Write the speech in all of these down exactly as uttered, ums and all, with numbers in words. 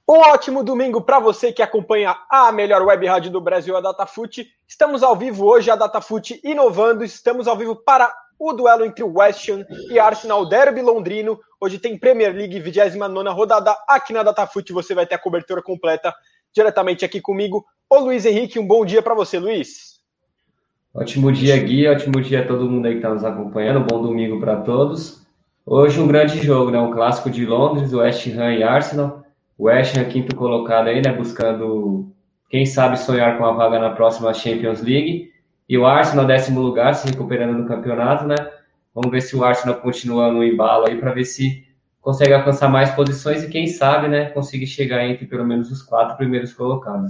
Um ótimo domingo para você que acompanha a melhor web rádio do Brasil, a DataFoot. Estamos ao vivo hoje, a DataFoot inovando. Estamos ao vivo para o duelo entre o West Ham e Arsenal, derby londrino. Hoje tem Premier League, vigésima nona rodada. Aqui na DataFoot você vai ter a cobertura completa diretamente aqui comigo. Ô Luiz Henrique, um bom dia para você, Luiz. Ótimo dia, Gui. Ótimo dia a todo mundo aí que está nos acompanhando. Bom domingo para todos. Hoje um grande jogo, né? Um clássico de Londres, West Ham e Arsenal. O West Ham quinto colocado aí, né? Buscando, quem sabe, sonhar com a vaga na próxima Champions League. E o Arsenal, décimo lugar, se recuperando no campeonato, né? Vamos ver se o Arsenal continua no embalo aí para ver se consegue alcançar mais posições e quem sabe, né? Conseguir chegar entre pelo menos os quatro primeiros colocados.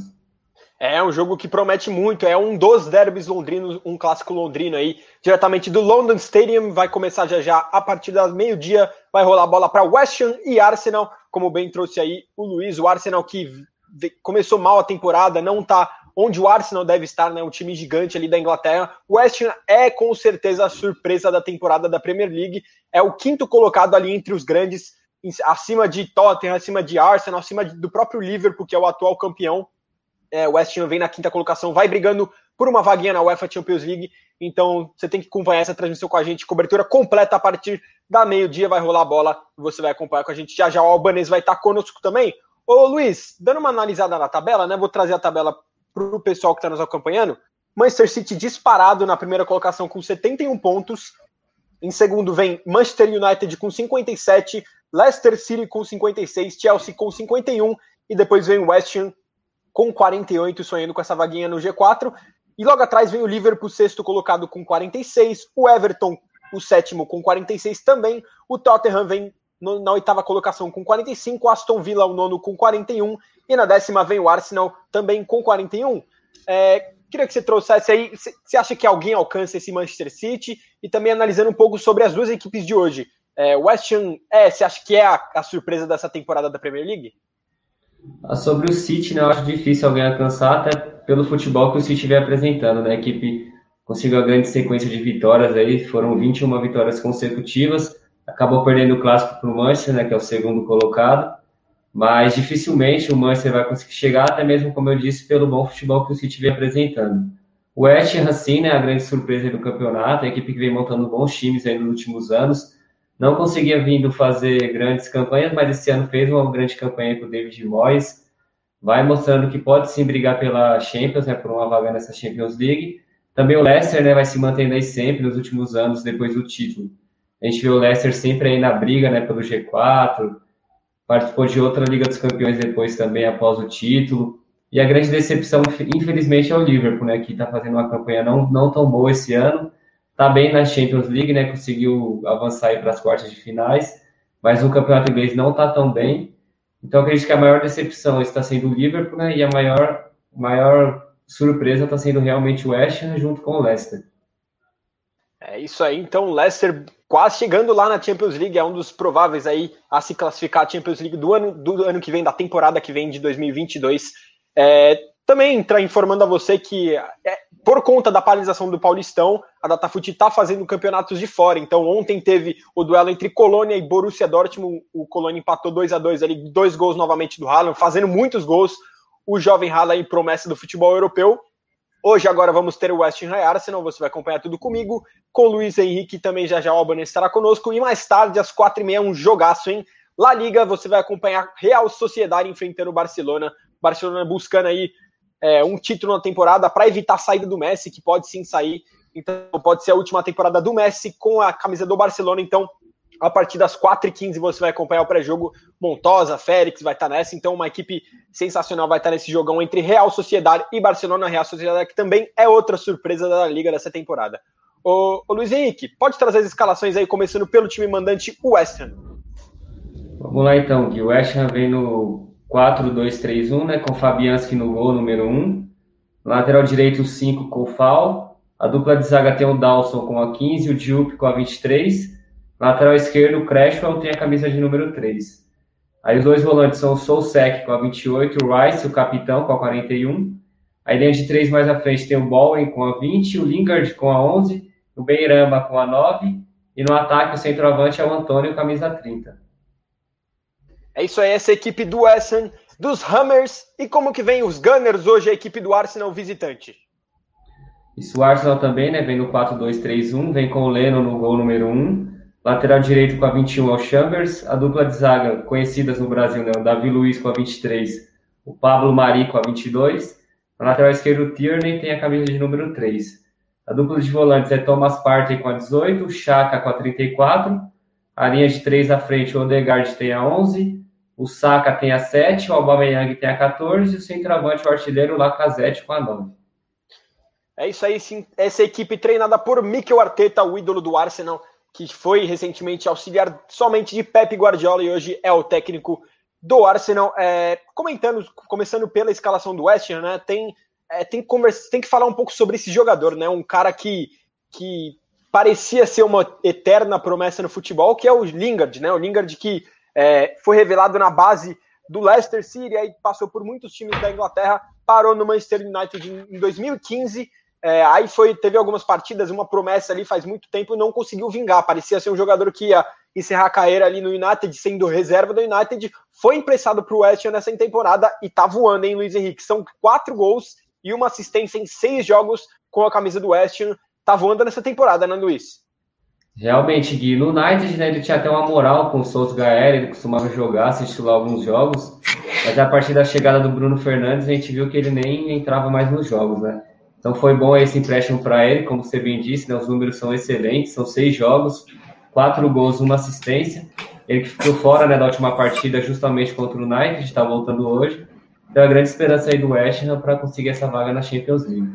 É um jogo que promete muito, é um dos derbys londrinos, um clássico londrino aí, diretamente do London Stadium, vai começar já já a partir das meio-dia, vai rolar a bola para West Ham e Arsenal, como bem trouxe aí o Luiz, o Arsenal que começou mal a temporada, não tá onde o Arsenal deve estar, né, um time gigante ali da Inglaterra. O West Ham é com certeza a surpresa da temporada da Premier League, é o quinto colocado ali entre os grandes, acima de Tottenham, acima de Arsenal, acima do próprio Liverpool, que é o atual campeão. É, o West Ham vem na quinta colocação, vai brigando por uma vaguinha na UEFA Champions League, então você tem que acompanhar essa transmissão com a gente, cobertura completa a partir da meio-dia, vai rolar a bola, você vai acompanhar com a gente, já já o Albanês vai estar conosco também. Ô Luiz, dando uma analisada na tabela, né, vou trazer a tabela para o pessoal que está nos acompanhando. Manchester City disparado na primeira colocação com setenta e um pontos, em segundo vem Manchester United com cinquenta e sete, Leicester City com cinquenta e seis, Chelsea com cinquenta e um, e depois vem o West Ham com quarenta e oito, sonhando com essa vaguinha no G quatro. E logo atrás vem o Liverpool, sexto colocado com quarenta e seis. O Everton, o sétimo, com quarenta e seis também. O Tottenham vem no, na oitava colocação com quarenta e cinco. O Aston Villa, o nono, com quarenta e um. E na décima vem o Arsenal, também com quarenta e um. É, queria que você trouxesse aí, você acha que alguém alcança esse Manchester City? E também analisando um pouco sobre as duas equipes de hoje. É, o West Ham, é, você acha que é a, a surpresa dessa temporada da Premier League? Sobre o City, né, eu acho difícil alguém alcançar, até pelo futebol que o City vem apresentando, né? A equipe conseguiu a grande sequência de vitórias aí, foram vinte e uma vitórias consecutivas, acabou perdendo o clássico para o Manchester, né, que é o segundo colocado, mas dificilmente o Manchester vai conseguir chegar, até mesmo, como eu disse, pelo bom futebol que o City vem apresentando. O West Ham, sim, né, a grande surpresa do campeonato, a equipe que vem montando bons times aí nos últimos anos. Não conseguia vindo fazer grandes campanhas, mas esse ano fez uma grande campanha com o David Moyes. Vai mostrando que pode sim brigar pela Champions, né, por uma vaga nessa Champions League. Também o Leicester, né, vai se mantendo aí sempre nos últimos anos depois do título. A gente vê o Leicester sempre aí na briga, né, pelo G quatro. Participou de outra Liga dos Campeões depois também após o título. E a grande decepção, infelizmente, é o Liverpool, né, que está fazendo uma campanha não, não tão boa esse ano. Está bem na Champions League, né? Conseguiu avançar para as quartas de finais, mas o campeonato inglês não está tão bem. Então, acredito que a maior decepção está sendo o Liverpool, né? E a maior, maior surpresa está sendo realmente o West Ham junto com o Leicester. É isso aí, então o Leicester quase chegando lá na Champions League, é um dos prováveis aí a se classificar à Champions League do ano, do ano que vem, da temporada que vem de dois mil e vinte e dois. É, também entrar informando a você que, é, por conta da paralisação do Paulistão, a DataFoot está fazendo campeonatos de fora. Então, ontem teve o duelo entre Colônia e Borussia Dortmund. O Colônia empatou dois a dois ali, dois gols novamente do Haaland, fazendo muitos gols. O jovem Haaland, promessa do futebol europeu. Hoje, agora, vamos ter o West Ham e Arsenal. Você vai acompanhar tudo comigo. Com o Luiz Henrique, também já já o Albanês estará conosco. E mais tarde, às quatro e meia, um jogaço, hein? La Liga, você vai acompanhar Real Sociedade enfrentando o Barcelona. Barcelona buscando aí É, um título na temporada para evitar a saída do Messi, que pode sim sair. Então pode ser a última temporada do Messi com a camisa do Barcelona. Então, a partir das quatro e quinze você vai acompanhar o pré-jogo. Montosa, Félix vai estar nessa. Então, uma equipe sensacional vai estar nesse jogão entre Real Sociedade e Barcelona. Real Sociedade, que também é outra surpresa da Liga dessa temporada. Ô, ô Luiz Henrique, pode trazer as escalações aí, começando pelo time mandante, o West Ham. Vamos lá então, Gui. O West Ham vem no quatro dois três um, né, com Fabianski no gol, número um. Lateral direito, cinco, com o Fall. A dupla de zaga tem o Dawson com a quinze, o Diop com a vinte e três. Lateral esquerdo, o Cresswell tem a camisa de número três. Aí os dois volantes são o Soucek com a vinte e oito, o Rice, o capitão, com a quarenta e um. Aí dentro de três mais à frente tem o Bowen com a vinte, o Lingard com a onze, o Beirama com a nove. E no ataque o centroavante é o Antônio, camisa trinta. É isso aí, essa equipe do West Ham dos Hammers e como que vem os Gunners hoje, a equipe do Arsenal visitante. Isso, o Arsenal também, né, vem no quatro dois três um, vem com o Lennon no gol número um, lateral direito com a vinte e um é o Chambers, a dupla de zaga conhecidas no Brasil, né, o Davi Luiz com a vinte e três, o Pablo Mari com a vinte e dois, na lateral esquerda o Tierney tem a camisa de número três. A dupla de volantes é Thomas Partey com a dezoito, o Xhaka com a trinta e quatro, a linha de três à frente o Odegaard tem a onze, o Saka tem a sete, o Aubameyang tem a quatorze e o centroavante, o artilheiro Lacazette com a nove. É isso aí, sim. Essa equipe treinada por Mikel Arteta, o ídolo do Arsenal, que foi recentemente auxiliar somente de Pep Guardiola e hoje é o técnico do Arsenal. É, comentando, começando pela escalação do West Ham, né, tem, é, tem, que conversa, tem que falar um pouco sobre esse jogador, né, um cara que, que parecia ser uma eterna promessa no futebol, que é o Lingard, né, o Lingard que é, foi revelado na base do Leicester City, aí passou por muitos times da Inglaterra, parou no Manchester United em, em dois mil e quinze. É, aí foi, teve algumas partidas, uma promessa ali faz muito tempo e não conseguiu vingar. Parecia ser um jogador que ia encerrar a carreira ali no United, sendo reserva do United. Foi emprestado para o West Ham nessa temporada e tá voando, hein, Luiz Henrique? São quatro gols e uma assistência em seis jogos com a camisa do West Ham. Tá voando nessa temporada, né, Luiz? Realmente, Gui. No United, né, ele tinha até uma moral com o Solskjaer, ele costumava jogar, assistir lá alguns jogos. Mas a partir da chegada do Bruno Fernandes, a gente viu que ele nem entrava mais nos jogos, né? Então foi bom esse empréstimo para ele, como você bem disse, né, os números são excelentes, são seis jogos, quatro gols, uma assistência. Ele que ficou fora, né, da última partida justamente contra o United, está voltando hoje. Então a grande esperança aí do West Ham para conseguir essa vaga na Champions League.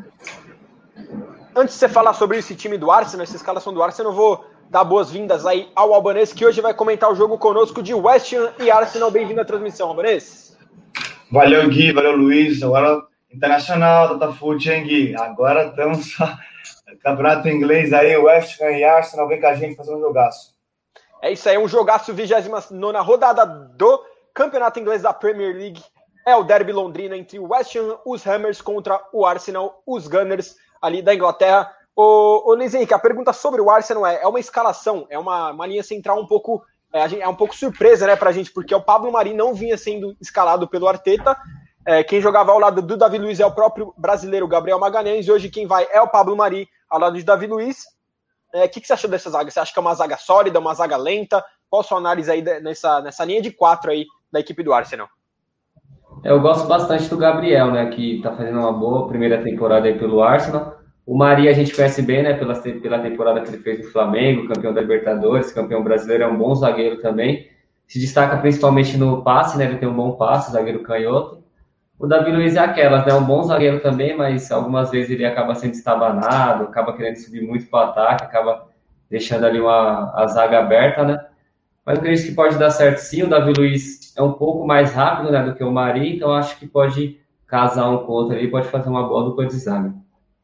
Antes de você falar sobre esse time do Arsenal, essa escalação do Arsenal, eu vou dar boas-vindas aí ao Albanês, que hoje vai comentar o jogo conosco de West Ham e Arsenal. Bem-vindo à transmissão, Albanês. Valeu, Gui, valeu, Luiz. Agora Internacional, Datafoot, hein, Gui? Agora estamos campeonato inglês aí, West Ham e Arsenal, vem com a gente fazer um jogaço. É isso aí, um jogaço, vigésima nona rodada do campeonato inglês da Premier League. É o derby londrino entre o West Ham, os Hammers contra o Arsenal, os Gunners ali da Inglaterra. Ô, ô Luiz Henrique, a pergunta sobre o Arsenal é, é uma escalação, é uma, uma linha central um pouco, é, é um pouco surpresa, né, pra gente, porque o Pablo Mari não vinha sendo escalado pelo Arteta. É, quem jogava ao lado do Davi Luiz é o próprio brasileiro Gabriel Magalhães, e hoje quem vai é o Pablo Mari ao lado de Davi Luiz. O é, que, que você achou dessa zaga? Você acha que é uma zaga sólida, uma zaga lenta? Qual a sua análise aí nessa, nessa linha de quatro aí da equipe do Arsenal? Eu gosto bastante do Gabriel, né, que tá fazendo uma boa primeira temporada aí pelo Arsenal. O Mari a gente conhece bem, né, pela, pela temporada que ele fez no Flamengo, campeão da Libertadores, campeão brasileiro, é um bom zagueiro também. Se destaca principalmente no passe, né, ele tem um bom passe, zagueiro canhoto. O Davi Luiz é aquelas, né? Um bom zagueiro também, mas algumas vezes ele acaba sendo estabanado, acaba querendo subir muito para o ataque, acaba deixando ali uma, a zaga aberta, né? Mas eu acredito que pode dar certo sim. O Davi Luiz é um pouco mais rápido, né, do que o Mari, então acho que pode casar um com o outro ali, pode fazer uma boa dupla de zaga.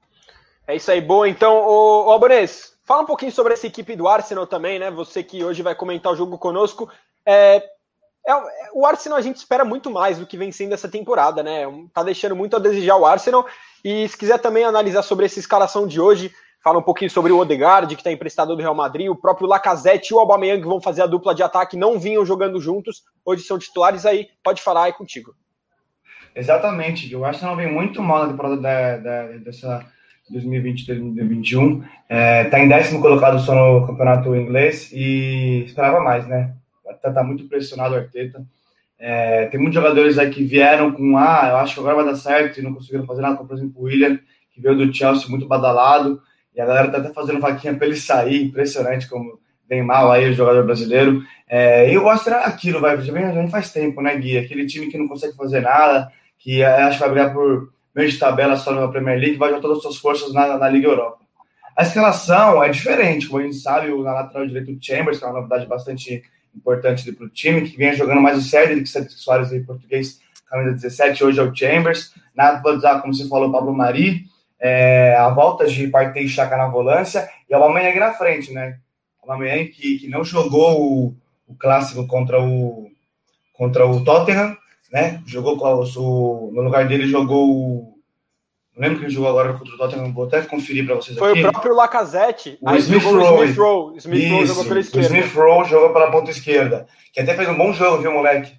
É isso aí, boa. Então, ô, ô Albanês, fala um pouquinho sobre essa equipe do Arsenal também, né? Você que hoje vai comentar o jogo conosco. É... É, o Arsenal a gente espera muito mais do que vem sendo essa temporada, né? Tá deixando muito a desejar o Arsenal. E se quiser também analisar sobre essa escalação de hoje, fala um pouquinho sobre o Odegaard, que está emprestado do Real Madrid, o próprio Lacazette e o Aubameyang que vão fazer a dupla de ataque, não vinham jogando juntos, hoje são titulares aí. Pode falar aí contigo. Exatamente, o Arsenal vem muito mal na temporada da, da, dessa dois mil e vinte, dois mil e vinte e um. É, tá em décimo colocado só no campeonato inglês e esperava mais, né? Tá, tá muito pressionado o Arteta. É, tem muitos jogadores aí que vieram com ah, eu acho que agora vai dar certo e não conseguiram fazer nada, como por exemplo o Willian, que veio do Chelsea muito badalado, e a galera tá até fazendo vaquinha para ele sair, impressionante como vem mal aí o jogador brasileiro. É, e eu gosto daquilo, vai, já vem, já vem faz tempo, né, Gui? Aquele time que não consegue fazer nada, que acho que vai brigar por meio de tabela só na Premier League, vai jogar todas as suas forças na, na Liga Europa. A escalação é diferente, como a gente sabe, na lateral direito o Chambers, que é uma novidade bastante importante para o time, que vem jogando mais o Cedric, Cedric Soares em português, camisa dezessete, hoje é o Chambers, na dupla, como você falou, o Pablo Mari, é, a volta de Partey e Xhaka na volância, e o Aubameyang na frente, né? O Aubameyang que, que não jogou o, o clássico contra o, contra o Tottenham, né? Jogou o, no lugar dele jogou o não lembro quem jogou agora contra o Tottenham, vou até conferir para vocês Foi aqui. Foi o próprio Lacazette. O Smith Rowe. Smith Rowe. Smith Rowe jogou pela esquerda. O Smith Rowe jogou pela ponta esquerda. Que até fez um bom jogo, viu, moleque?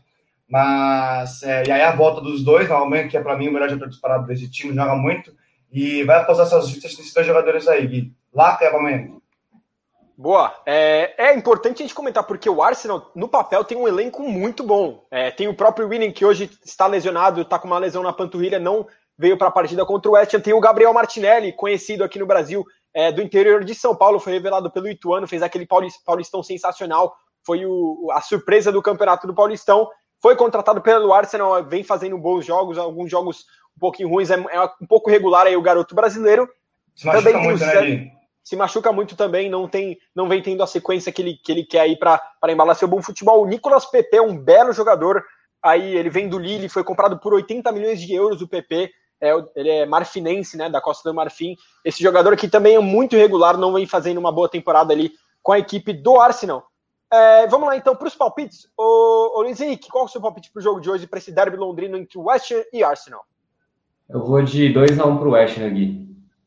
Mas, é, e aí a volta dos dois, normalmente, que é para mim o melhor jogador disparado desse time, joga muito, e vai apostar suas vistas nesses dois jogadores aí, Gui. Lá, Cleber. Boa. É, é importante a gente comentar, porque o Arsenal, no papel, tem um elenco muito bom. É, tem o próprio Willian, que hoje está lesionado, está com uma lesão na panturrilha, não veio para a partida contra o West Ham. Tem o Gabriel Martinelli, conhecido aqui no Brasil, é, do interior de São Paulo, foi revelado pelo Ituano, fez aquele paulistão sensacional, foi o, a surpresa do campeonato do Paulistão, foi contratado pelo Arsenal, vem fazendo bons jogos, alguns jogos um pouquinho ruins, é, é um pouco regular aí o garoto brasileiro. Se machuca também muito, né, Gui? Se machuca muito também, não, tem, não vem tendo a sequência que ele, que ele quer aí para embalar seu bom futebol. O Nicolas Pepe é um belo jogador, aí ele vem do Lille, foi comprado por oitenta milhões de euros o Pepe, é, ele é marfinense, né, da Costa do Marfim. Esse jogador aqui também é muito irregular, não vem fazendo uma boa temporada ali com a equipe do Arsenal. É, vamos lá então para os palpites. Ô, ô Luiz Henrique, qual é o seu palpite para o jogo de hoje, para esse derby londrino entre West Ham e Arsenal? Eu vou de dois a um para o West Ham, Gui.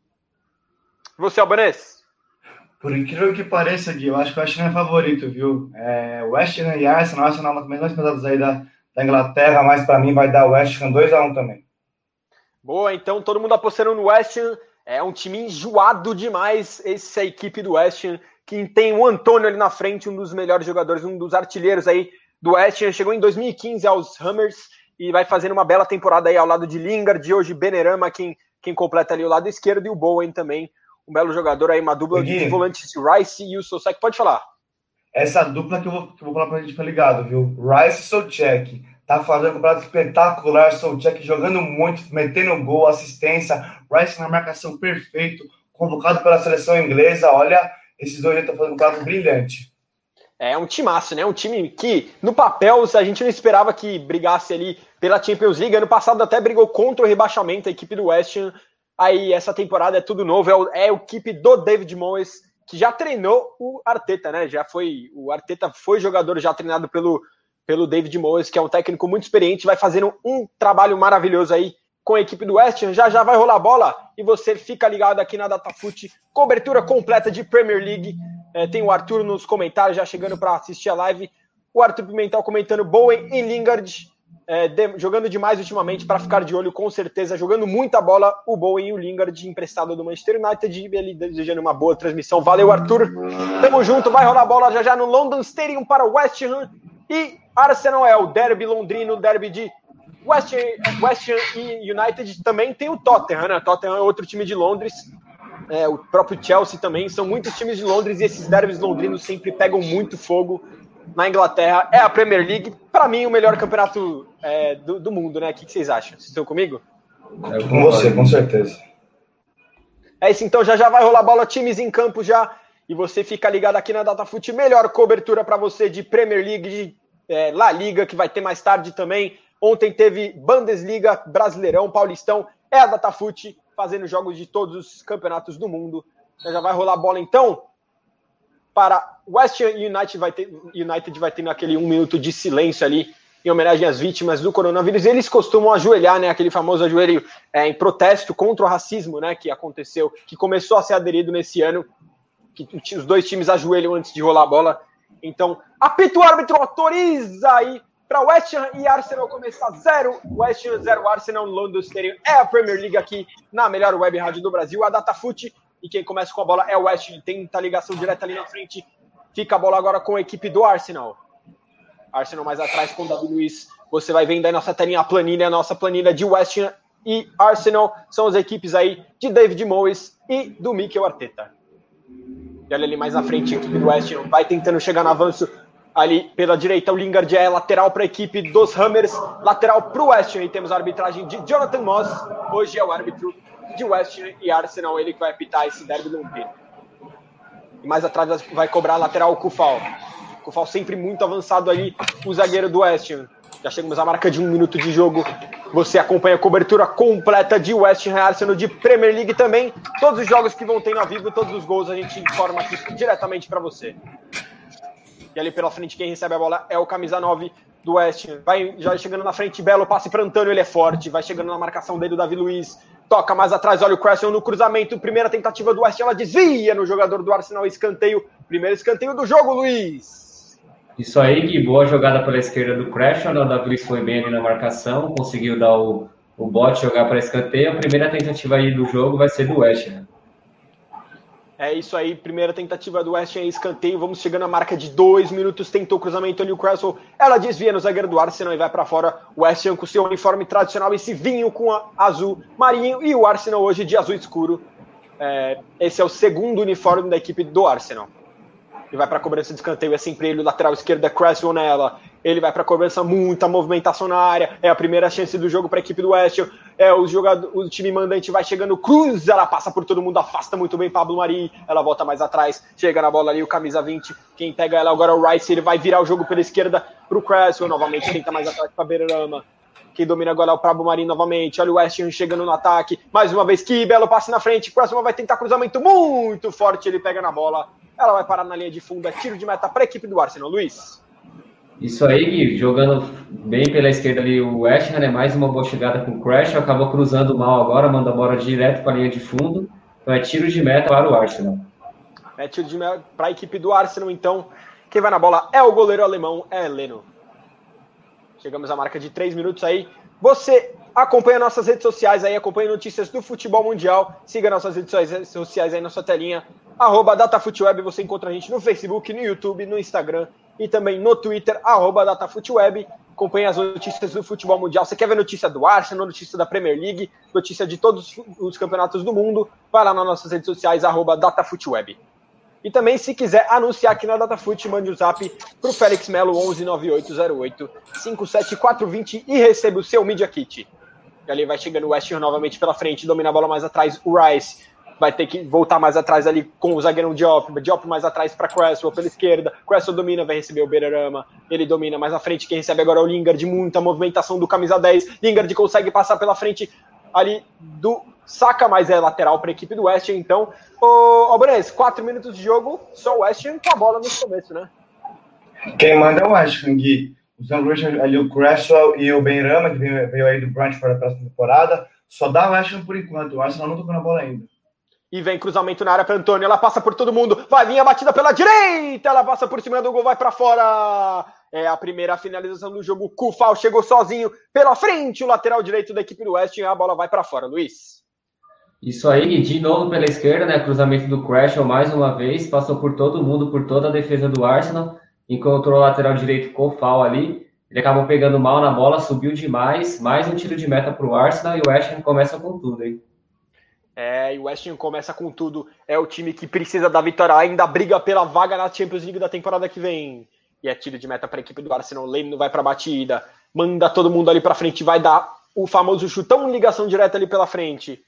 Você, Albanês? Por incrível que pareça, Gui, eu acho que o West Ham é favorito, viu? É, West Ham e Arsenal, Arsenal é uma das melhores pesadas aí da, da Inglaterra, mas para mim vai dar o West Ham dois a um também. Boa, então todo mundo apostando no West Ham. É um time enjoado demais, essa equipe do West Ham, que tem o Antônio ali na frente, um dos melhores jogadores, um dos artilheiros aí do West Ham. Chegou em dois mil e quinze aos Hammers e vai fazendo uma bela temporada aí ao lado de Lingard, de hoje Benrahma, quem, quem completa ali o lado esquerdo, e o Bowen também, um belo jogador aí, uma dupla de volantes, Rice e o Soucek. Pode falar. Essa dupla que eu vou, que eu vou falar pra gente ficar ligado, viu? Rice e Soucek. Tá fazendo um campeonato espetacular, Soucek jogando muito, metendo gol, assistência, Rice na marcação perfeito, convocado pela seleção inglesa. Olha, esses dois estão fazendo um campeonato brilhante. É um timaço, né? Um time que, no papel, a gente não esperava que brigasse ali pela Champions League. Ano passado até brigou contra o rebaixamento, a equipe do West Ham. Aí essa temporada é tudo novo, é, o, é a equipe do David Moyes, que já treinou o Arteta, né? Já foi, o Arteta foi jogador já treinado pelo, pelo David Moyes, que é um técnico muito experiente, vai fazendo um trabalho maravilhoso aí com a equipe do West Ham. Já já vai rolar a bola e você fica ligado aqui na DataFoot, cobertura completa de Premier League. É, tem o Arthur nos comentários já chegando para assistir a live, o Arthur Pimentel comentando Bowen e Lingard, É, de, jogando demais ultimamente, para ficar de olho, com certeza, jogando muita bola, o Bowen e o Lingard, emprestado do Manchester United, ele desejando uma boa transmissão. Valeu, Arthur, tamo junto, vai rolar a bola já já no London Stadium para o West Ham e Arsenal. É o derby londrino, derby de West Ham, West Ham e United. Também tem o Tottenham, né? Tottenham é outro time de Londres, é, o próprio Chelsea também, são muitos times de Londres, e esses derbys londrinos sempre pegam muito fogo na Inglaterra. É a Premier League, para mim, o melhor campeonato é, do, do mundo, né? O que, que vocês acham? Vocês estão comigo? É, com você, com certeza. É isso, então já já vai rolar bola, times em campo já, e você fica ligado aqui na DataFoot, melhor cobertura para você de Premier League, de é, La Liga, que vai ter mais tarde também. Ontem teve Bundesliga, Brasileirão, Paulistão, é a DataFoot fazendo jogos de todos os campeonatos do mundo. Já, já vai rolar bola então para West Ham United, vai ter, United vai ter aquele um minuto de silêncio ali, em homenagem às vítimas do coronavírus. Eles costumam ajoelhar, né, aquele famoso ajoelho é, em protesto contra o racismo, né, que aconteceu, que começou a ser aderido nesse ano, que os dois times ajoelham antes de rolar a bola. Então, apita o árbitro, autoriza aí para West Ham e Arsenal começar zero, West Ham zero, Arsenal no London Stadium. É a Premier League aqui na melhor web rádio do Brasil, a DataFoot. E quem começa com a bola é o West Ham. Tenta ligação direta ali na frente. Fica a bola agora com a equipe do Arsenal. Arsenal mais atrás com o Davi Luiz. Você vai vendo aí nossa telinha, a planilha, a nossa planilha de West Ham e Arsenal. São as equipes aí de David Moyes e do Mikel Arteta. E olha ali mais na frente, a equipe do West Ham vai tentando chegar no avanço. Ali pela direita, o Lingard é lateral para a equipe dos Hammers. Lateral para o West Ham. E temos a arbitragem de Jonathan Moss. Hoje é o árbitro de West Ham e Arsenal, ele que vai apitar esse derby londrino. E mais atrás vai cobrar a lateral o Kufal. Kufal sempre muito avançado ali, o zagueiro do West Ham. Já chegamos à marca de um minuto de jogo. Você acompanha a cobertura completa de West Ham e Arsenal de Premier League também. Todos os jogos que vão ter ao vivo, todos os gols a gente informa aqui diretamente para você. E ali pela frente quem recebe a bola é o camisa nove do West Ham. Vai já chegando na frente, belo passe para Antônio, ele é forte. Vai chegando na marcação dele o Davi Luiz. Toca mais atrás, olha o Cresswell no cruzamento. Primeira tentativa do West Ham, ela desvia no jogador do Arsenal. Escanteio, primeiro escanteio do jogo, Luiz. Isso aí, Gui, boa jogada pela esquerda do Crash, o Dalglish foi bem ali na marcação, conseguiu dar o, o bote, jogar para escanteio. A primeira tentativa aí do jogo vai ser do West Ham. É isso aí, primeira tentativa do West Ham, escanteio, vamos chegando à marca de dois minutos, tentou o cruzamento ali o Cresswell, ela desvia no zagueiro do Arsenal e vai para fora. O West Ham com seu uniforme tradicional, esse vinho com a azul marinho, e o Arsenal hoje de azul escuro. É, esse é o segundo uniforme da equipe do Arsenal. E vai para a cobrança de escanteio, é sempre ele, o lateral esquerdo é Cresswell nela. Ele vai para a cobrança, muita movimentação na área. É a primeira chance do jogo para a equipe do West Ham. É, o, jogador, o time mandante vai chegando, cruz, ela passa por todo mundo, afasta muito bem Pablo Mari. Ela volta mais atrás, chega na bola ali, o camisa vinte. Quem pega ela agora é o Rice, ele vai virar o jogo pela esquerda para o Cresswell. Novamente tenta mais atrás para Berarama. Quem domina agora é o Pablo Mari novamente. Olha o West Ham chegando no ataque. Mais uma vez, que belo passe na frente. Cresswell vai tentar cruzamento muito forte, ele pega na bola. Ela vai parar na linha de fundo, é tiro de meta para a equipe do Arsenal. Luiz. Isso aí, Gui, jogando bem pela esquerda ali o West Ham, né? Mais uma boa chegada com o Crash, acabou cruzando mal agora, manda a bola direto para a linha de fundo. Então é tiro de meta para o Arsenal. É tiro de meta para a equipe do Arsenal, então. Quem vai na bola é o goleiro alemão, é Leno. Chegamos à marca de três minutos aí. Você acompanha nossas redes sociais aí, acompanha notícias do futebol mundial. Siga nossas redes sociais aí na sua telinha. Arroba DataFootWeb, você encontra a gente no Facebook, no YouTube, no Instagram e também no Twitter, arroba DataFootWeb. Acompanhe as notícias do futebol mundial. Você quer ver notícia do Arsenal, notícia da Premier League, notícia de todos os campeonatos do mundo? Vai lá nas nossas redes sociais, arroba DataFootWeb. E também, se quiser anunciar aqui na DataFoot, mande o um zap para o Félix Melo, onze nove oito zero oito cinco sete quatro dois zero e receba o seu Media Kit. E ali vai chegando o West Ham novamente pela frente, domina a bola mais atrás, o Rice vai ter que voltar mais atrás ali com o zagueiro Diop, Diop mais atrás para Cresswell pela esquerda, Cresswell domina, vai receber o Berarama, ele domina mais à frente, quem recebe agora é o Lingard, muita movimentação do camisa dez, Lingard consegue passar pela frente ali do Saka, mas é lateral para a equipe do West Ham, então, ô, ô Bones, quatro minutos de jogo, só o West Ham com a bola no começo, né? Quem manda é o West Ham, Gui. Usando ali o Cresswell e o Benrahma, que veio, veio aí do Brentford para a próxima temporada, só dá o West Ham por enquanto, o Arsenal não tocou na bola ainda. E vem cruzamento na área para Antônio, ela passa por todo mundo, vai vir a batida pela direita, ela passa por cima do gol, vai para fora. É a primeira finalização do jogo, o Kufal chegou sozinho pela frente, o lateral direito da equipe do West Ham, a bola vai para fora, Luiz. Isso aí, de novo pela esquerda, né? Cruzamento do Cresswell mais uma vez, passou por todo mundo, por toda a defesa do Arsenal, encontrou o lateral direito Kufal ali, ele acabou pegando mal na bola, subiu demais, mais um tiro de meta para o Arsenal e o West Ham começa com tudo, hein? É, e o West Ham começa com tudo, é o time que precisa da vitória, ainda briga pela vaga na Champions League da temporada que vem. E é tiro de meta para a equipe do Arsenal, Leno vai para a batida, manda todo mundo ali para frente, vai dar o famoso chutão, ligação direta ali pela frente.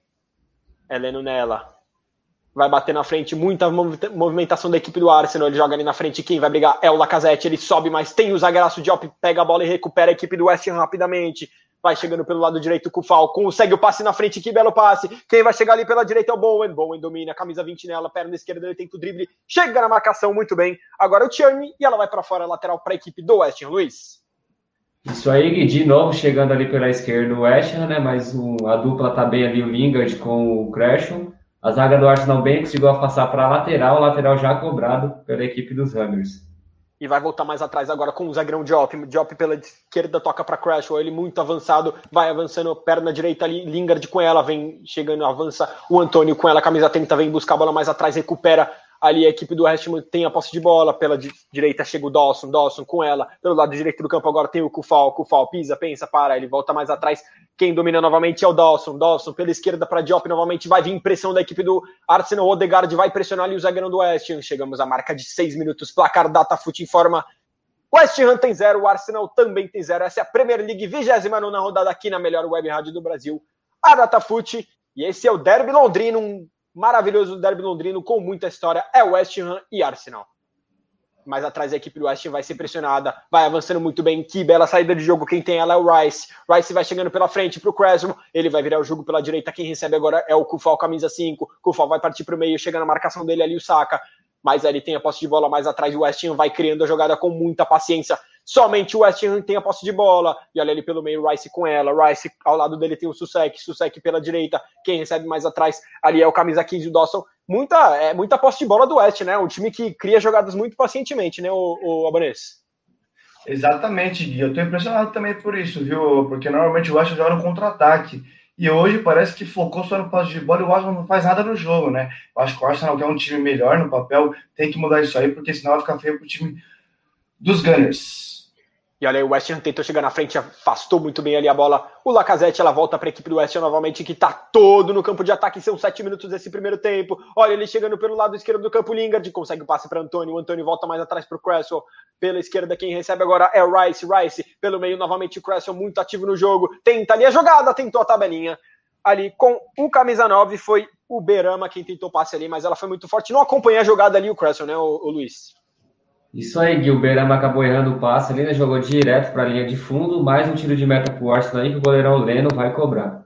É Leno nela, vai bater na frente, muita movimentação da equipe do Arsenal, ele joga ali na frente, quem vai brigar é o Lacazette, ele sobe, mas tem o zagueiraço Diop, pega a bola e recupera a equipe do West Ham rapidamente. Vai chegando pelo lado direito com o Kufal, consegue o passe na frente, que belo passe. Quem vai chegar ali pela direita é o Bowen. Bowen domina, camisa vinte nela, perna esquerda, ele tenta o drible, chega na marcação, muito bem. Agora o Tierney e ela vai para fora, lateral para a equipe do West Ham, Luiz. Isso aí, de novo chegando ali pela esquerda o West Ham, né? Mas o, a dupla tá bem ali, o Lingard com o Cresswell. A zaga do Arsenal bem conseguiu passar para a lateral, o lateral já cobrado pela equipe dos Hammers. E vai voltar mais atrás agora com o zagueirão Diop. Diop pela esquerda toca para Cresswell, ele muito avançado, vai avançando, perna direita ali, Lingard com ela, vem chegando, avança o Antônio com ela, camisa trinta, vem buscar a bola mais atrás, recupera ali a equipe do West Ham, tem a posse de bola, pela direita chega o Dawson, Dawson com ela, pelo lado direito do campo agora tem o Kufal, Kufal pisa, pensa, para, ele volta mais atrás, quem domina novamente é o Dawson, Dawson pela esquerda para Diop novamente, vai vir pressão da equipe do Arsenal, Odegaard vai pressionar ali o zagueirão do West Ham, chegamos à marca de seis minutos, placar DataFoot informa, West Ham tem zero, o Arsenal também tem zero, essa é a Premier League, vigésima nona rodada aqui na melhor web rádio do Brasil, a DataFoot, e esse é o Derby Londrino, um maravilhoso derby londrino com muita história, é West Ham e Arsenal. Mais atrás a equipe do West Ham vai ser pressionada, vai avançando muito bem, que bela saída de jogo, quem tem ela é o Rice, Rice vai chegando pela frente pro Cresswell, ele vai virar o jogo pela direita, quem recebe agora é o Kufal, camisa cinco, Kufal vai partir pro meio, chega na marcação dele ali o Saka, mas ali tem a posse de bola mais atrás, o West Ham vai criando a jogada com muita paciência, somente o West Ham tem a posse de bola, e olha ali pelo meio, Rice com ela, Rice ao lado dele tem o Susek, Susek pela direita, quem recebe mais atrás, ali é o camisa quinze, o Dawson, muita, é, muita posse de bola do West, né? Um time que cria jogadas muito pacientemente, né, o, o Albanês? Exatamente, Gui. Eu tô impressionado também por isso, viu? Porque normalmente o West joga no contra-ataque. E hoje parece que focou só no passe de bola e o Arsenal não faz nada no jogo, né? Eu acho que o Arsenal, que é um time melhor no papel, tem que mudar isso aí, porque senão vai ficar feio pro time dos Gunners. E olha aí, o West Ham tentou chegar na frente, afastou muito bem ali a bola. O Lacazette, ela volta para a equipe do West Ham novamente, que tá todo no campo de ataque. São sete minutos desse primeiro tempo. Olha ele chegando pelo lado esquerdo do campo, Lingard consegue o passe para Antônio. O Antônio volta mais atrás para o Cresswell. Pela esquerda, quem recebe agora é o Rice. Rice, pelo meio, novamente o Cresswell muito ativo no jogo. Tenta ali a jogada, tentou a tabelinha. Ali com o camisa nove foi o Berama quem tentou passe ali, mas ela foi muito forte. Não acompanhei a jogada ali o Cresswell, né, o, o Luiz? Isso aí, Gui, o Berama acabou errando o passe ali, né? Jogou direto para a linha de fundo, mais um tiro de meta para o Arsenal aí que o goleirão Leno vai cobrar.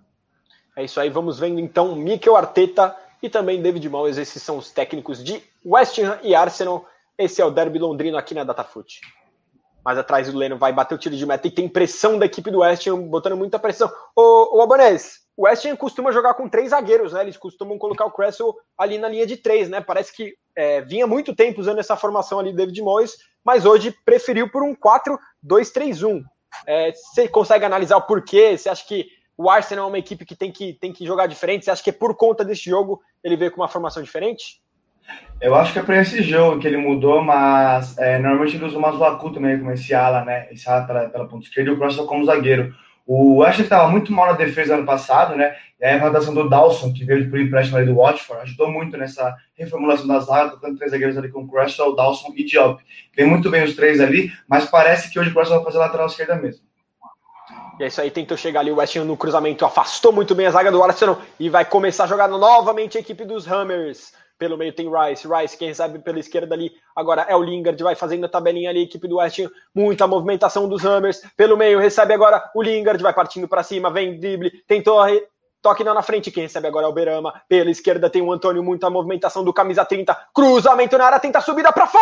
É isso aí, vamos vendo então Mikel Arteta e também David Moyes, esses são os técnicos de West Ham e Arsenal. Esse é o derby londrino aqui na Datafute. Mas atrás do Leno vai bater o tiro de meta e tem pressão da equipe do West Ham, botando muita pressão. Ô, ô Albanês, o West Ham costuma jogar com três zagueiros, né? Eles costumam colocar o Cresswell ali na linha de três, né? Parece que é, vinha muito tempo usando essa formação ali do David Moyes, mas hoje preferiu por um quatro dois três um. É, você consegue analisar o porquê? Você acha que o Arsenal é uma equipe que tem, que tem que jogar diferente? Você acha que é por conta desse jogo ele veio com uma formação diferente? Eu acho que é para esse jogo que ele mudou, mas é, normalmente ele usa o Masuaku também como esse ala, né? Esse ala pela, pela ponta esquerda e o Cresswell como zagueiro. O West Ham estava muito mal na defesa ano passado, né? E a implantação do Dawson, que veio por empréstimo ali do Watford, ajudou muito nessa reformulação das zaga, colocando três zagueiros ali com Cresswell, Dawson e Diop. Vem muito bem os três ali, mas parece que hoje o Cresswell vai fazer a lateral esquerda mesmo. E é isso aí, tentou chegar ali o West Ham no cruzamento, afastou muito bem a zaga do Arsenal e vai começar a jogar novamente a equipe dos Hammers. Pelo meio tem Rice, Rice quem recebe pela esquerda ali, agora é o Lingard, vai fazendo a tabelinha ali, equipe do West Ham, muita movimentação dos Hammers, pelo meio recebe agora o Lingard, vai partindo para cima, vem drible, tentou a re... toque na frente, quem recebe agora é o Berama, pela esquerda tem o Antônio, muita movimentação do camisa trinta, cruzamento na área, tenta a subida para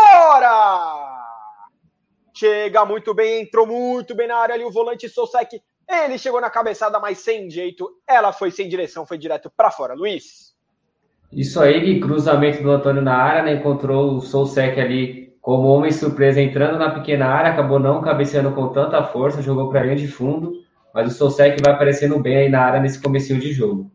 fora! Chega muito bem, entrou muito bem na área ali o volante Soucek, ele chegou na cabeçada, mas sem jeito, ela foi sem direção, foi direto para fora, Luiz. Isso aí, Gui, cruzamento do Antônio na área, né? Encontrou o Soucek ali como homem surpresa entrando na pequena área, acabou não cabeceando com tanta força, jogou para a linha de fundo, mas o Soucek vai aparecendo bem aí na área nesse comecinho de jogo.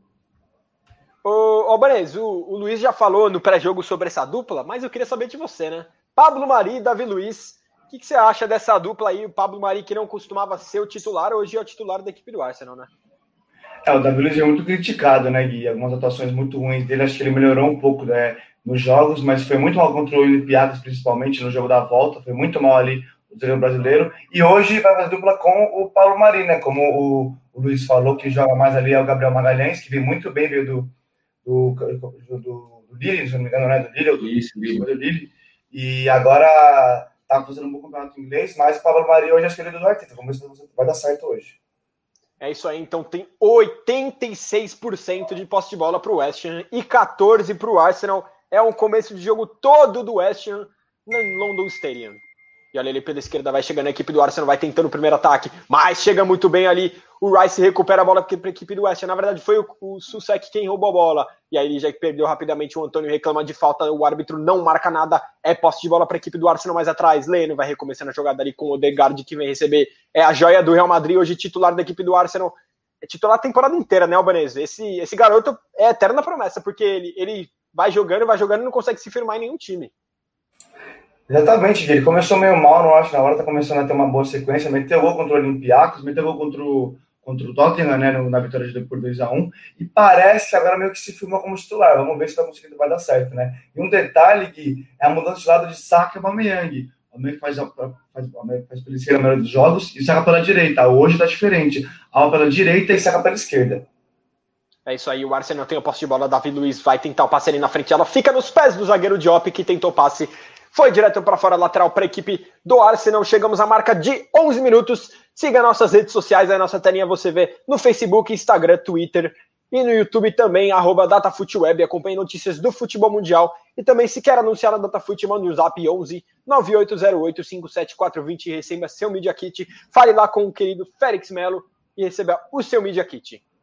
Ô, Albanês, o, o Luiz já falou no pré-jogo sobre essa dupla, mas eu queria saber de você, né? Pablo Mari e Davi Luiz, o que, que você acha dessa dupla aí? O Pablo Mari, que não costumava ser o titular, hoje é o titular da equipe do Arsenal, né? É, o Davi Luiz é muito criticado, né, Gui? Algumas atuações muito ruins dele, acho que ele melhorou um pouco, né, nos jogos, mas foi muito mal contra o Olympiacos, principalmente no jogo da volta, foi muito mal ali o zagueiro brasileiro, e hoje vai fazer dupla com o Paulo Mari, né, como o, o Luiz falou, que joga mais ali é o Gabriel Magalhães, que vem muito bem, veio do, do, do, do, do Lille, se não me engano, né, do Lille, do, Isso, do, do Lille, e agora tá fazendo um bom campeonato inglês, mas o Pablo Mari hoje é escolhido do Arteta, vamos ver se vai dar certo hoje. É isso aí, então tem oitenta e seis por cento de posse de bola para o West Ham e quatorze por cento para o Arsenal. É um começo de jogo todo do West Ham no London Stadium. E olha ali pela esquerda, vai chegando a equipe do Arsenal, vai tentando o primeiro ataque, mas chega muito bem ali, o Rice recupera a bola para a equipe do West Ham. Na verdade foi o, o Soucek quem roubou a bola, e aí ele já perdeu rapidamente, o Antônio reclama de falta, o árbitro não marca nada, é posse de bola para a equipe do Arsenal mais atrás, Leno vai recomeçando a jogada ali com o Odegaard que vem receber, é a joia do Real Madrid, hoje titular da equipe do Arsenal, é titular a temporada inteira, né, Albanês? Esse, esse garoto é eterna promessa, porque ele, ele vai jogando, vai jogando e não consegue se firmar em nenhum time. Exatamente, ele começou meio mal, não acho, na hora tá começando a ter uma boa sequência, meteu gol contra o Olympiacos, meteu gol contra o, contra o Tottenham, né, na vitória de por dois a um, e parece que agora meio que se firma como titular, vamos ver se vai conseguir, vai dar certo, né. E um detalhe que é a mudança de lado de Saka e Aubameyang, o Aubameyang faz, faz, faz pela esquerda a maioria dos jogos e Saka pela direita, hoje tá diferente, Alba pela direita e Saka pela esquerda. É isso aí, o Arsenal tem a posse de bola, Davi Luiz vai tentar o passe ali na frente, ela fica nos pés do zagueiro Diop que tentou o passe, foi direto para fora, lateral para a equipe do Arsenal. Chegamos à marca de onze minutos. Siga nossas redes sociais, aí nossa telinha você vê no Facebook, Instagram, Twitter e no YouTube também, arroba DataFootWeb. Acompanhe notícias do futebol mundial. E também, se quer anunciar na DataFoot, mande um zap onze nove oito zero oito cinco sete quatro dois zero e receba seu Media Kit. Fale lá com o querido Félix Melo e receba o seu Media Kit.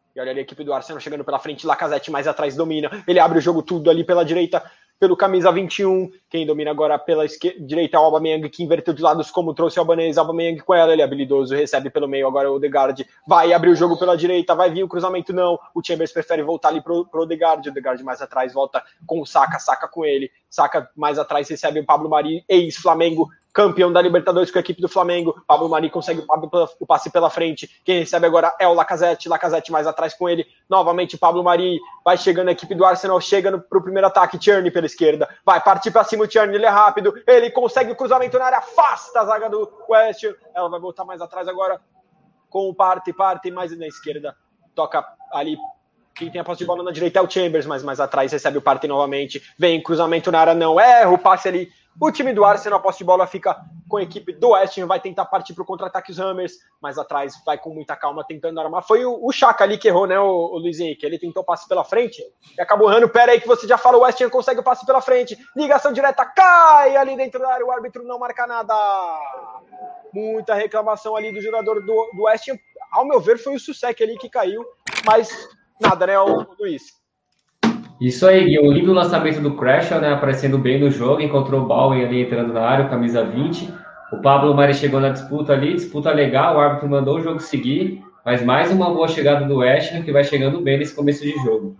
E olha ali a equipe do Arsenal chegando pela frente, Lacazette mais atrás domina, ele abre o jogo tudo ali pela direita, pelo camisa vinte e um, quem domina agora pela esquerda, direita é o Aubameyang, que inverteu de lados como trouxe o albanês, Aubameyang com ela, ele é habilidoso, recebe pelo meio, agora o Odegaard vai abrir o jogo pela direita, vai vir o cruzamento não, o Chambers prefere voltar ali pro, pro Odegaard, o Odegaard mais atrás, volta com o Saka, Saka com ele, Saka mais atrás recebe o Pablo Mari, ex-Flamengo, campeão da Libertadores com a equipe do Flamengo, Pablo Mari consegue o passe pela frente, quem recebe agora é o Lacazette, Lacazette mais atrás com ele, novamente Pablo Mari, vai chegando a equipe do Arsenal, chega para o primeiro ataque, Tierney pela esquerda, vai partir para cima o Tierney, ele é rápido, ele consegue o cruzamento na área, afasta a zaga do West, ela vai voltar mais atrás agora, com o Partey, Partey mais na esquerda, toca ali, quem tem a posse de bola na direita é o Chambers, mas mais atrás recebe o Partey novamente, vem cruzamento na área, não erra o passe ali, o time do Arsenal, a posse de bola fica com a equipe do West Ham, vai tentar partir para o contra-ataque os Hammers, mas atrás vai com muita calma tentando armar. Foi o, o Xhaka ali que errou, né, o, o Luiz Henrique? Ele tentou passe pela frente e acabou errando. Pera aí que você já fala, o West Ham consegue o passe pela frente. Ligação direta, cai ali dentro da área, o árbitro não marca nada. Muita reclamação ali do jogador do, do West Ham. Ao meu ver, foi o Soucek ali que caiu, mas nada, né, o, o Luiz? Isso aí, Gui, um lindo lançamento do Crashel, né, aparecendo bem no jogo, encontrou o Bowen ali entrando na área, camisa vinte, o Pablo Mari chegou na disputa ali, disputa legal, o árbitro mandou o jogo seguir, mas mais uma boa chegada do West Ham, que vai chegando bem nesse começo de jogo.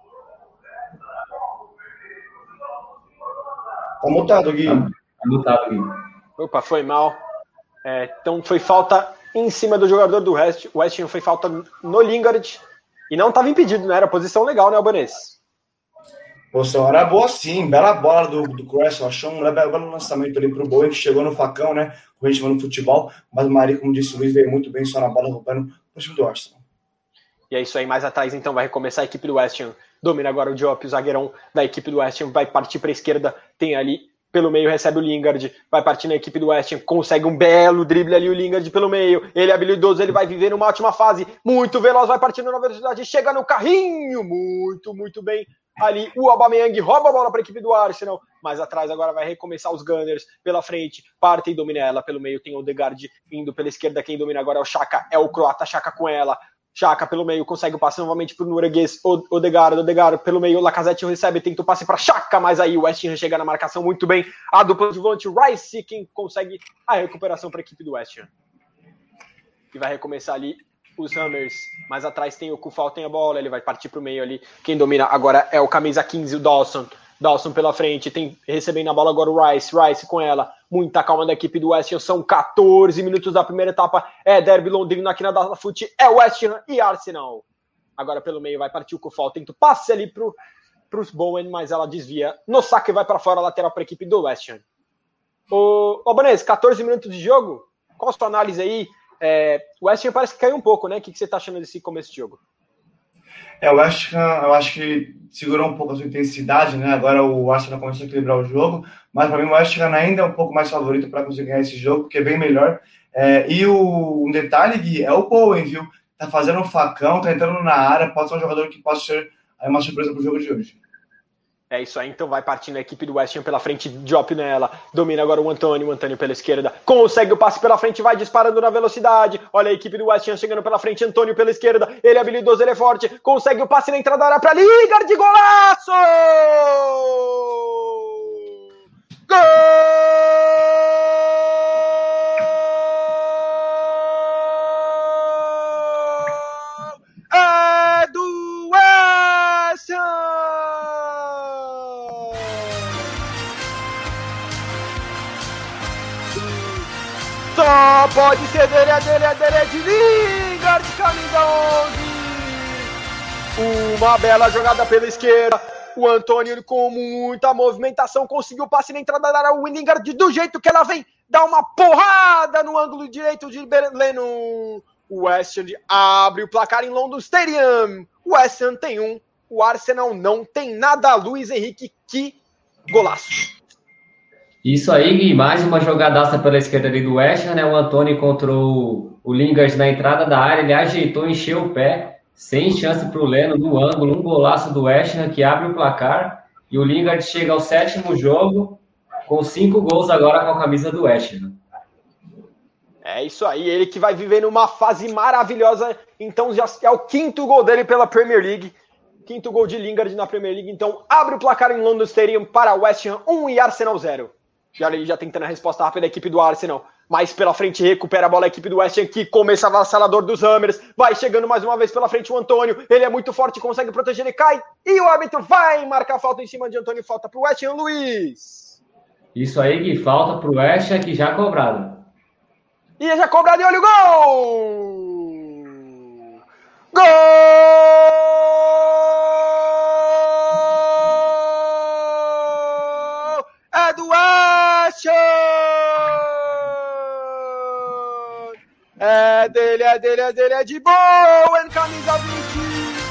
Tá mutado, Gui. Tá, tá mutado, Gui. Opa, foi mal. É, então foi falta em cima do jogador do West, West Ham, foi falta no Lingard, e não estava impedido, né, era posição legal, né, Albanês? Posição era boa sim, bela bola do, do Cresswell, achou um belo, belo lançamento ali pro Bowen, que chegou no facão, né, como a gente chama no futebol, mas o Mari, como disse o Luiz, veio muito bem só na bola, roubando o time do Arsenal. E é isso aí, mais atrás então vai recomeçar a equipe do West Ham, domina agora o Diop, o zagueirão da equipe do West Ham, vai partir para a esquerda, tem ali pelo meio, recebe o Lingard, vai partir na equipe do West Ham, consegue um belo drible ali o Lingard pelo meio, ele é habilidoso, ele vai viver numa ótima fase, muito veloz, vai partindo na velocidade, chega no carrinho, muito, muito bem, ali o Aubameyang rouba a bola para a equipe do Arsenal, mais atrás agora vai recomeçar os Gunners pela frente, parte e domina ela, pelo meio tem o Odegaard indo pela esquerda, quem domina agora é o Xhaka, é o croata, Xhaka com ela, Xhaka pelo meio, consegue o passe novamente para o norueguês, Odegaard, Odegaard pelo meio, Lacazette recebe, tenta o passe para Xhaka, mas aí o West Ham chega na marcação muito bem, a dupla de volante Rice, quem consegue a recuperação para a equipe do West Ham. E vai recomeçar ali os Hammers, mais atrás tem o Kufal, tem a bola, ele vai partir para o meio ali, quem domina agora é o camisa quinze, o Dawson, Dawson pela frente, tem recebendo a bola agora o Rice, Rice com ela, muita calma da equipe do West Ham, são catorze minutos da primeira etapa, é derby londrino aqui na DataFoot, é West Ham e Arsenal. Agora pelo meio vai partir o Kufal, tenta o passe ali pro, pros Bowen, mas ela desvia no saque e vai para fora, lateral para a equipe do West Ham. Ô, ô Bones, catorze minutos de jogo, qual a sua análise aí? É, o West Ham parece que caiu um pouco, né? O que, que você tá achando desse começo de jogo? É, o West Ham, eu acho que segurou um pouco a sua intensidade, né? Agora o Arsenal começou a equilibrar o jogo, mas para mim o West Ham ainda é um pouco mais favorito para conseguir ganhar esse jogo, porque é bem melhor. É, e o, um detalhe, Gui, é o Bowen, viu? Tá fazendo um facão, tá entrando na área, pode ser um jogador que possa ser aí uma surpresa pro jogo de hoje. É isso aí, então vai partindo a equipe do West Ham pela frente, Diop nela, domina agora o Antônio, o Antônio pela esquerda, consegue o passe pela frente, vai disparando na velocidade, olha a equipe do West Ham chegando pela frente, Antônio pela esquerda, ele é habilidoso, ele é forte, consegue o passe na entrada da área para Lingard, de golaço! Gol! É do West Ham! Só pode ser dele, é dele, é dele, é de Lingard, camisa onze. Uma bela jogada pela esquerda. O Antônio com muita movimentação conseguiu o passe na entrada da área. O Lingard do jeito que ela vem, dá uma porrada no ângulo direito de Leno. O West Ham abre o placar em London Stadium. O West Ham tem um, o Arsenal não tem nada. Luiz Henrique, que golaço. Isso aí, Gui, mais uma jogadaça pela esquerda ali do West Ham, né? O Antônio encontrou o Lingard na entrada da área, ele ajeitou, encheu o pé, sem chance para o Leno no ângulo, um golaço do West Ham que abre o placar, e o Lingard chega ao sétimo jogo com cinco gols agora com a camisa do West Ham. É isso aí, ele que vai viver numa fase maravilhosa, então já é o quinto gol dele pela Premier League, quinto gol de Lingard na Premier League, então abre o placar em London Stadium para West Ham um e Arsenal zero. Já ele já tentando a resposta rápida da equipe do Arsenal, mas pela frente recupera a bola a equipe do West Ham, que começa avassalador dos Hammers, vai chegando mais uma vez pela frente o Antônio, ele é muito forte, consegue proteger, ele cai, e o árbitro vai marcar falta em cima de Antônio, falta para o West Ham, Luiz. Isso aí, Gui, falta para o West Ham, que já cobrado. E já cobrado e olha o gol! Gol! É do West Ham! É dele, é dele, é dele, é de Bowen, camisa vinte.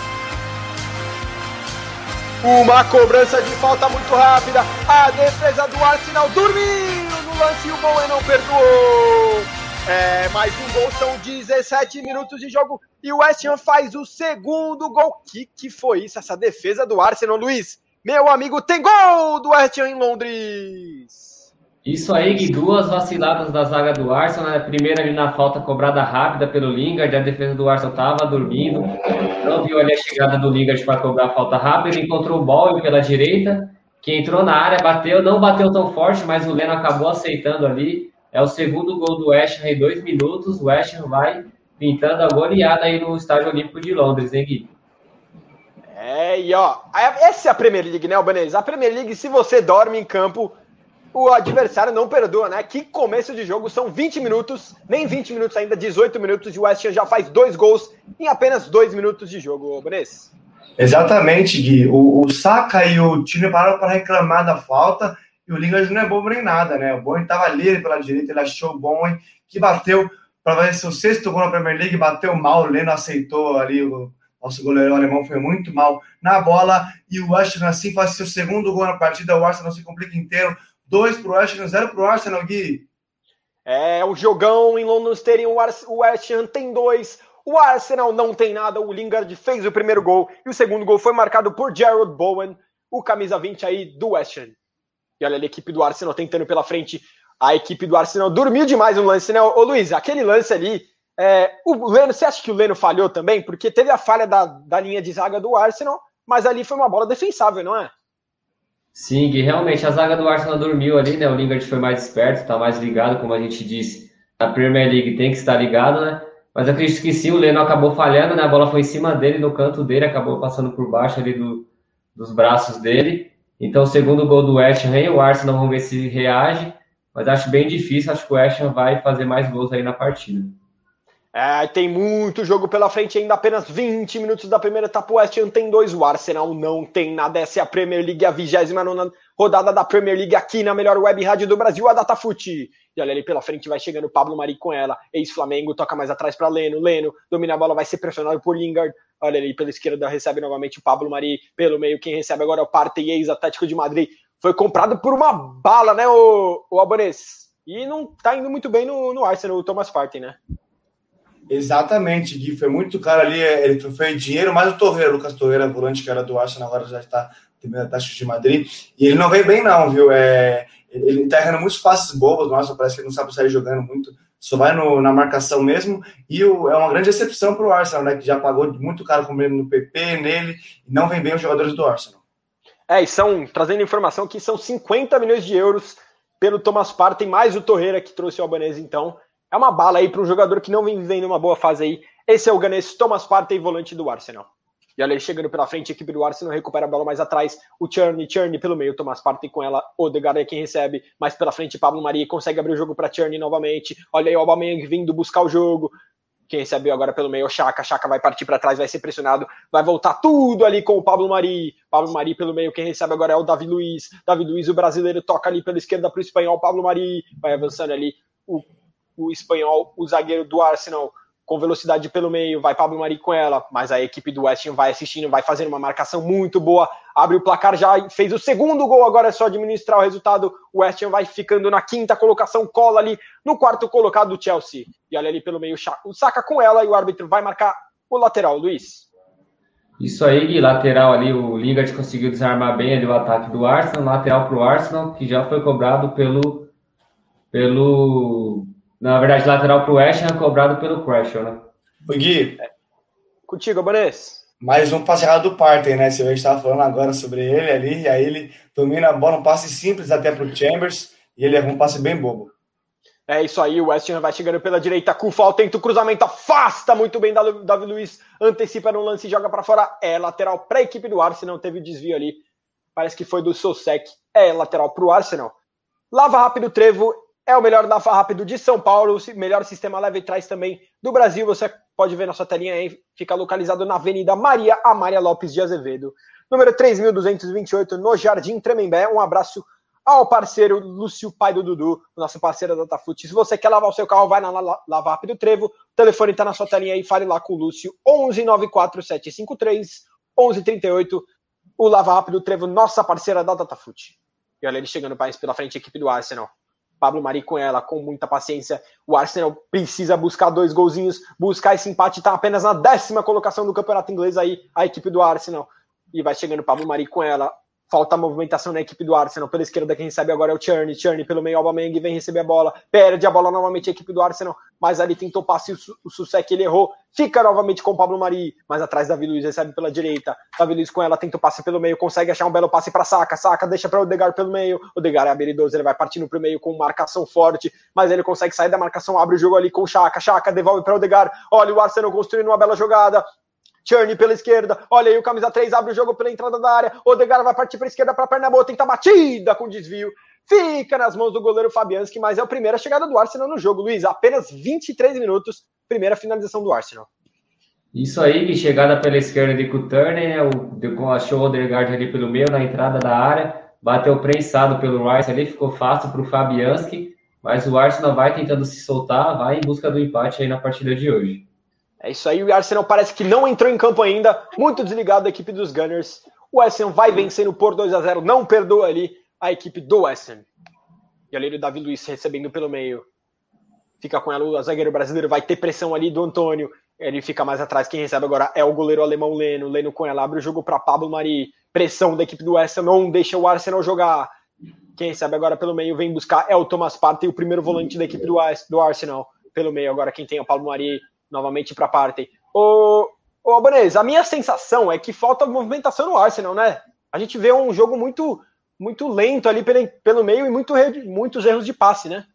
Uma cobrança de falta muito rápida. A defesa do Arsenal dormiu no lance e o Bowen não perdoou. É, mais um gol, são dezessete minutos de jogo e o West Ham faz o segundo gol. Que que foi isso, essa defesa do Arsenal, Luiz? Meu amigo, tem gol do West Ham em Londres. Isso aí, Gui, duas vaciladas da zaga do Arsenal, né? Primeira ali na falta cobrada rápida pelo Lingard, a defesa do Arsenal estava dormindo, não viu ali a chegada do Lingard para cobrar a falta rápida, ele encontrou o Bowen pela direita, que entrou na área, bateu, não bateu tão forte, mas o Leno acabou aceitando ali. É o segundo gol do West Ham em dois minutos. O West Ham vai pintando a goleada aí no Estádio Olímpico de Londres, hein, Gui? É, e ó, essa é a Premier League, né, Albanese? A Premier League, se você dorme em campo, o adversário não perdoa, né? Que começo de jogo, são vinte minutos, nem vinte minutos ainda, dezoito minutos, e o West Ham já faz dois gols em apenas dois minutos de jogo, Albanese. Exatamente, Gui. O, o Saka e o Tino pararam para reclamar da falta, e o Lingard não é bobo nem nada, né? O Bowen estava ali pela direita, ele achou o Bowen, que bateu para ver se o sexto gol na Premier League, bateu mal, o Leno aceitou ali, o nosso goleiro alemão foi muito mal na bola, e o West Ham assim faz seu segundo gol na partida, o Arsenal se complica inteiro, dois pro West Ham, zero pro Arsenal, Gui. É, o jogão em London Stadium, o West Ham tem dois, o Arsenal não tem nada, o Lingard fez o primeiro gol, e o segundo gol foi marcado por Jarrod Bowen, o camisa vinte aí do West Ham. E olha ali a equipe do Arsenal tentando pela frente. A equipe do Arsenal dormiu demais no lance, né? Ô Luiz, aquele lance ali, é, o Leno, você acha que o Leno falhou também? Porque teve a falha da, da linha de zaga do Arsenal, mas ali foi uma bola defensável, não é? Sim, Gui, realmente a zaga do Arsenal dormiu ali, né? O Lingard foi mais esperto, tá mais ligado, como a gente disse. A Premier League tem que estar ligado, né? Mas eu acredito que sim, o Leno acabou falhando, né? A bola foi em cima dele, no canto dele, acabou passando por baixo ali do, dos braços dele. Então, o segundo gol do West Ham, o Arsenal, vamos ver se reage, mas acho bem difícil, acho que o West Ham vai fazer mais gols aí na partida. É, tem muito jogo pela frente, ainda apenas vinte minutos da primeira etapa, o West Ham tem dois, o Arsenal não tem nada, essa é a Premier League, a vigésima nona rodada da Premier League aqui na melhor web rádio do Brasil, a Datafute. E olha ali pela frente, vai chegando o Pablo Mari com ela, ex-Flamengo, toca mais atrás para Leno, Leno domina a bola, vai ser pressionado por Lingard, olha ali pela esquerda, recebe novamente o Pablo Mari, pelo meio quem recebe agora é o Partey, ex-Atlético de Madrid, foi comprado por uma bala, né, o, o Albanês, e não tá indo muito bem no, no Arsenal, o Thomas Partey, né? Exatamente, Gui, foi muito caro ali, ele foi dinheiro, mas o Torreira, Lucas Torreira, volante que era do Arsenal, agora já está também na taxa de Madrid, e ele não vem bem não, viu, é... ele está errando muitos passes bobos, nossa, parece que ele não sabe sair jogando muito, só vai no, na marcação mesmo, e o, é uma grande decepção para o Arsenal, né, que já pagou muito caro com ele no P P, nele, e não vem bem os jogadores do Arsenal. É, e são, trazendo informação que são cinquenta milhões de euros pelo Thomas Partey, mais o Torreira que trouxe o Albanese, então é uma bala aí para um jogador que não vem vivendo uma boa fase aí, esse é o ganês Thomas Partey, volante do Arsenal. E olha aí, chegando pela frente, a equipe do Arsenal recupera a bola mais atrás, o Tierney, Tierney pelo meio, Thomas Partey com ela, Odegaard é quem recebe, mais pela frente, Pablo Mari consegue abrir o jogo para Tierney novamente, olha aí o Aubameyang vindo buscar o jogo, quem recebeu agora pelo meio, o Xhaka, Xhaka vai partir para trás, vai ser pressionado, vai voltar tudo ali com o Pablo Mari, Pablo Mari pelo meio, quem recebe agora é o Davi Luiz, Davi Luiz, o brasileiro, toca ali pela esquerda para o espanhol, Pablo Mari, vai avançando ali, o, o espanhol, o zagueiro do Arsenal, com velocidade pelo meio, vai Pablo Mari com ela, mas a equipe do West Ham vai assistindo, vai fazendo uma marcação muito boa, abre o placar já, fez o segundo gol, agora é só administrar o resultado, o West Ham vai ficando na quinta colocação, cola ali no quarto colocado do Chelsea, e olha ali pelo meio, o Saka com ela, e o árbitro vai marcar o lateral, Luiz. Isso aí, Gui, lateral ali, o Lingard conseguiu desarmar bem ali o ataque do Arsenal, lateral para o Arsenal, que já foi cobrado pelo, pelo Na verdade, lateral para o West Ham, cobrado pelo Crashel, né? O Gui. É. Contigo, Abanês. Mais um passe errado do Partey, né? Se a gente estava falando agora sobre ele ali, e aí ele domina a bola, um passe simples até para o Chambers, e ele errou um passe bem bobo. É isso aí, o West Ham vai chegando pela direita, Kufal tenta o cruzamento, afasta muito bem Davi Luiz, antecipa no lance e joga para fora. É lateral para a equipe do Arsenal, teve o desvio ali, parece que foi do Sosek, é lateral para o Arsenal. Lava rápido, Trevo, é o melhor lava rápido de São Paulo, o melhor sistema leve trás também do Brasil. Você pode ver na sua telinha aí, fica localizado na Avenida Maria Amália Lopes de Azevedo, número três mil duzentos e vinte e oito, no Jardim Tremembé. Um abraço ao parceiro Lúcio, pai do Dudu, nosso parceiro da Datafute. Se você quer lavar o seu carro, vai na Lava Rápido Trevo. O telefone está na sua telinha aí, fale lá com o Lúcio, onze nove quatro sete cinco três onze trinta e oito. O Lava Rápido Trevo, nossa parceira da Datafute. E olha ele chegando mais pela frente, a equipe do Arsenal. Pablo Mari com ela, com muita paciência. O Arsenal precisa buscar dois golzinhos, buscar esse empate, está apenas na décima colocação do campeonato inglês aí, a equipe do Arsenal. E vai chegando Pablo Mari com ela. Falta movimentação na equipe do Arsenal. Pela esquerda quem recebe agora é o Tierney. Tierney pelo meio, Aubameyang vem receber a bola. Perde a bola novamente a equipe do Arsenal. Mas ali tentou passe, o Susek ele errou. Fica novamente com o Pablo Mari. Mas atrás Davi Luiz recebe pela direita. Davi Luiz com ela, tenta o passe pelo meio. Consegue achar um belo passe para Saka. Saka deixa para o Odegaard pelo meio. O Odegaard é habilidoso, ele vai partindo pro meio com marcação forte. Mas ele consegue sair da marcação, abre o jogo ali com o Xhaka. Xhaka devolve para o Odegaard. Olha o Arsenal construindo uma bela jogada. Tierney pela esquerda, olha aí o camisa três, abre o jogo pela entrada da área, Odegaard vai partir para a esquerda para a perna boa, tenta batida com desvio, fica nas mãos do goleiro Fabianski, mas é a primeira chegada do Arsenal no jogo, Luiz, apenas vinte e três minutos, primeira finalização do Arsenal. Isso aí, chegada pela esquerda de Coutinho, né, o, achou o Odegaard ali pelo meio, na entrada da área, bateu prensado pelo Rice ali, ficou fácil para o Fabianski, mas o Arsenal vai tentando se soltar, vai em busca do empate aí na partida de hoje. É isso aí, o Arsenal parece que não entrou em campo ainda, muito desligado da equipe dos Gunners. O West Ham vai vencendo por dois a zero, não perdoa ali a equipe do West Ham. E ali o Davi Luiz recebendo pelo meio. Fica com ela, o zagueiro brasileiro vai ter pressão ali do Antônio. Ele fica mais atrás, quem recebe agora é o goleiro alemão Leno. Leno com ela, abre o jogo para Pablo Mari. Pressão da equipe do West Ham, não deixa o Arsenal jogar. Quem recebe agora pelo meio, vem buscar é o Thomas Partey, o primeiro volante da equipe do, do Arsenal. Pelo meio agora quem tem é o Pablo Mari. Novamente para a Partey. Ô, ô Albanese, a minha sensação é que falta movimentação no Arsenal, né? A gente vê um jogo muito, muito lento ali pelo, pelo meio e muito, muitos erros de passe, né?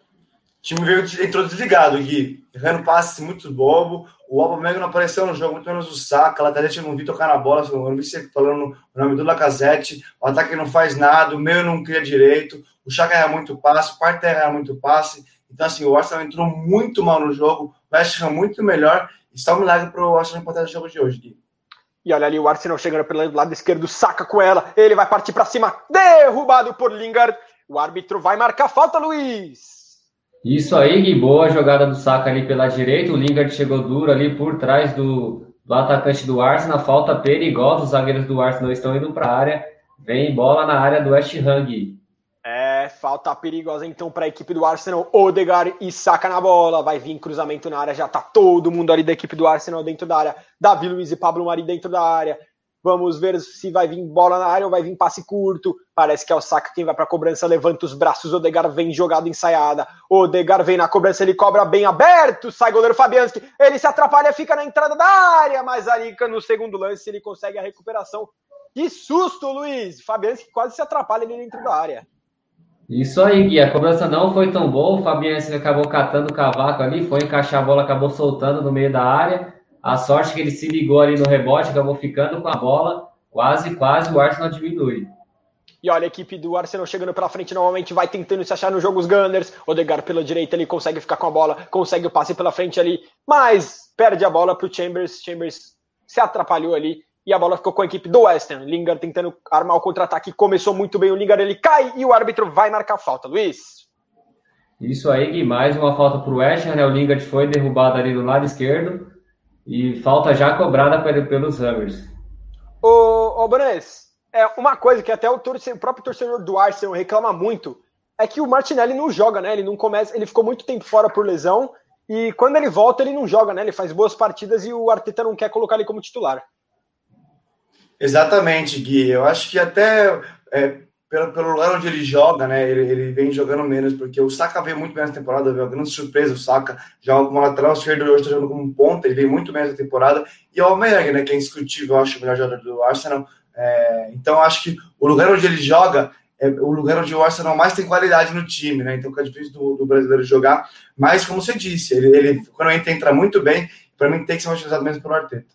O time veio, entrou desligado, Gui. Errando passe muito bobo. O Aubameyang não apareceu no jogo, muito menos o Saka. A Lacazette não vi tocar na bola. Eu não vi você falando o nome do Lacazette. O ataque não faz nada. O meio não cria direito. O Xhaka erra muito passe. O Partey erra muito passe. Então, assim, o Arsenal entrou muito mal no jogo. O West Ham muito melhor. Está um milagre para o Arsenal empatar o jogo de hoje, Gui. E olha ali o Arsenal chegando pelo lado esquerdo. Saca com ela. Ele vai partir para cima. Derrubado por Lingard. O árbitro vai marcar falta, Luiz. Isso aí, Gui, boa jogada do Saka ali pela direita, o Lingard chegou duro ali por trás do, do atacante do Arsenal, falta perigosa, os zagueiros do Arsenal estão indo para a área, vem bola na área do West Ham, Gui. É, falta perigosa então para a equipe do Arsenal, Odegaard e Saka na bola, vai vir cruzamento na área, já tá todo mundo ali da equipe do Arsenal dentro da área, Davi Luiz e Pablo Mari dentro da área. Vamos ver se vai vir bola na área ou vai vir passe curto. Parece que é o Saka quem vai para a cobrança, levanta os braços, Odegaard vem jogada ensaiada. Odegaard vem na cobrança, ele cobra bem aberto, sai goleiro Fabianski, ele se atrapalha, fica na entrada da área, mas ali no segundo lance ele consegue a recuperação. Que susto, Luiz! Fabianski quase se atrapalha ali dentro da área. Isso aí, Gui, a cobrança não foi tão boa, o Fabianski acabou catando o cavaco ali, foi encaixar a bola, acabou soltando no meio da área. A sorte que ele se ligou ali no rebote, acabou ficando com a bola, quase, quase o Arsenal diminui. E olha, a equipe do Arsenal chegando pela frente novamente, vai tentando se achar no jogo os Gunners. Odegaard pela direita, ele consegue ficar com a bola, consegue o passe pela frente ali, mas perde a bola para o Chambers. Chambers se atrapalhou ali e a bola ficou com a equipe do West Ham. Lingard tentando armar o contra-ataque, começou muito bem o Lingard, ele cai e o árbitro vai marcar falta. Luiz? Isso aí, Gui, mais uma falta para o West Ham, né? O Lingard foi derrubado ali do lado esquerdo. E falta já cobrada pelos Hammers. Ô, ô Bones, é uma coisa que até o, torcedor, o próprio torcedor do Arsenal reclama muito, é que o Martinelli não joga, né? Ele não começa, ele ficou muito tempo fora por lesão, e quando ele volta, ele não joga, né? Ele faz boas partidas e o Arteta não quer colocar ele como titular. Exatamente, Gui. Eu acho que até é, pelo, pelo lugar onde ele joga, né, ele, ele vem jogando menos, porque o Saka veio muito bem nessa temporada, veio uma grande surpresa, o Saka joga como lateral esquerdo, hoje está jogando como ponta, ele veio muito bem nessa temporada, e o Aubameyang, né, que é indiscutível, eu acho, o melhor jogador do Arsenal, é, então eu acho que o lugar onde ele joga é o lugar onde o Arsenal mais tem qualidade no time, né, então fica difícil do, do brasileiro jogar, mas como você disse, ele, ele quando entra, entra muito bem, para mim tem que ser utilizado mesmo pelo Arteta.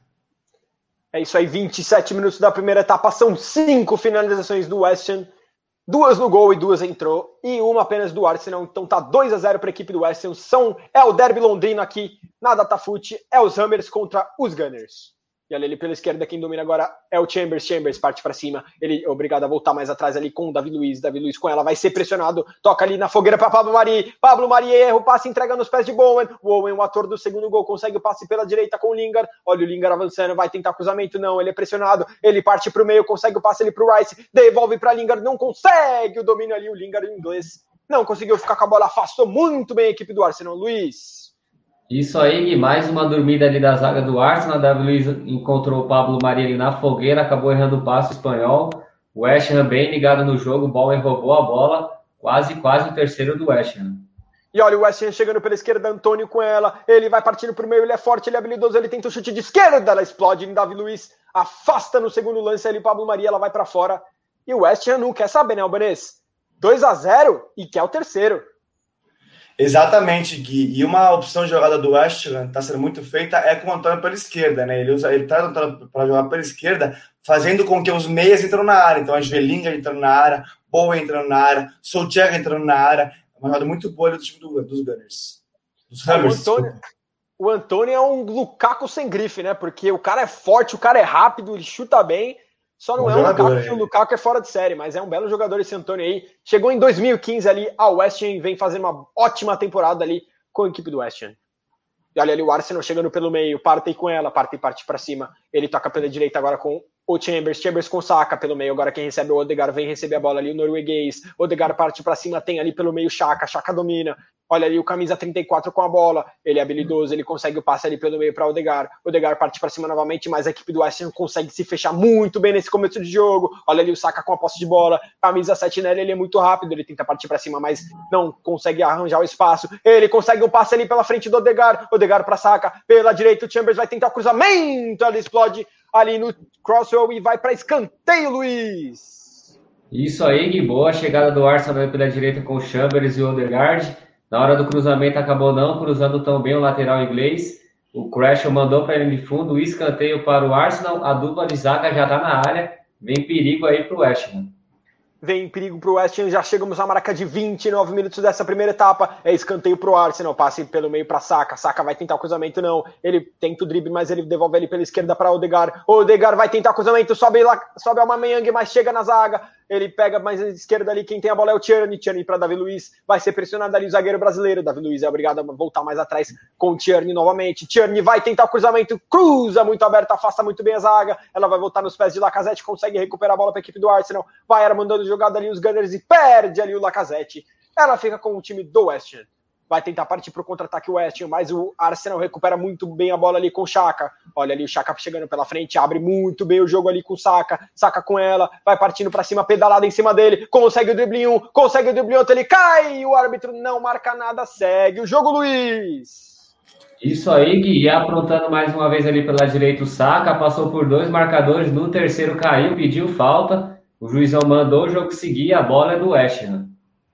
É isso aí, vinte e sete minutos da primeira etapa, são cinco finalizações do West Ham, duas no gol e duas entrou, e uma apenas do Arsenal, então tá dois a zero para a equipe do West Ham, são, é o derby londrino aqui na Datafute, é os Hammers contra os Gunners. E olha ali pela esquerda, quem domina agora é o Chambers. Chambers parte para cima. Ele é obrigado a voltar mais atrás ali com o Davi Luiz. Davi Luiz com ela, vai ser pressionado. Toca ali na fogueira para Pablo Mari. Pablo Mari erra o passe, entrega nos pés de Bowen. O Owen, o ator do segundo gol, consegue o passe pela direita com o Lingard. Olha o Lingard avançando, vai tentar cruzamento. Não, ele é pressionado. Ele parte para o meio, consegue o passe ali para o Rice. Devolve para Lingard, não consegue o domínio ali. O Lingard em inglês não conseguiu ficar com a bola. Afastou muito bem a equipe do Arsenal. Luiz. Isso aí, mais uma dormida ali da zaga do Arsenal. Davi Luiz encontrou o Pablo Mari ali na fogueira, acabou errando o passe espanhol. O West Ham bem ligado no jogo, o Bowen roubou a bola, quase, quase o terceiro do West Ham. E olha o West Ham chegando pela esquerda, Antônio com ela, ele vai partindo para o meio, ele é forte, ele é habilidoso, ele tenta o chute de esquerda, ela explode em Davi Luiz, afasta no segundo lance ali, Pablo Mari, ela vai para fora. E o West Ham não quer saber, né, Albanês? dois a zero e quer o terceiro. Exatamente, Gui. E uma opção de jogada do West Ham está sendo muito feita é com o Antônio pela esquerda, né? Ele usa, ele traz o Antônio para jogar pela esquerda, fazendo com que os meias entram na área. Então, a Svelinga entrando na área, Bowen entrando na área, Solskjaer entrando na área. Uma jogada muito boa do time do, dos Gunners. Dos Hammers. O Antônio, o Antônio é um Lukaku sem grife, né? Porque o cara é forte, o cara é rápido, ele chuta bem. Só não um é um jogador, Lukaku, que o Lukaku é fora de série, mas é um belo jogador esse Antônio aí. Chegou em dois mil e quinze ali ao West Ham, vem fazendo uma ótima temporada ali com a equipe do West Ham. E olha ali o Arsenal chegando pelo meio, parte com ela, parte e parte para cima. Ele toca pela direita agora com o Chambers, Chambers com Saka pelo meio, agora quem recebe é o Odegaard, vem receber a bola ali, o norueguês. Odegaard parte para cima, tem ali pelo meio Xhaka, Xhaka domina. Olha ali o camisa trinta e quatro com a bola, ele é habilidoso, ele consegue o passe ali pelo meio para o Odegaard. Odegaard parte para cima novamente, mas a equipe do West Ham consegue se fechar muito bem nesse começo de jogo. Olha ali o Saka com a posse de bola, camisa sete nele, ele é muito rápido, ele tenta partir para cima, mas não consegue arranjar o espaço. Ele consegue um passe ali pela frente do Odegaard, Odegaard para Saka, pela direita o Chambers vai tentar o cruzamento, ele explode ali no crosswell e vai para escanteio, Luiz. Isso aí, Gui, boa chegada do Arsenal pela direita com o Chambers e o Odegaard. Na hora do cruzamento acabou não cruzando tão bem o lateral inglês. O Crashel mandou para ele de fundo, o escanteio para o Arsenal. A dupla de zaga já está na área. Vem perigo aí para o West Ham. Vem perigo para o West Ham, já chegamos à marca de vinte e nove minutos dessa primeira etapa. É escanteio para o Arsenal, passe pelo meio para Saka. Saka vai tentar o cruzamento, não. Ele tenta o drible, mas ele devolve ali pela esquerda para Odegaard. Odegaard vai tentar o cruzamento, sobe lá, sobe ao Aubameyang, mas chega na zaga. Ele pega mais à esquerda ali, quem tem a bola é o Tierney. Tierney para Davi Luiz, vai ser pressionado ali o zagueiro brasileiro. Davi Luiz é obrigado a voltar mais atrás com o Tierney novamente. Tierney vai tentar o cruzamento, cruza muito aberto, afasta muito bem a zaga. Ela vai voltar nos pés de Lacazette, consegue recuperar a bola para a equipe do Arsenal. Vai era mandando jogada ali os Gunners e perde ali o Lacazette. Ela fica com o time do West Ham. Vai tentar partir para o contra-ataque o West Ham, mas o Arsenal recupera muito bem a bola ali com o Xhaka. Olha ali o Xhaka chegando pela frente, abre muito bem o jogo ali com o Saka. Saka com ela, vai partindo para cima, pedalada em cima dele, consegue o drible um, consegue o drible outro, ele cai e o árbitro não marca nada, segue o jogo, Luiz. Isso aí, Gui, aprontando mais uma vez ali pela direita o Saka, passou por dois marcadores, no terceiro caiu, pediu falta, o juizão mandou o jogo seguir, a bola é do West Ham.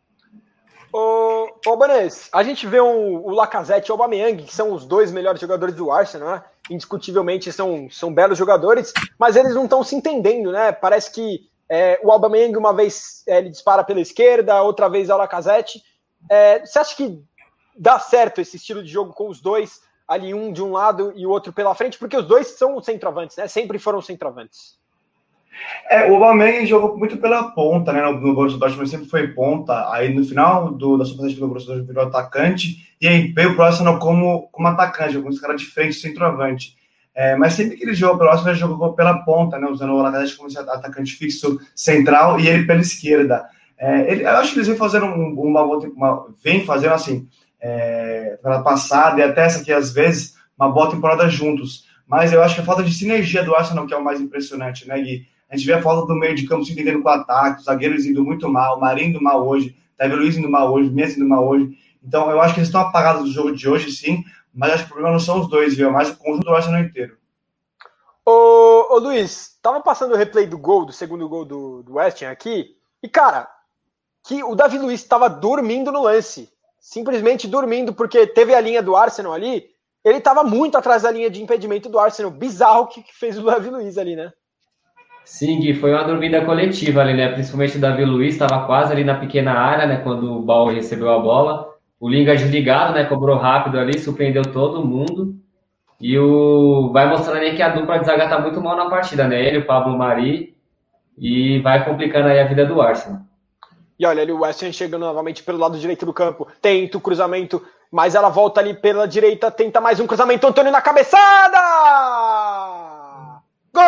Ô, ô Banês, a gente vê um, o Lacazette e o Aubameyang, que são os dois melhores jogadores do Arsenal, né? Indiscutivelmente são, são belos jogadores, mas eles não estão se entendendo, né? Parece que é, o Aubameyang uma vez é, ele dispara pela esquerda, outra vez é o Lacazette. É, você acha que dá certo esse estilo de jogo com os dois, ali um de um lado e o outro pela frente? Porque os dois são centroavantes, né? Sempre foram centroavantes. É, o Aubameyang jogou muito pela ponta, né? No, no Borussia Dortmund sempre foi ponta. Aí no final do, da sua passagem pelo Borussia Dortmund virou atacante e aí veio o Arsenal como, como atacante, alguns caras de frente, centroavante. É, mas sempre que ele jogou pelo Arsenal, ele jogou pela ponta, né? Usando o Lacazette como atacante fixo central e ele pela esquerda. É, ele, eu acho que eles vêm fazendo um, uma, uma vem fazendo assim, é, pela passada e até essa aqui às vezes uma boa temporada juntos. Mas eu acho que a falta de sinergia do Arsenal que é o mais impressionante, né, Gui? A gente vê a falta do meio de campo se entendendo com o ataque, os zagueiros indo muito mal, o Marinho indo mal hoje, Davi Luiz indo mal hoje, o Messi indo mal hoje. Então, eu acho que eles estão apagados do jogo de hoje, sim, mas acho que o problema não são os dois, viu? É mais o conjunto do Arsenal inteiro. Ô, ô Luiz, tava passando o replay do gol, do segundo gol do, do West Ham aqui, e cara, que o Davi Luiz estava dormindo no lance, simplesmente dormindo, porque teve a linha do Arsenal ali, ele estava muito atrás da linha de impedimento do Arsenal, bizarro que, que fez o Davi Luiz ali, né? Sim, Gui, foi uma dormida coletiva ali, né? Principalmente o Davi Luiz, estava quase ali na pequena área, né? Quando o Bauer recebeu a bola. O Lingard desligado, né? Cobrou rápido ali, surpreendeu todo mundo. E o vai mostrando aí que a dupla de zaga tá muito mal na partida, né? Ele, o Pablo Mari, e vai complicando aí a vida do Arsenal. E olha ali o West Ham chegando novamente pelo lado direito do campo, tenta o cruzamento, mas ela volta ali pela direita, tenta mais um cruzamento, Antônio na cabeçada! Gol!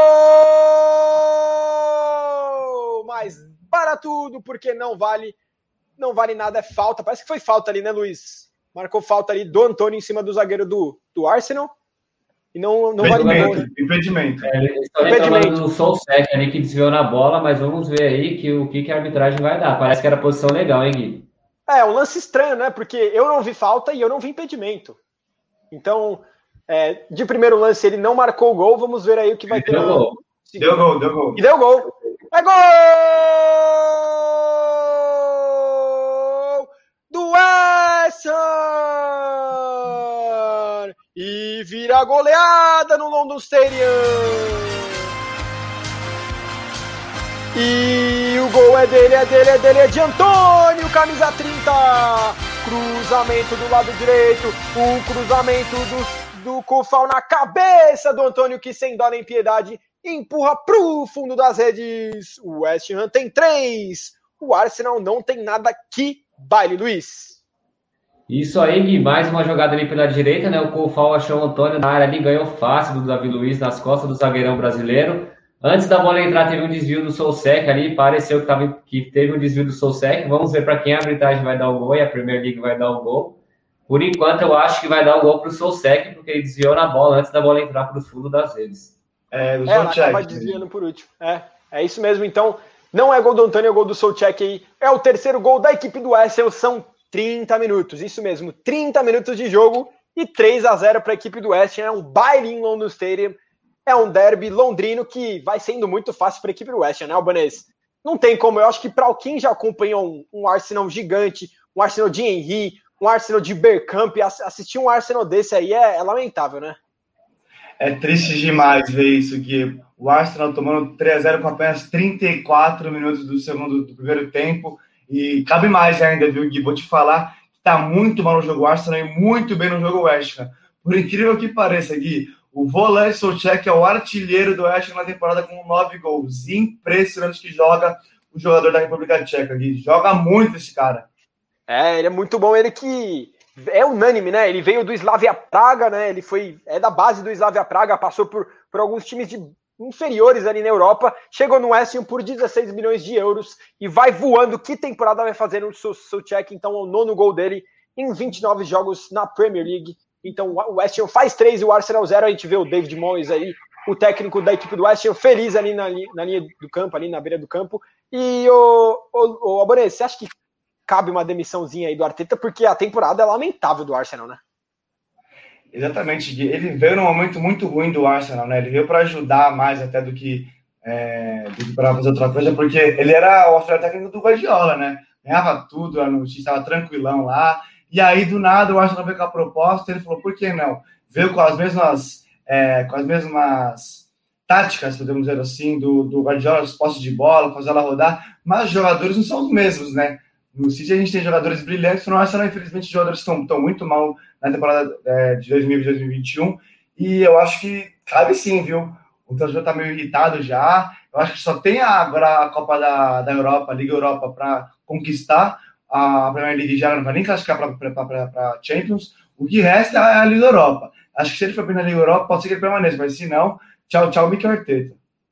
Mas para tudo, porque não vale, não vale nada, é falta. Parece que foi falta ali, né, Luiz? Marcou falta ali do Antônio em cima do zagueiro do, do Arsenal. E não, não vale impedimento, gol. Impedimento. É, eles estão reclamando do Solskjaer ali que desviou na bola, mas vamos ver aí que, o que, que a arbitragem vai dar. Parece que era posição legal, hein, Gui? É, um lance estranho, né? Porque eu não vi falta e eu não vi impedimento. Então, é, de primeiro lance ele não marcou o gol. Vamos ver aí o que vai ter. Deu no... gol. Deu gol, deu gol. E deu gol. É gol do West Ham! E vira goleada no London Stadium. E o gol é dele, é dele, é dele, é de Antônio, camisa trinta. Cruzamento do lado direito, o cruzamento do, do Kufal na cabeça do Antônio, que sem dó nem piedade empurra pro fundo das redes. O West Ham tem três, o Arsenal não tem nada. Que baile, Luiz. Isso aí, Gui, mais uma jogada ali pela direita, né? O Kufal achou o Antônio na área ali, ganhou fácil do Davi Luiz nas costas do zagueirão brasileiro. Antes da bola entrar, teve um desvio do Solskjaer ali, pareceu que, tava, que teve um desvio do Solskjaer. Vamos ver para quem a arbitragem vai dar o gol e a Premier League vai dar o gol. Por enquanto, eu acho que vai dar o gol para o Solskjaer, porque ele desviou na bola antes da bola entrar para o fundo das redes. É, do é ela acaba desviando por último. É, é isso mesmo. Então, não é gol do Antônio, é gol do Solskjaer aí. É o terceiro gol da equipe do West Ham. São trinta minutos, isso mesmo, trinta minutos de jogo e três a zero para a equipe do West Ham. É um baile em London Stadium. É um derby londrino que vai sendo muito fácil para a equipe do West Ham, né, Albanese? Não tem como. Eu acho que para quem já acompanhou um, um Arsenal gigante, um Arsenal de Henry, um Arsenal de Bergkamp, assistir um Arsenal desse aí é, é lamentável, né? É triste demais ver isso, Gui. O Arsenal tomando três a zero com apenas trinta e quatro minutos do segundo do primeiro tempo. E cabe mais ainda, viu, Gui? Vou te falar que tá muito mal no jogo Arsenal e muito bem no jogo West Ham. Por incrível que pareça, Gui, o volante Solskjaer é o artilheiro do West Ham na temporada com nove gols. Impressionante que joga o jogador da República Tcheca, Gui. Joga muito esse cara. É, ele é muito bom. Ele que é unânime, né? Ele veio do Slavia Praga, né? Ele foi é da base do Slavia Praga, passou por, por alguns times de inferiores ali na Europa, chegou no West Ham por dezesseis milhões de euros e vai voando. Que temporada vai fazer no Solskjaer? Então, o nono gol dele em vinte e nove jogos na Premier League. Então, o West Ham faz três e o Arsenal zero. A gente vê o David Moyes aí, o técnico da equipe do West Ham, feliz ali na, na linha do campo, ali na beira do campo. E, o, o, o Albanese, você acha que cabe uma demissãozinha aí do Arteta? Porque a temporada é lamentável do Arsenal, né? Exatamente. Ele veio num momento muito ruim do Arsenal, né? Ele veio para ajudar mais até do que, é, do que para fazer outra coisa, porque ele era o auxiliar técnico do Guardiola, né? Ganhava tudo, no time estava tranquilão lá. E aí, do nada, o Arsenal veio com a proposta, ele falou, por que não? Veio com as mesmas, é, com as mesmas táticas, podemos dizer assim, do, do Guardiola, os postos de bola, fazer ela rodar, mas os jogadores não são os mesmos, né? No City a gente tem jogadores brilhantes, no Arsenal, infelizmente, os jogadores estão, estão muito mal na temporada é, de dois mil e vinte, dois mil e vinte e um, e eu acho que cabe sim, viu? O torcedor está meio irritado já, eu acho que só tem agora a Copa da, da Europa, a Liga Europa, para conquistar. A Premier League já não vai nem classificar para Champions, o que resta é a Liga Europa. Acho que se ele for bem na Liga Europa, pode ser que ele permaneça, mas se não, tchau, tchau, Mikel Arteta.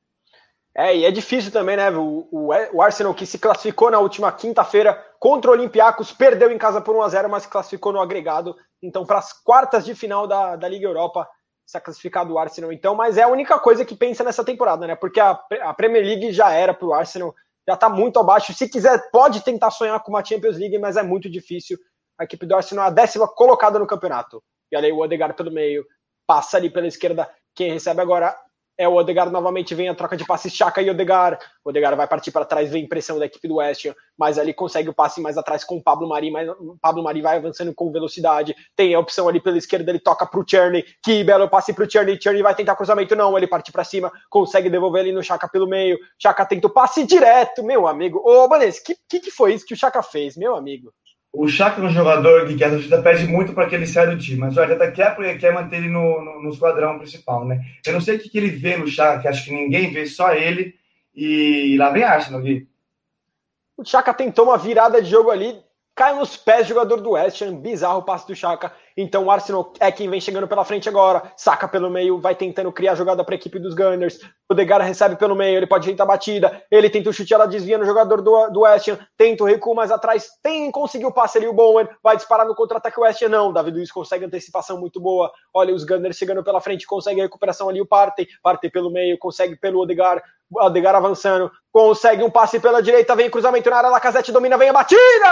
É, e é difícil também, né? O, o, o Arsenal, que se classificou na última quinta-feira contra o Olympiacos, perdeu em casa por um a zero, mas classificou no agregado. Então, para as quartas de final da, da Liga Europa, essa classificada do Arsenal, então, mas é a única coisa que pensa nessa temporada, né? Porque a, a Premier League já era pro Arsenal, já tá muito abaixo. Se quiser, pode tentar sonhar com uma Champions League, mas é muito difícil. A equipe do Arsenal é a décima colocada no campeonato. E olha aí o Odegaard pelo meio, passa ali pela esquerda. Quem recebe agora é o Odegaard novamente, vem a troca de passes, Xhaka e Odegaard. O Odegaard vai partir para trás, vem pressão da equipe do West Ham, mas ali consegue o passe mais atrás com o Pablo Mari, mas o Pablo Mari vai avançando com velocidade, tem a opção ali pela esquerda, ele toca para o Tierney, que belo passe para o Tierney, Tierney vai tentar cruzamento, não, ele parte para cima, consegue devolver ali no Xhaka pelo meio, Xhaka tenta o passe direto, meu amigo. Ô, Vanessa, que, que que foi isso que o Xhaka fez, meu amigo? O Xhaka é um jogador que a torcida pede muito para que ele saia do time, mas o Arteta quer, quer manter ele no, no, no esquadrão principal, né? Eu não sei o que, que ele vê no Xhaka, que acho que ninguém vê, só ele, e lá vem Arsenal, Gui. O Xhaka tentou uma virada de jogo ali, cai nos pés do jogador do West Ham, bizarro o passe do Xhaka. Então o Arsenal é quem vem chegando pela frente agora, saca pelo meio, vai tentando criar jogada para a equipe dos Gunners. O Odegaard recebe pelo meio, ele pode tentar a batida, ele tenta o chute, ela desvia no jogador do, do West Ham, tenta o recuo mais atrás, tem conseguiu o passe ali, o Bowen vai disparar no contra-ataque, o West Ham não, David Luiz consegue antecipação muito boa, olha os Gunners chegando pela frente, consegue a recuperação ali, o Partey, Partey pelo meio, consegue pelo Odegaard, o Odegaard avançando, consegue um passe pela direita, vem cruzamento na área, Lacazette domina, vem a batida!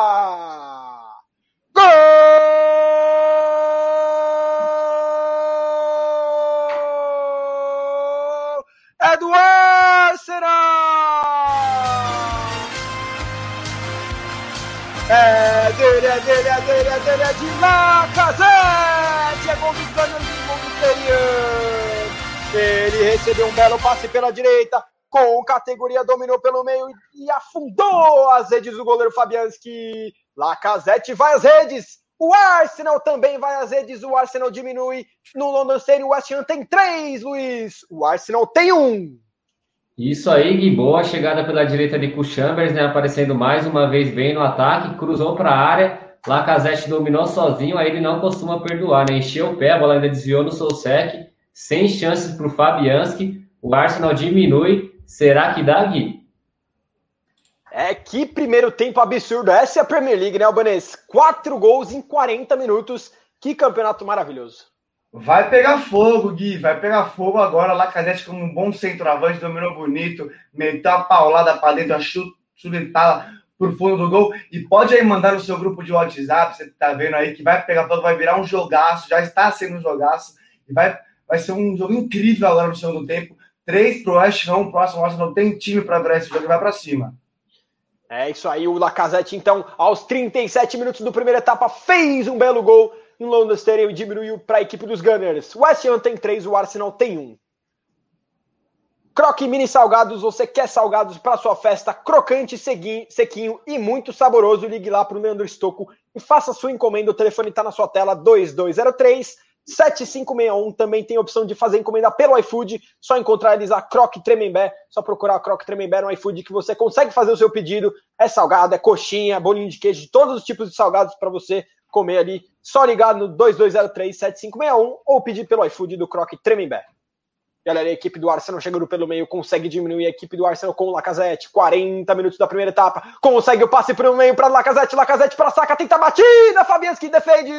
Gol! É do Arsenal! É dele, é dele, é dele, é dele, é de Lacazette! É gol dos Gunners e gol do Stadium! Ele recebeu um belo passe pela direita, com categoria, dominou pelo meio e afundou as redes do goleiro Fabianski. Lacazette vai às redes, o Arsenal também vai às redes, o Arsenal diminui no London Stadium, o West Ham tem três, Luiz, o Arsenal tem um. Isso aí, Gui, boa chegada pela direita ali com o Chambers, né, aparecendo mais uma vez bem no ataque, cruzou para a área, Lacazette dominou sozinho, aí ele não costuma perdoar, né, encheu o pé, a bola ainda desviou no Soucek, sem chances para o Fabianski, o Arsenal diminui, será que dá, Gui? É, que primeiro tempo absurdo. Essa é a Premier League, né, Albanês? Quatro gols em quarenta minutos. Que campeonato maravilhoso. Vai pegar fogo, Gui. Vai pegar fogo agora. Lacazette como um bom centroavante, dominou bonito, meteu a paulada para dentro, a chuletada por fundo do gol. E pode aí mandar no seu grupo de WhatsApp, você tá vendo aí, que vai pegar fogo, vai virar um jogaço. Já está sendo um jogaço. E vai, vai ser um jogo incrível agora no segundo tempo. Três pro West Ham, próximo Arsenal tem time para virar esse jogo e vai para cima. É isso aí, o Lacazette, então, aos trinta e sete minutos do primeira etapa, fez um belo gol em London Stadium e diminuiu para a equipe dos Gunners. O West Ham tem três, o Arsenal tem um. Croque Mini Salgados, você quer salgados para sua festa, crocante, sequinho e muito saboroso? Ligue lá para o Leandro Stocco e faça sua encomenda, o telefone está na sua tela, dois dois zero três, sete cinco seis um, também tem a opção de fazer encomenda pelo iFood, só encontrar eles a Croque Tremembé, só procurar a Croque Tremembé no iFood que você consegue fazer o seu pedido, é salgado, é coxinha, bolinho de queijo, todos os tipos de salgados para você comer ali, só ligar no dois dois zero três, sete cinco seis um ou pedir pelo iFood do Croque Tremembé. Galera, a equipe do Arsenal chegando pelo meio, consegue diminuir a equipe do Arsenal com o Lacazette, quarenta minutos da primeira etapa, consegue o passe pelo meio para Lacazette, Lacazette para saca, tenta a batida, Fabianski defende!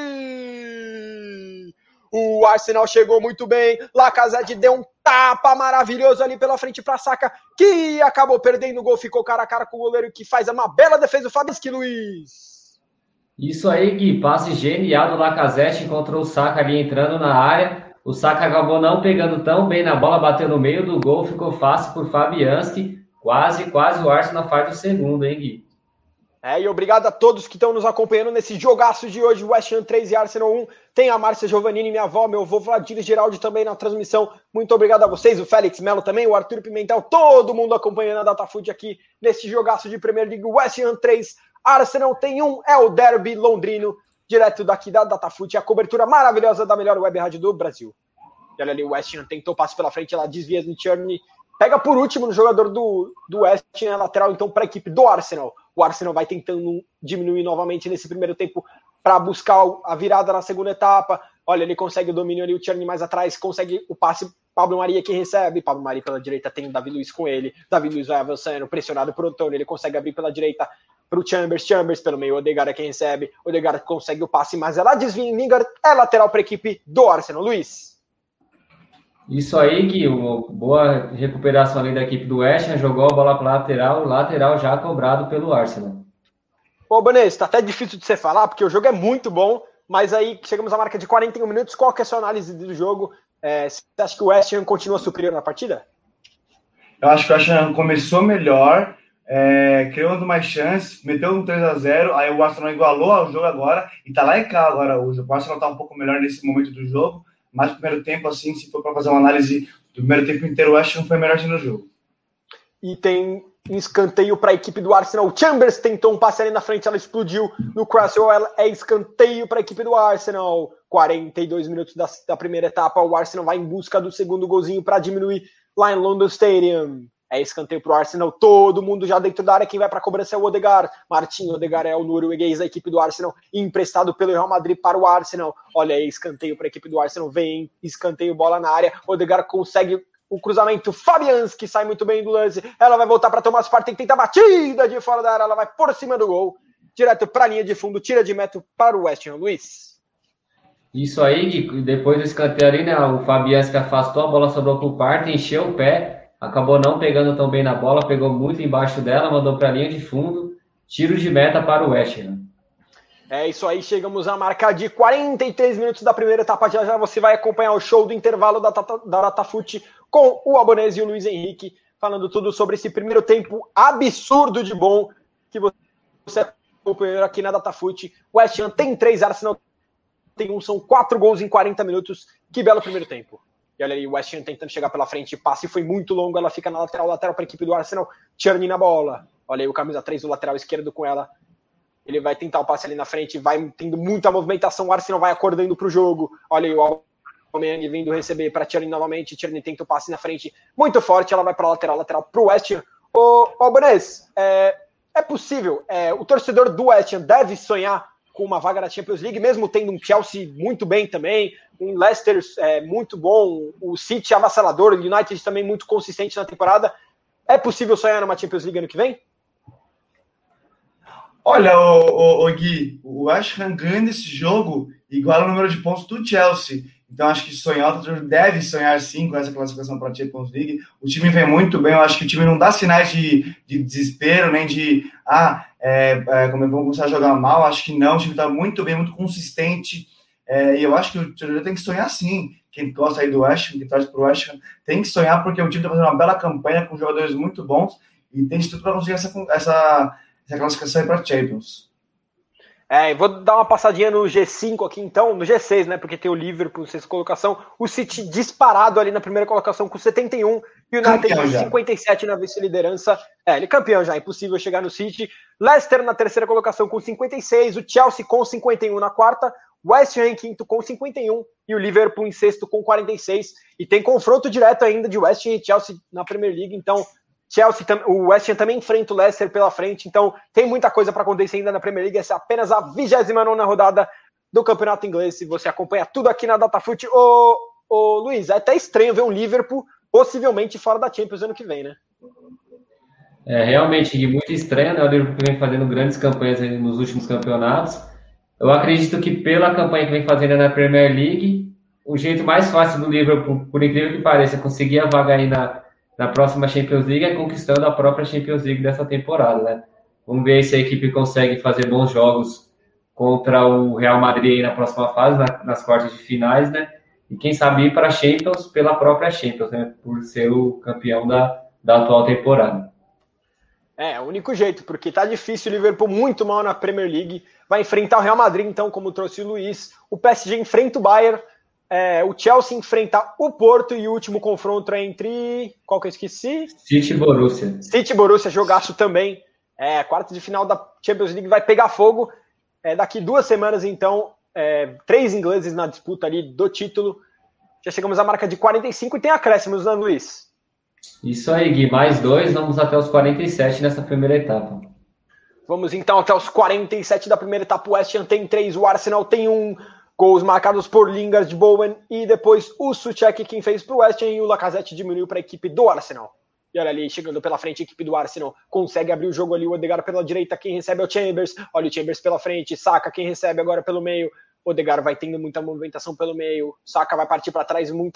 O Arsenal chegou muito bem, Lacazette deu um tapa maravilhoso ali pela frente para Saka, que acabou perdendo o gol, ficou cara a cara com o goleiro que faz uma bela defesa, o Fabianski, Luiz. Isso aí, Gui, passe genial do Lacazette, encontrou o Saka ali entrando na área, o Saka acabou não pegando tão bem na bola, bateu no meio do gol, ficou fácil por Fabianski, quase, quase o Arsenal faz o segundo, hein, Gui? É, e obrigado a todos que estão nos acompanhando nesse jogaço de hoje, West Ham três e Arsenal um. Tem a Márcia Giovannini, minha avó, meu avô Vladimir Geraldi também na transmissão. Muito obrigado a vocês, o Félix Melo também, o Arthur Pimentel, todo mundo acompanhando a DataFoot aqui nesse jogaço de Premier League. West Ham três, Arsenal tem um, é o derby londrino, direto daqui da DataFoot, a cobertura maravilhosa da melhor web rádio do Brasil. E olha ali, o West Ham tentou passe pela frente, ela desvia no Tierney, pega por último no jogador do, do West Ham, lateral então para a equipe do Arsenal. O Arsenal vai tentando diminuir novamente nesse primeiro tempo para buscar a virada na segunda etapa. Olha, ele consegue o domínio ali, o Tierney mais atrás, consegue o passe, Pablo Mari que recebe, Pablo Mari pela direita tem o Davi Luiz com ele, Davi Luiz vai avançando, pressionado por Antônio, ele consegue abrir pela direita para o Chambers, Chambers pelo meio, Odegaard é quem recebe, Odegaard consegue o passe, mas ela desvia em Lingard, é lateral para a equipe do Arsenal. Luiz. Isso aí, Gui, uma boa recuperação ali da equipe do West Ham, jogou a bola para lateral, lateral já cobrado pelo Arsenal. Pô, Banês, tá até difícil de você falar, porque o jogo é muito bom, mas aí chegamos à marca de quarenta e um minutos. Qual que é a sua análise do jogo? É, você acha que o West Ham continua superior na partida? Eu acho que o West Ham começou melhor, é, criando mais chances, meteu um três a zero, aí o Arsenal igualou o jogo agora, e tá lá e cá agora. O Arsenal tá um pouco melhor nesse momento do jogo, mas no primeiro tempo, assim, se for para fazer uma análise do primeiro tempo inteiro, o West Ham foi melhor no jogo. E tem um escanteio para a equipe do Arsenal. O Chambers tentou um passe ali na frente, ela explodiu no Cresswell. É escanteio para a equipe do Arsenal. quarenta e dois minutos da, da primeira etapa. O Arsenal vai em busca do segundo golzinho para diminuir lá em London Stadium. É escanteio para o Arsenal. Todo mundo já dentro da área. Quem vai para a cobrança é o Odegaard. Martin Odegaard é o norueguês da equipe do Arsenal, emprestado pelo Real Madrid para o Arsenal. Olha aí, escanteio para a equipe do Arsenal. Vem, escanteio, bola na área. Odegaard consegue o cruzamento, Fabianski sai muito bem do lance, ela vai voltar para Thomas Partey, tenta a batida de fora da área, ela vai por cima do gol, direto para a linha de fundo, tira de meta para o West Ham, Luiz. Isso aí, depois do escanteio ali, né, o Fabianski afastou, a bola sobrou para o Partey, encheu o pé, acabou não pegando tão bem na bola, pegou muito embaixo dela, mandou para a linha de fundo, tiro de meta para o West Ham. É isso aí, chegamos à marca de quarenta e três minutos da primeira etapa. Já já você vai acompanhar o show do intervalo da, da Datafute com o Abonese e o Luiz Henrique, falando tudo sobre esse primeiro tempo absurdo de bom que você acompanhou aqui na Datafute. O West Ham tem três, Arsenal tem um, são quatro gols em quarenta minutos. Que belo primeiro tempo. E olha aí, o West Ham tentando chegar pela frente, passe foi muito longo, ela fica na lateral, lateral para a equipe do Arsenal. Tierney na bola. Olha aí o camisa três do lateral esquerdo com ela. Ele vai tentar o passe ali na frente, vai tendo muita movimentação, o Arsenal vai acordando para o jogo. Olha aí o Aubameyang vindo receber para Tierney novamente, Tierney tenta o passe na frente, muito forte, ela vai para a lateral, lateral para o West Ham. Ô, Albanese, é, é possível, é, o torcedor do West Ham deve sonhar com uma vaga na Champions League, mesmo tendo um Chelsea muito bem também, um Leicester é, muito bom, o City avassalador, o United também muito consistente na temporada. É possível sonhar numa Champions League ano que vem? Olha, o, o, o Gui, o West Ham ganhando esse jogo iguala o número de pontos do Chelsea. Então, acho que sonhar, deve sonhar sim com essa classificação para a Champions League. O time vem muito bem, eu acho que o time não dá sinais de, de desespero, nem de, ah, é, é, como vamos começar a jogar mal. Acho que não, o time está muito bem, muito consistente. É, e eu acho que o torcedor tem que sonhar sim. Quem gosta aí do West Ham, que torce para o West Ham, tem que sonhar, porque o time está fazendo uma bela campanha com jogadores muito bons e tem de tudo para conseguir essa, essa, essa classificação para a Champions. É, vou dar uma passadinha no G cinco aqui então, no G seis, né, porque tem o Liverpool, sexta colocação, o City disparado ali na primeira colocação com setenta e um, e o United com cinquenta e sete na vice-liderança, é, ele é campeão já, impossível chegar no City, Leicester na terceira colocação com cinquenta e seis, o Chelsea com cinquenta e um na quarta, West Ham em quinto com cinquenta e um, e o Liverpool em sexto com quarenta e seis, e tem confronto direto ainda de West Ham e Chelsea na Premier League, então Chelsea, o West Ham também enfrenta o Leicester pela frente, então tem muita coisa para acontecer ainda na Premier League. Essa é apenas a vigésima nona rodada do Campeonato Inglês. Se você acompanha tudo aqui na Datafute, ô, ô Luiz, é até estranho ver um Liverpool possivelmente fora da Champions ano que vem, né? É realmente muito estranho, né? O Liverpool vem fazendo grandes campanhas nos últimos campeonatos. Eu acredito que pela campanha que vem fazendo na Premier League, o jeito mais fácil do Liverpool, por incrível que pareça, conseguir a vaga aí na na próxima Champions League é conquistando a própria Champions League dessa temporada, né? Vamos ver se a equipe consegue fazer bons jogos contra o Real Madrid na próxima fase, na, nas quartas de finais, né? E quem sabe ir para a Champions pela própria Champions, né? Por ser o campeão da, da atual temporada. É, é o único jeito, porque tá difícil, o Liverpool muito mal na Premier League, vai enfrentar o Real Madrid, então, como trouxe o Luiz, o P S G enfrenta o Bayern, É, o Chelsea enfrenta o Porto e o último confronto é entre... Qual que eu esqueci? City e Borussia. City e Borussia, jogaço também. É, quarta de final da Champions League vai pegar fogo. É, daqui duas semanas, então, é, três ingleses na disputa ali do título. Já chegamos à marca de quarenta e cinco e tem acréscimos, né, Luiz? Isso aí, Gui. Mais dois, vamos até os quarenta e sete nessa primeira etapa. Vamos então até os quarenta e sete da primeira etapa. O West Ham tem três, o Arsenal tem um... Gols marcados por Lingard, Bowen e depois o Souček, quem fez para o West Ham, e o Lacazette diminuiu para a equipe do Arsenal. E olha ali, chegando pela frente, a equipe do Arsenal consegue abrir o jogo ali, o Odegaard pela direita, quem recebe é o Chambers, olha o Chambers pela frente, Saka, quem recebe agora pelo meio, o Odegaard vai tendo muita movimentação pelo meio, Saka vai partir para trás, muita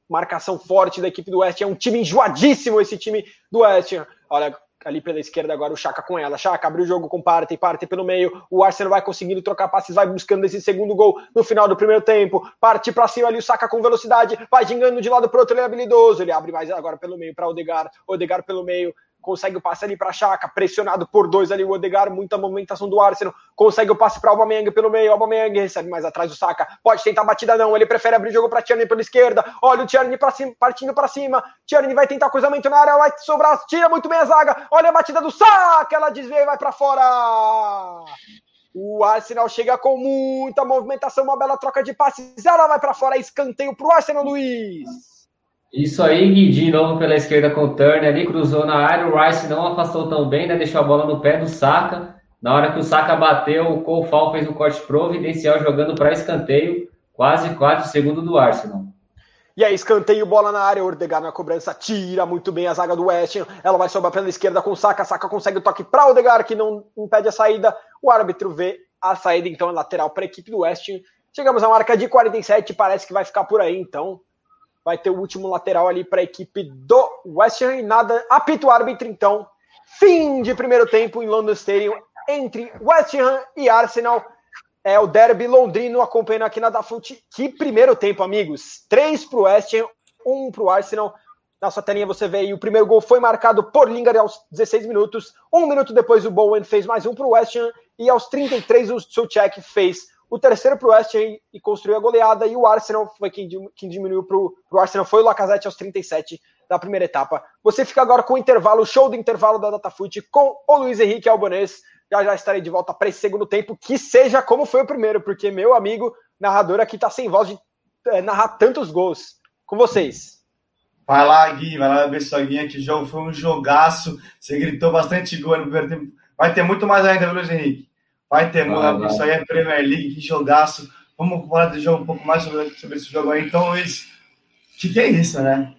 marcação forte da equipe do West Ham, é um time enjoadíssimo esse time do West Ham. Olha, ali pela esquerda agora o Xhaka com ela, Xhaka abriu o jogo com Partey, Partey pelo meio, o Arsenal vai conseguindo trocar passes, vai buscando esse segundo gol no final do primeiro tempo, parte pra cima ali o Saka com velocidade, vai gingando de lado pro outro, ele é habilidoso, ele abre mais agora pelo meio pra Odegaard, Odegaard pelo meio, consegue o passe ali para Xhaka, pressionado por dois ali o Odegaard, muita movimentação do Arsenal, consegue o passe para Aubameyang pelo meio, Aubameyang recebe mais atrás do Saka, pode tentar a batida não, ele prefere abrir o jogo para Tierney pela esquerda, olha o Tierney pra cima, partindo para cima, Tierney vai tentar cruzamento na área, vai sobrar, tira muito bem a zaga, olha a batida do Saka, ela desvia e vai para fora. O Arsenal chega com muita movimentação, uma bela troca de passes, ela vai para fora, escanteio pro Arsenal, Luiz. Isso aí, Gui, de novo pela esquerda com o Turner ali, cruzou na área, o Rice não afastou tão bem, né, deixou a bola no pé do Saka, na hole que o Saka bateu, o Cole Fall fez um corte providencial jogando para escanteio, quase quase o segundo do Arsenal. E aí, escanteio, bola na área, Odegaard na cobrança, tira muito bem a zaga do West Ham, ela vai sobrar pela esquerda com o Saka, Saka consegue o toque para Odegaard, que não impede a saída, o árbitro vê a saída, então é lateral para a equipe do West Ham. Chegamos à marca de quarenta e sete, parece que vai ficar por aí, então vai ter o último lateral ali para a equipe do West Ham e nada, apita o árbitro, então, fim de primeiro tempo em London Stadium entre West Ham e Arsenal. É o derby londrino acompanhando aqui na DaFoot. Que primeiro tempo, amigos. Três para o West Ham, um para o Arsenal. Na sua telinha você vê aí, o primeiro gol foi marcado por Lingard aos dezesseis minutos. Um minuto depois o Bowen fez mais um para o West Ham. E aos trinta e três o Souček fez o terceiro para o West Ham e construiu a goleada. E o Arsenal foi quem, quem diminuiu para o Arsenal. Foi o Lacazette aos trinta e sete da primeira etapa. Você fica agora com o intervalo, o show do intervalo da DataFoot com o Luiz Henrique Albanês. Já já estarei de volta para esse segundo tempo, que seja como foi o primeiro, porque meu amigo narrador aqui tá sem voz de é, narrar tantos gols. Com vocês. Vai lá, Gui, vai lá ver sua guinha, que jogo foi um jogaço. Você gritou bastante gol no primeiro tempo. Vai ter muito mais ainda, viu, Luiz Henrique? Vai ter muito. Isso aí é Premier League, que jogaço. Vamos falar de jogo um pouco mais sobre, sobre esse jogo aí. Então, Luiz, o que, que é isso, né?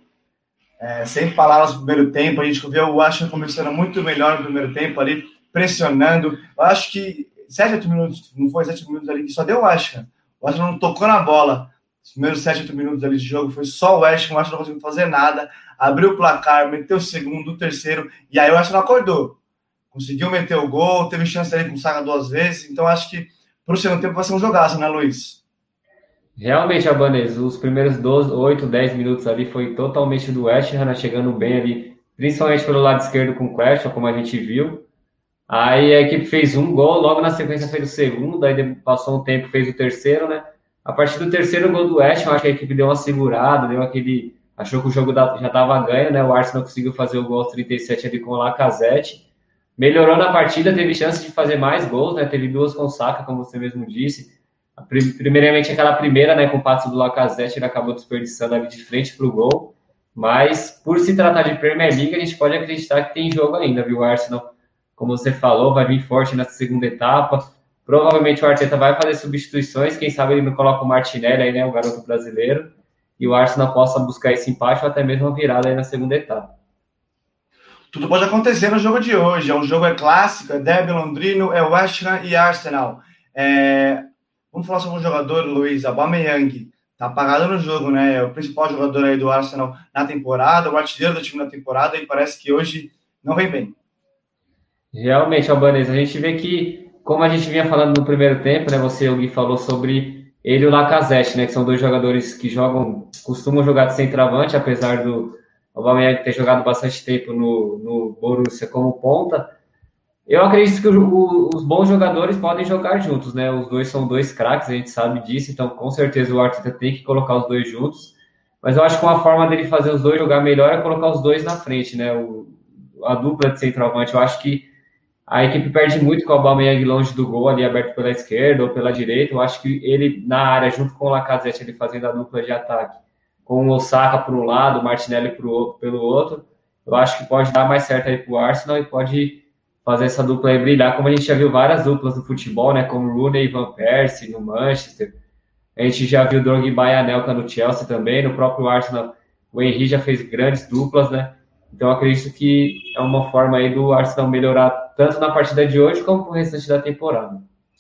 É, sem palavras no primeiro tempo, a gente viu o Arsenal começando muito melhor no primeiro tempo ali, pressionando. Eu acho que sete, oito minutos, não foi sete minutos ali que só deu o Arsenal. O Arsenal não tocou na bola. Os primeiros sete, oito minutos ali de jogo foi só o Arsenal, o Arsenal não conseguiu fazer nada. Abriu o placar, meteu o segundo, o terceiro, e aí o Arsenal acordou. Conseguiu meter o gol, teve chance ali com o Saka duas vezes. Então acho que pro segundo tempo vai ser um jogaço, né, Luiz? Realmente, Albanês, os primeiros doze, oito, dez minutos ali foi totalmente do West Ham, chegando bem ali, principalmente pelo lado esquerdo com o Question, como a gente viu. Aí a equipe fez um gol, logo na sequência fez o segundo, aí passou um tempo, fez o terceiro, né? A partir do terceiro gol do West Ham, acho que a equipe deu uma segurada, deu aquele... achou que o jogo já estava ganho, né? O Arsenal conseguiu fazer o gol aos trinta e sete ali com o Lacazette. Melhorou na partida, teve chance de fazer mais gols, né? Teve duas com o Saka, como você mesmo disse. Primeiramente, aquela primeira, né, com o passe do Lacazette, ele acabou desperdiçando ali de frente para o gol. Mas, por se tratar de Premier League, a gente pode acreditar que tem jogo ainda, viu? O Arsenal, como você falou, vai vir forte nessa segunda etapa. Provavelmente o Arteta vai fazer substituições. Quem sabe ele não coloca o Martinelli aí, né, o garoto brasileiro. E o Arsenal possa buscar esse empate ou até mesmo uma virada aí na segunda etapa. Tudo pode acontecer no jogo de hoje. É um jogo é clássico, é derby londrino, é West Ham e Arsenal. É... Vamos falar sobre um jogador, Luiz, Aubameyang. Tá apagado no jogo, né? É o principal jogador aí do Arsenal na temporada, o artilheiro do time na temporada, e parece que hoje não vem bem. Realmente, Albanês, a gente vê que, como a gente vinha falando no primeiro tempo, né? Você, o Gui, falou sobre ele e o Lacazette, né? Que são dois jogadores que jogam, costumam jogar de centroavante, apesar do Aubameyang ter jogado bastante tempo no, no Borussia como ponta. Eu acredito que o, os bons jogadores podem jogar juntos, né? Os dois são dois craques, a gente sabe disso, então com certeza o Arteta tem que colocar os dois juntos. Mas eu acho que uma forma dele fazer os dois jogar melhor é colocar os dois na frente, né? O, a dupla de centroavante. Eu acho que a equipe perde muito com o Aubameyang longe do gol, ali aberto pela esquerda ou pela direita. Eu acho que ele na área, junto com o Lacazette, ele fazendo a dupla de ataque, com o Saka por um lado, o Martinelli pro, pelo outro, eu acho que pode dar mais certo aí pro Arsenal e pode fazer essa dupla aí brilhar, como a gente já viu várias duplas no futebol, né, como Rooney e Van Persie no Manchester, a gente já viu Drogba e Anelka no Chelsea também, no próprio Arsenal, o Henry já fez grandes duplas, né, então eu acredito que é uma forma aí do Arsenal melhorar tanto na partida de hoje como no restante da temporada.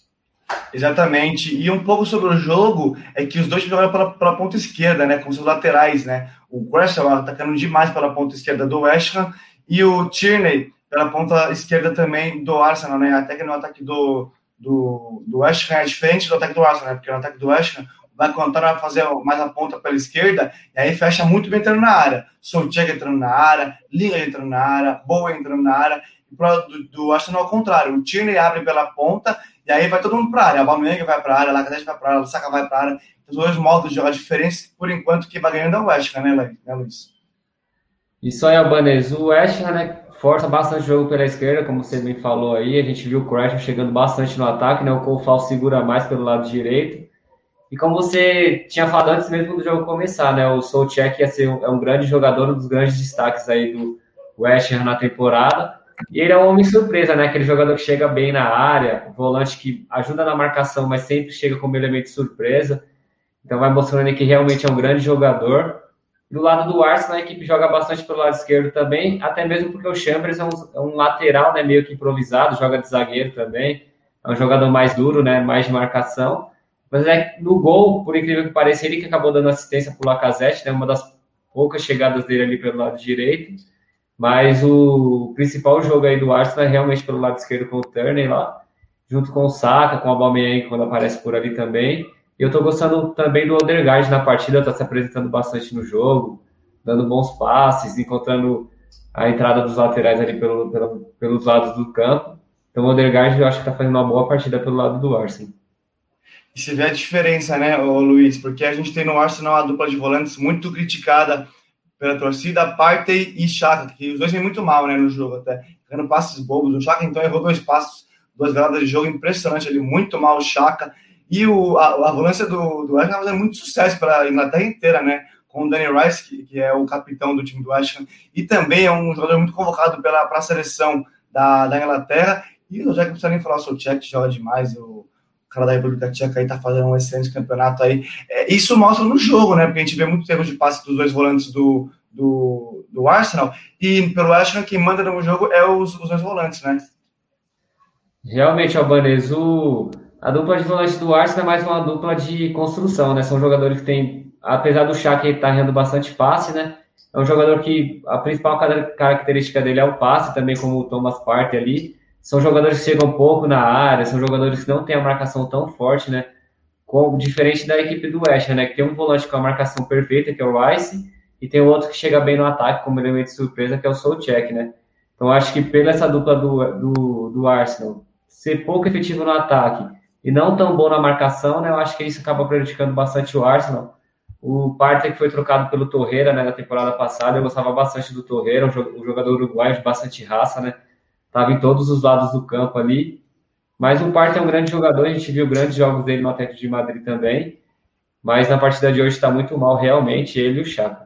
Exatamente. E um pouco sobre o jogo é que os dois jogaram pela, pela ponta esquerda, né? Com seus laterais, né? O Gresham atacando demais pela ponta esquerda do West Ham e o Tierney pela ponta esquerda também do Arsenal, né? Até que no ataque do, do, do West Ham é diferente do ataque do Arsenal, né? Porque no ataque do West Ham vai contar a fazer mais a ponta pela esquerda e aí fecha muito bem entrando na área. Solskjaer entrando na área, Lingard entrando na área, Bowen entrando na área. E pro, do, do Arsenal ao contrário, o Tierney abre pela ponta e aí vai todo mundo para a área. A Aubameyang vai para a área, a Lacazette vai para a área, o Saka vai para a área. Os dois modos de jogar diferentes, por enquanto, que vai ganhando é o West Ham, né, Luiz? Isso aí, Albanês. O West Ham, né, força bastante o jogo pela esquerda, como você bem falou aí. A gente viu o Gresham chegando bastante no ataque, né? O Cole Falk segura mais pelo lado direito. E como você tinha falado antes mesmo do jogo começar, né? O Solskjaer ia ser um, é um grande jogador, um dos grandes destaques aí do West Ham na temporada. E ele é um homem surpresa, né? Aquele jogador que chega bem na área, volante que ajuda na marcação, mas sempre chega como elemento surpresa. Então vai mostrando que realmente é um grande jogador. Do lado do Arsenal, a equipe joga bastante pelo lado esquerdo também, até mesmo porque o Chambers é um, é um lateral, né? Meio que improvisado, joga de zagueiro também. É um jogador mais duro, né? Mais de marcação. Mas é no gol, por incrível que pareça, ele que acabou dando assistência para o Lacazette, né? Uma das poucas chegadas dele ali pelo lado direito. Mas o principal jogo aí do Arsenal é realmente pelo lado esquerdo com o Turner lá, junto com o Saka, com o Aubameyang quando aparece por ali também. E eu tô gostando também do Odegaard na partida, tá se apresentando bastante no jogo, dando bons passes, encontrando a entrada dos laterais ali pelo, pelo, pelos lados do campo. Então o Odegaard eu acho que tá fazendo uma boa partida pelo lado do Arsenal. E você vê a diferença, né, ô Luiz? Porque a gente tem no Arsenal uma dupla de volantes muito criticada pela torcida, Partey e Xhaka, que os dois vêm muito mal, né, no jogo até, errando passes bobos. O Xhaka, então, errou dois passos, duas viradas de jogo, impressionante ali, muito mal o Xhaka. E o, a, a volância do, do West Ham fazendo muito sucesso para a Inglaterra inteira, né, com o Danny Rice, que, que é o capitão do time do West Ham, e também é um jogador muito convocado para a seleção da, da Inglaterra. E eu já que não precisa nem falar, o Solskjaer, que joga demais, o cara da República Tcheca aí tá fazendo um excelente campeonato aí. É, isso mostra no jogo, né? Porque a gente vê muito erro de passe dos dois volantes do, do, do Arsenal, e pelo West Ham, quem manda no jogo é os, os dois volantes, né? Realmente, Albanês, o, a dupla de volantes do Arsenal é mais uma dupla de construção, né? São jogadores que têm, apesar do Xhaka estar errando bastante passe, né? É um jogador que a principal característica dele é o passe, também como o Thomas Partey ali. São jogadores que chegam pouco na área, são jogadores que não têm a marcação tão forte, né? Com, diferente da equipe do West Ham, né? Que tem um volante com a marcação perfeita, que é o Rice, e tem outro que chega bem no ataque, como elemento de surpresa, que é o Solskjaer, né? Então, acho que pela essa dupla do, do, do Arsenal ser pouco efetivo no ataque e não tão bom na marcação, né? Eu acho que isso acaba prejudicando bastante o Arsenal. O Partey, que foi trocado pelo Torreira, né, na temporada passada, eu gostava bastante do Torreira, um jogador uruguaio de bastante raça, né? Estava em todos os lados do campo ali. Mas o Partey é um grande jogador, a gente viu grandes jogos dele no Atlético de Madrid também. Mas na partida de hoje está muito mal, realmente, ele e o Xhaka.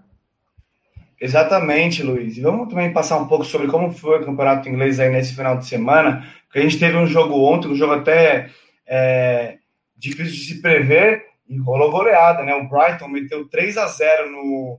Exatamente, Luiz. E vamos também passar um pouco sobre como foi o campeonato inglês aí nesse final de semana, porque a gente teve um jogo ontem, um jogo até é, difícil de se prever, e rolou goleada, né? O Brighton meteu três a zero no...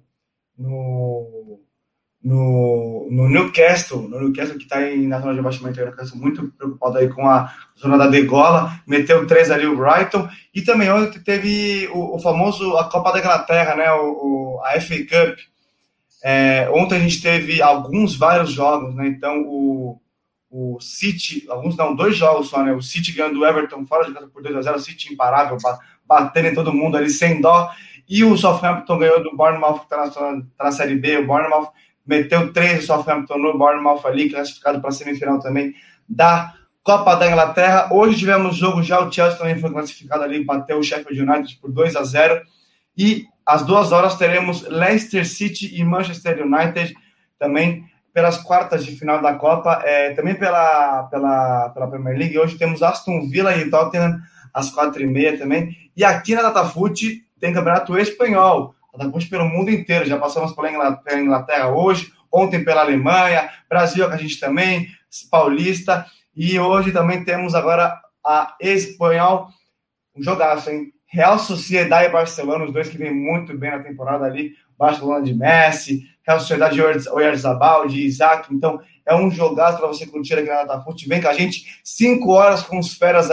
no No, no Newcastle, no Newcastle que está na zona de abaixamento, o Newcastle muito preocupado aí com a zona da degola, meteu três ali o Brighton, e também ontem teve o, o famoso, a Copa da Inglaterra, né, o, o, a F A Cup. É, ontem a gente teve alguns, vários jogos, né, então o, o City, alguns não, dois jogos só, né, o City ganhando o Everton fora de casa por dois a zero, o City imparável, batendo em todo mundo ali, sem dó, e o Southampton ganhou do Bournemouth, que está na, tá na Série B, o Bournemouth meteu três do Southampton no Bournemouth ali, classificado para a semifinal também da Copa da Inglaterra. Hoje tivemos jogo já, o Chelsea também foi classificado ali, bateu o Sheffield United por dois a zero. E às duas horas teremos Leicester City e Manchester United também pelas quartas de final da Copa, é, também pela, pela, pela Premier League. Hoje temos Aston Villa e Tottenham às quatro e meia também. E aqui na DataFoot tem Campeonato Espanhol. Estamos pelo mundo inteiro, já passamos pela Inglaterra, Inglaterra hoje, ontem pela Alemanha, Brasil com a gente também, Paulista, e hoje também temos agora a Espanhol, um jogaço, hein? Real Sociedade e Barcelona, os dois que vêm muito bem na temporada ali, Barcelona de Messi, Real Sociedade de Oyarzabal, de Isaac, então é um jogaço para você curtir aqui na DataFoot, vem com a gente, cinco horas com os feras aí,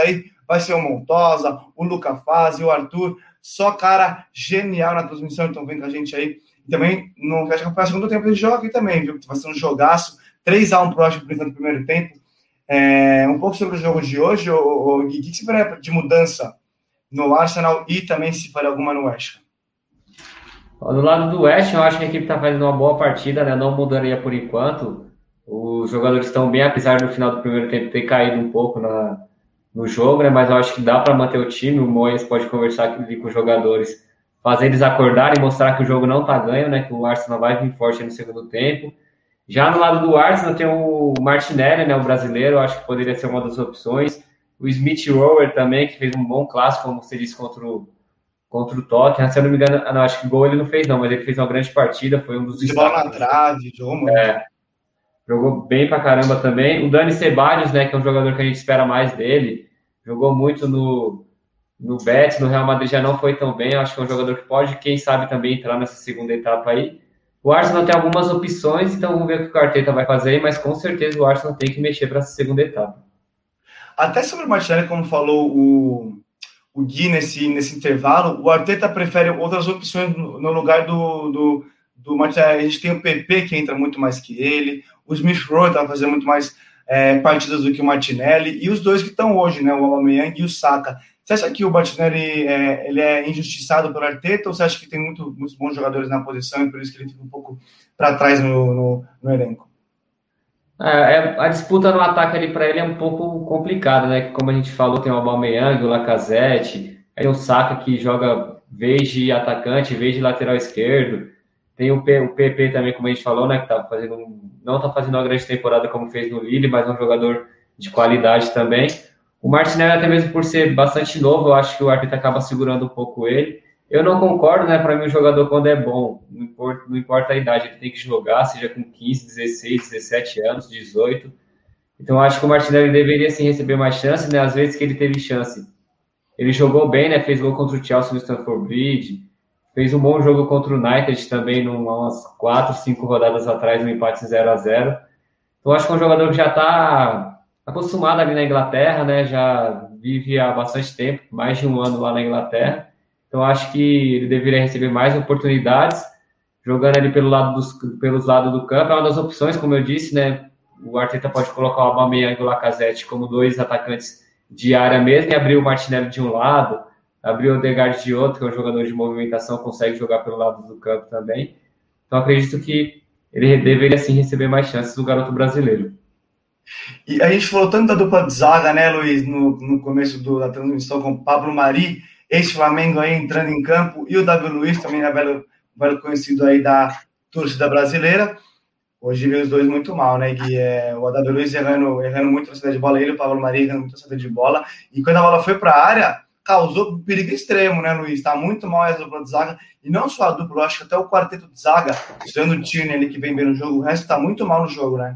vai ser o Montosa, o Luca Fazio, o Arthur, só cara genial na transmissão, então vem com a gente aí. E também, não fecha que foi o segundo tempo de jogo aqui também, viu? Vai ser um jogaço, três a um pro Washington no primeiro tempo. É, um pouco sobre o jogo de hoje, o, o, o que você faria de mudança no Arsenal e também se faria alguma no West Ham? Do lado do West, eu acho que a equipe está fazendo uma boa partida, né? Não mudaria por enquanto. Os jogadores estão bem, apesar do final do primeiro tempo ter caído um pouco na, no jogo, né? Mas eu acho que dá para manter o time. O Moyes pode conversar aqui com os jogadores, fazer eles acordarem e mostrar que o jogo não está ganho, né? Que o Arsenal vai vir forte no segundo tempo. Já no lado do Arsenal tem o Martinelli, né, o brasileiro, eu acho que poderia ser uma das opções. O Smith Rowe também, que fez um bom clássico, como você disse, contra o, contra o Tottenham. Se eu não me engano, não, acho que gol ele não fez não, mas ele fez uma grande partida, foi um dos... De bola na trave, jogou muito. É, jogou bem pra caramba também. O Dani Ceballos, né, que é um jogador que a gente espera mais dele, jogou muito no, no Betis, no Real Madrid já não foi tão bem, eu acho que é um jogador que pode, quem sabe, também entrar nessa segunda etapa aí. O Arsenal tem algumas opções, então vamos ver o que o Arteta vai fazer, mas com certeza o Arsenal tem que mexer para essa segunda etapa. Até sobre o Martinelli, como falou o, o Gui nesse, nesse intervalo, o Arteta prefere outras opções no, no lugar do, do, do Martinelli. A gente tem o P P, que entra muito mais que ele, o Smith Rowe está fazendo muito mais é, partidas do que o Martinelli, e os dois que estão hoje, né, o Aubameyang e o Saka. Você acha que o Martinelli é, ele é injustiçado pelo Arteta ou você acha que tem muito, muitos bons jogadores na posição e por isso que ele fica um pouco para trás no, no, no elenco? É, a disputa no ataque ali para ele é um pouco complicada, né? Como a gente falou, tem o Aubameyang, o Lacazette, aí o Saka que joga vez de atacante, vez de lateral esquerdo. Tem o, P, o P P também, como a gente falou, né? Que tá fazendo um, não está fazendo uma grande temporada como fez no Lille, mas é um jogador de qualidade também. O Martinelli, até mesmo por ser bastante novo, eu acho que o Arteta acaba segurando um pouco ele. Eu não concordo, né? Para mim, o jogador, quando é bom, não importa, não importa a idade, ele tem que jogar, seja com quinze, dezesseis, dezessete anos, dezoito. Então, eu acho que o Martinelli deveria, sim, receber mais chance, né? Às vezes que ele teve chance, ele jogou bem, né? Fez gol contra o Chelsea no Stamford Bridge, fez um bom jogo contra o United também, umas quatro, cinco rodadas atrás, no empate zero a zero. Então, eu acho que é um jogador que já está acostumado ali na Inglaterra, né? Já vive há bastante tempo, mais de um ano lá na Inglaterra. Então, acho que ele deveria receber mais oportunidades, jogando ali pelo lado dos, pelos lados do campo. É uma das opções, como eu disse, né? O Arteta pode colocar o Aubameyang e o Lacazette como dois atacantes de área mesmo e abrir o Martinelli de um lado, abrir o Odegaard de outro, que é um jogador de movimentação, consegue jogar pelo lado do campo também. Então, acredito que ele deveria, sim, receber mais chances do garoto brasileiro. E a gente falou tanto da dupla de zaga, né, Luiz, no, no começo do, da transmissão com o Pablo Mari, ex-Flamengo aí entrando em campo, e o Davi Luiz, também é velho, velho conhecido aí da torcida brasileira. Hoje veio os dois muito mal, né, Gui? É, o Davi Luiz errando, errando muito a saída de bola, ele e o Pablo Mari errando muito a saída de bola, e quando a bola foi para a área, causou perigo extremo, né, Luiz? Tá muito mal essa dupla de zaga, e não só a dupla, eu acho que até o quarteto de zaga, tirando o Tierney ali que vem bem no jogo, o resto tá muito mal no jogo, né?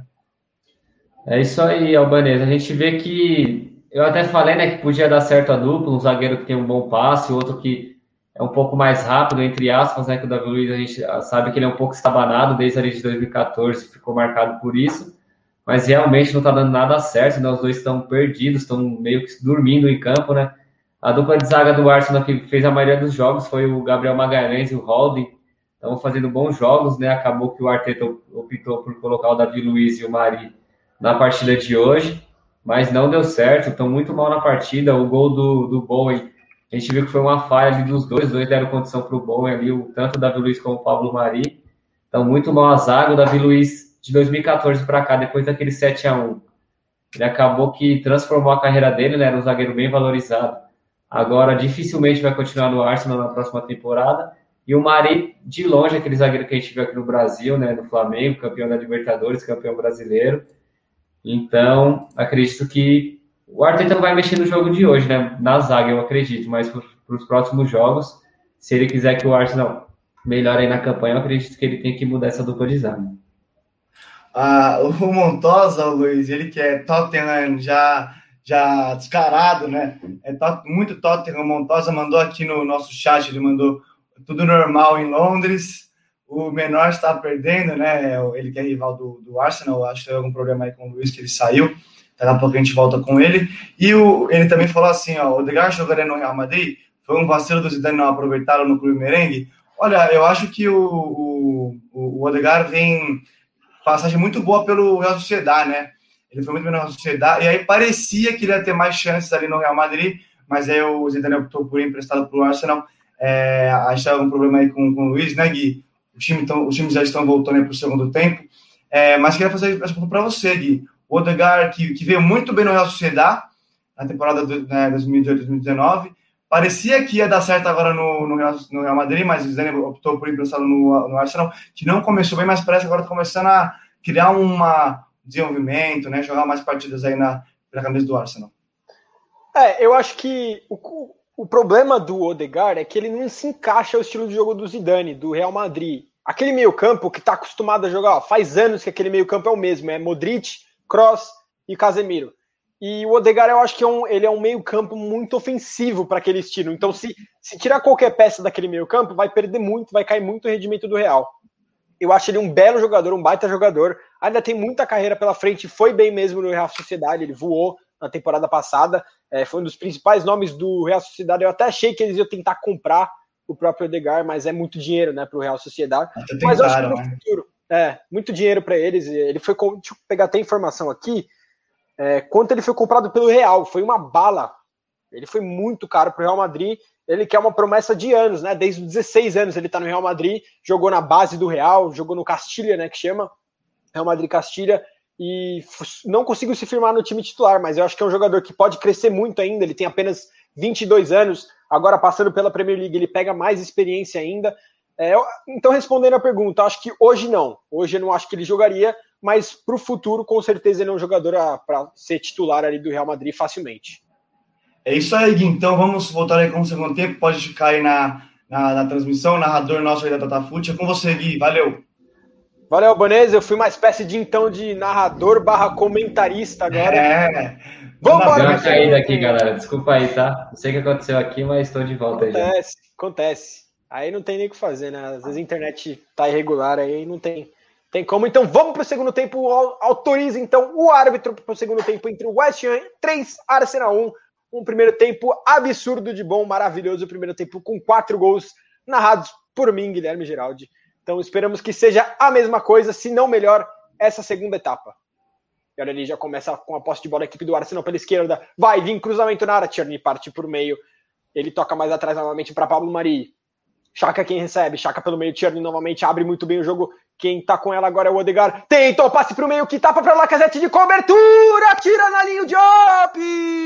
É isso aí, Albanese. A gente vê que... Eu até falei, né, que podia dar certo a dupla, um zagueiro que tem um bom passe, outro que é um pouco mais rápido, entre aspas, né, que o Davi Luiz, a gente sabe que ele é um pouco estabanado desde ali de dois mil e catorze, ficou marcado por isso, mas realmente não está dando nada certo, né, os dois estão perdidos, estão meio que dormindo em campo, né. A dupla de zaga do Arsenal que fez a maioria dos jogos foi o Gabriel Magalhães e o Holding, estão fazendo bons jogos, né, acabou que o Arteta optou por colocar o Davi Luiz e o Mari na partida de hoje, mas não deu certo, estão muito mal na partida. O gol do, do Bowen, a gente viu que foi uma falha ali dos dois, os dois deram condição para o Bowen ali, tanto o Davi Luiz como o Pablo Mari, estão muito mal a zaga. O Davi Luiz, de dois mil e catorze para cá, depois daquele sete a um, ele acabou que transformou a carreira dele, né? Era um zagueiro bem valorizado, agora dificilmente vai continuar no Arsenal na próxima temporada. E o Mari, de longe, aquele zagueiro que a gente viu aqui no Brasil, né, no Flamengo, campeão da Libertadores, campeão brasileiro. Então, acredito que o Arteta não vai mexer no jogo de hoje, né? Na zaga, eu acredito, mas para os próximos jogos, se ele quiser que o Arsenal melhore aí na campanha, eu acredito que ele tem que mudar essa dupla de zaga. Ah, o Montosa, Luiz, ele que é Tottenham já, já descarado, né? É tot, muito Tottenham. O Montosa mandou aqui no nosso chat, ele mandou tudo normal em Londres. O menor está perdendo, né? Ele que é rival do, do Arsenal, acho que teve algum problema aí com o Luiz, que ele saiu. daqui a pouco a gente volta com ele. E o, ele também falou assim, ó, o Odegaard jogaria no Real Madrid, foi um vacilo do Zidane não aproveitá-lo no clube merengue. Olha, eu acho que o, o, o Odegaard vem passagem muito boa pelo Real Sociedad, né? Ele foi muito bem no Real Sociedad, e aí parecia que ele ia ter mais chances ali no Real Madrid, mas aí o Zidane optou por ir emprestado para o Arsenal. É, a gente estava com um problema aí com, com o Luiz, né, Gui? O time tão, os times já estão voltando para o segundo tempo. É, mas queria fazer essa pergunta para você, Gui. O Odegaard, que, que veio muito bem no Real Sociedad, na temporada de né, dois mil e dezoito, dois mil e dezenove, parecia que ia dar certo agora no, no, Real, no Real Madrid, mas o Zidane optou por ir emprestado no, no Arsenal, que não começou bem, mas parece que agora está começando a criar uma desenvolvimento, né, jogar mais partidas aí na, na camisa do Arsenal. É, eu acho que o, o problema do Odegaard é que ele não se encaixa ao estilo de jogo do Zidane, do Real Madrid. Aquele meio campo que está acostumado a jogar, ó, faz anos que aquele meio campo é o mesmo, é Modric, Kroos e Casemiro. E o Odegaard, eu acho que é um, ele é um meio campo muito ofensivo para aquele estilo. Então, se, se tirar qualquer peça daquele meio campo, vai perder muito, vai cair muito o rendimento do Real. Eu acho ele um belo jogador, um baita jogador. Ainda tem muita carreira pela frente, foi bem mesmo no Real Sociedad, ele voou na temporada passada, é, foi um dos principais nomes do Real Sociedad. Eu até achei que eles iam tentar comprar o próprio Odegaard, mas é muito dinheiro, né, para o Real Sociedad. Até mas eu acho que no né? futuro, é, muito dinheiro para eles. Ele foi, deixa eu pegar até a informação aqui, é, quanto ele foi comprado pelo Real, foi uma bala. Ele foi muito caro para o Real Madrid. Ele quer uma promessa de anos, né? Desde os dezesseis anos ele está no Real Madrid, jogou na base do Real, jogou no Castilha, né? Que chama Real Madrid Castilha, e não conseguiu se firmar no time titular, mas eu acho que é um jogador que pode crescer muito ainda. Ele tem apenas vinte e dois anos, agora passando pela Premier League, ele pega mais experiência ainda. É, então, respondendo a pergunta, eu acho que hoje não. Hoje eu não acho que ele jogaria, mas para o futuro, com certeza, ele é um jogador para ser titular ali do Real Madrid facilmente. É isso aí, Gui. Então vamos voltar aí com o segundo tempo. Pode ficar aí na, na, na transmissão, narrador nosso aí da Datafute. É com você, Gui. Valeu. Valeu, Albanese. Eu fui uma espécie de, então, de narrador barra comentarista agora. É. Vamos embora. Deu uma caída aqui, galera. Desculpa aí, tá? Não sei o que aconteceu aqui, mas estou de volta acontece, aí já. Acontece, acontece. Aí não tem nem o que fazer, né? Às vezes a internet tá irregular aí, não tem, tem como. Então vamos para o segundo tempo. Autoriza, então, o árbitro para o segundo tempo entre o West Ham três, Arsenal um. Um primeiro tempo absurdo de bom, maravilhoso. Primeiro tempo com quatro gols narrados por mim, Guilherme Geraldi. Então esperamos que seja a mesma coisa, se não melhor, essa segunda etapa. E olha ali, já começa com a posse de bola a equipe do Arsenal pela esquerda. Vai vir cruzamento na área. Tierney parte por meio. Ele toca mais atrás novamente para Pablo Mari. Chaka quem recebe. Chaka pelo meio. Tierney novamente abre muito bem o jogo. Quem tá com ela agora é o Odegaard. Tentou o passe pro meio, que tapa pra Lacazette de cobertura. Tira na linha o Diop.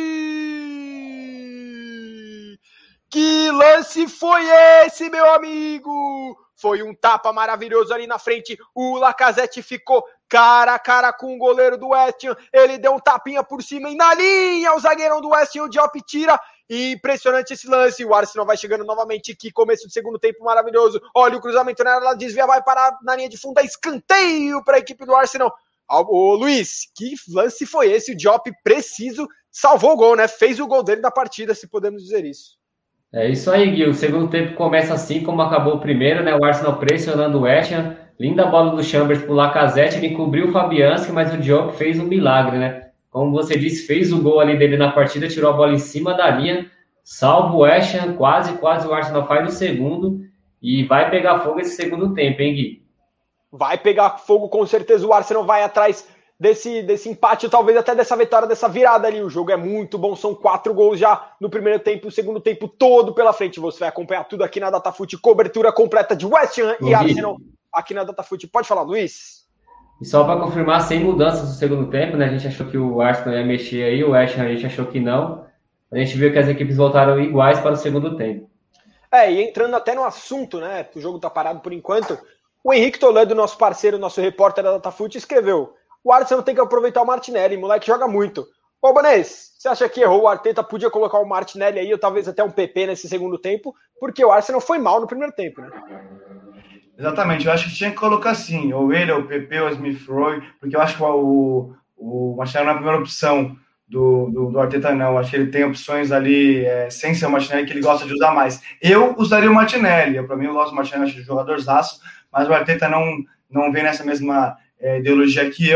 Que lance foi esse, meu amigo? Foi um tapa maravilhoso ali na frente. O Lacazette ficou cara a cara com o goleiro do West Ham. Ele deu um tapinha por cima e na linha o zagueirão do West Ham, o Diop, tira. Impressionante esse lance. O Arsenal vai chegando novamente. Que começo de segundo tempo maravilhoso. Olha o cruzamento nela, ela desvia, vai parar na linha de fundo. É escanteio para a equipe do Arsenal. Ô Luiz, que lance foi esse? O Diop preciso salvou o gol, né? Fez o gol dele da partida, se podemos dizer isso. É isso aí, Gui. O segundo tempo começa assim como acabou o primeiro, né? O Arsenal pressionando o West Ham. Linda bola do Chambers pro Lacazette. Ele cobriu o Fabianski, mas o Diop fez um milagre, né? Como você disse, fez o gol ali dele na partida, tirou a bola em cima da linha. Salva o West Ham, quase, quase o Arsenal faz o segundo. E vai pegar fogo esse segundo tempo, hein, Gui? Vai pegar fogo, com certeza. O Arsenal vai atrás desse, desse empate, talvez até dessa vitória, dessa virada ali. O jogo é muito bom, são quatro gols já no primeiro tempo, o segundo tempo todo pela frente. Você vai acompanhar tudo aqui na Datafute, cobertura completa de West Ham e Arsenal aqui na Datafute. Pode falar, Luiz? E só para confirmar, sem mudanças no segundo tempo, né? A gente achou que o Arsenal ia mexer aí, o West Ham a gente achou que não. A gente viu que as equipes voltaram iguais para o segundo tempo. É, e entrando até no assunto, né? O jogo tá parado por enquanto. O Henrique Toledo, nosso parceiro, nosso repórter da Datafute, escreveu: o Arsenal tem que aproveitar o Martinelli, o moleque joga muito. Ô, Banês, você acha que errou? O Arteta podia colocar o Martinelli aí, ou talvez até um P P nesse segundo tempo, porque o Arsenal foi mal no primeiro tempo, né? Exatamente, eu acho que tinha que colocar assim, ou ele, ou o P P, ou o Smith Rowe, porque eu acho que o, o Martinelli não é a primeira opção do, do, do Arteta, não. Eu acho que ele tem opções ali, é, sem ser o Martinelli, que ele gosta de usar mais. Eu usaria o Martinelli, para mim eu gosto do Martinelli, acho que jogadorzaço, mas o Arteta não, não vem nessa mesma é, ideologia que eu.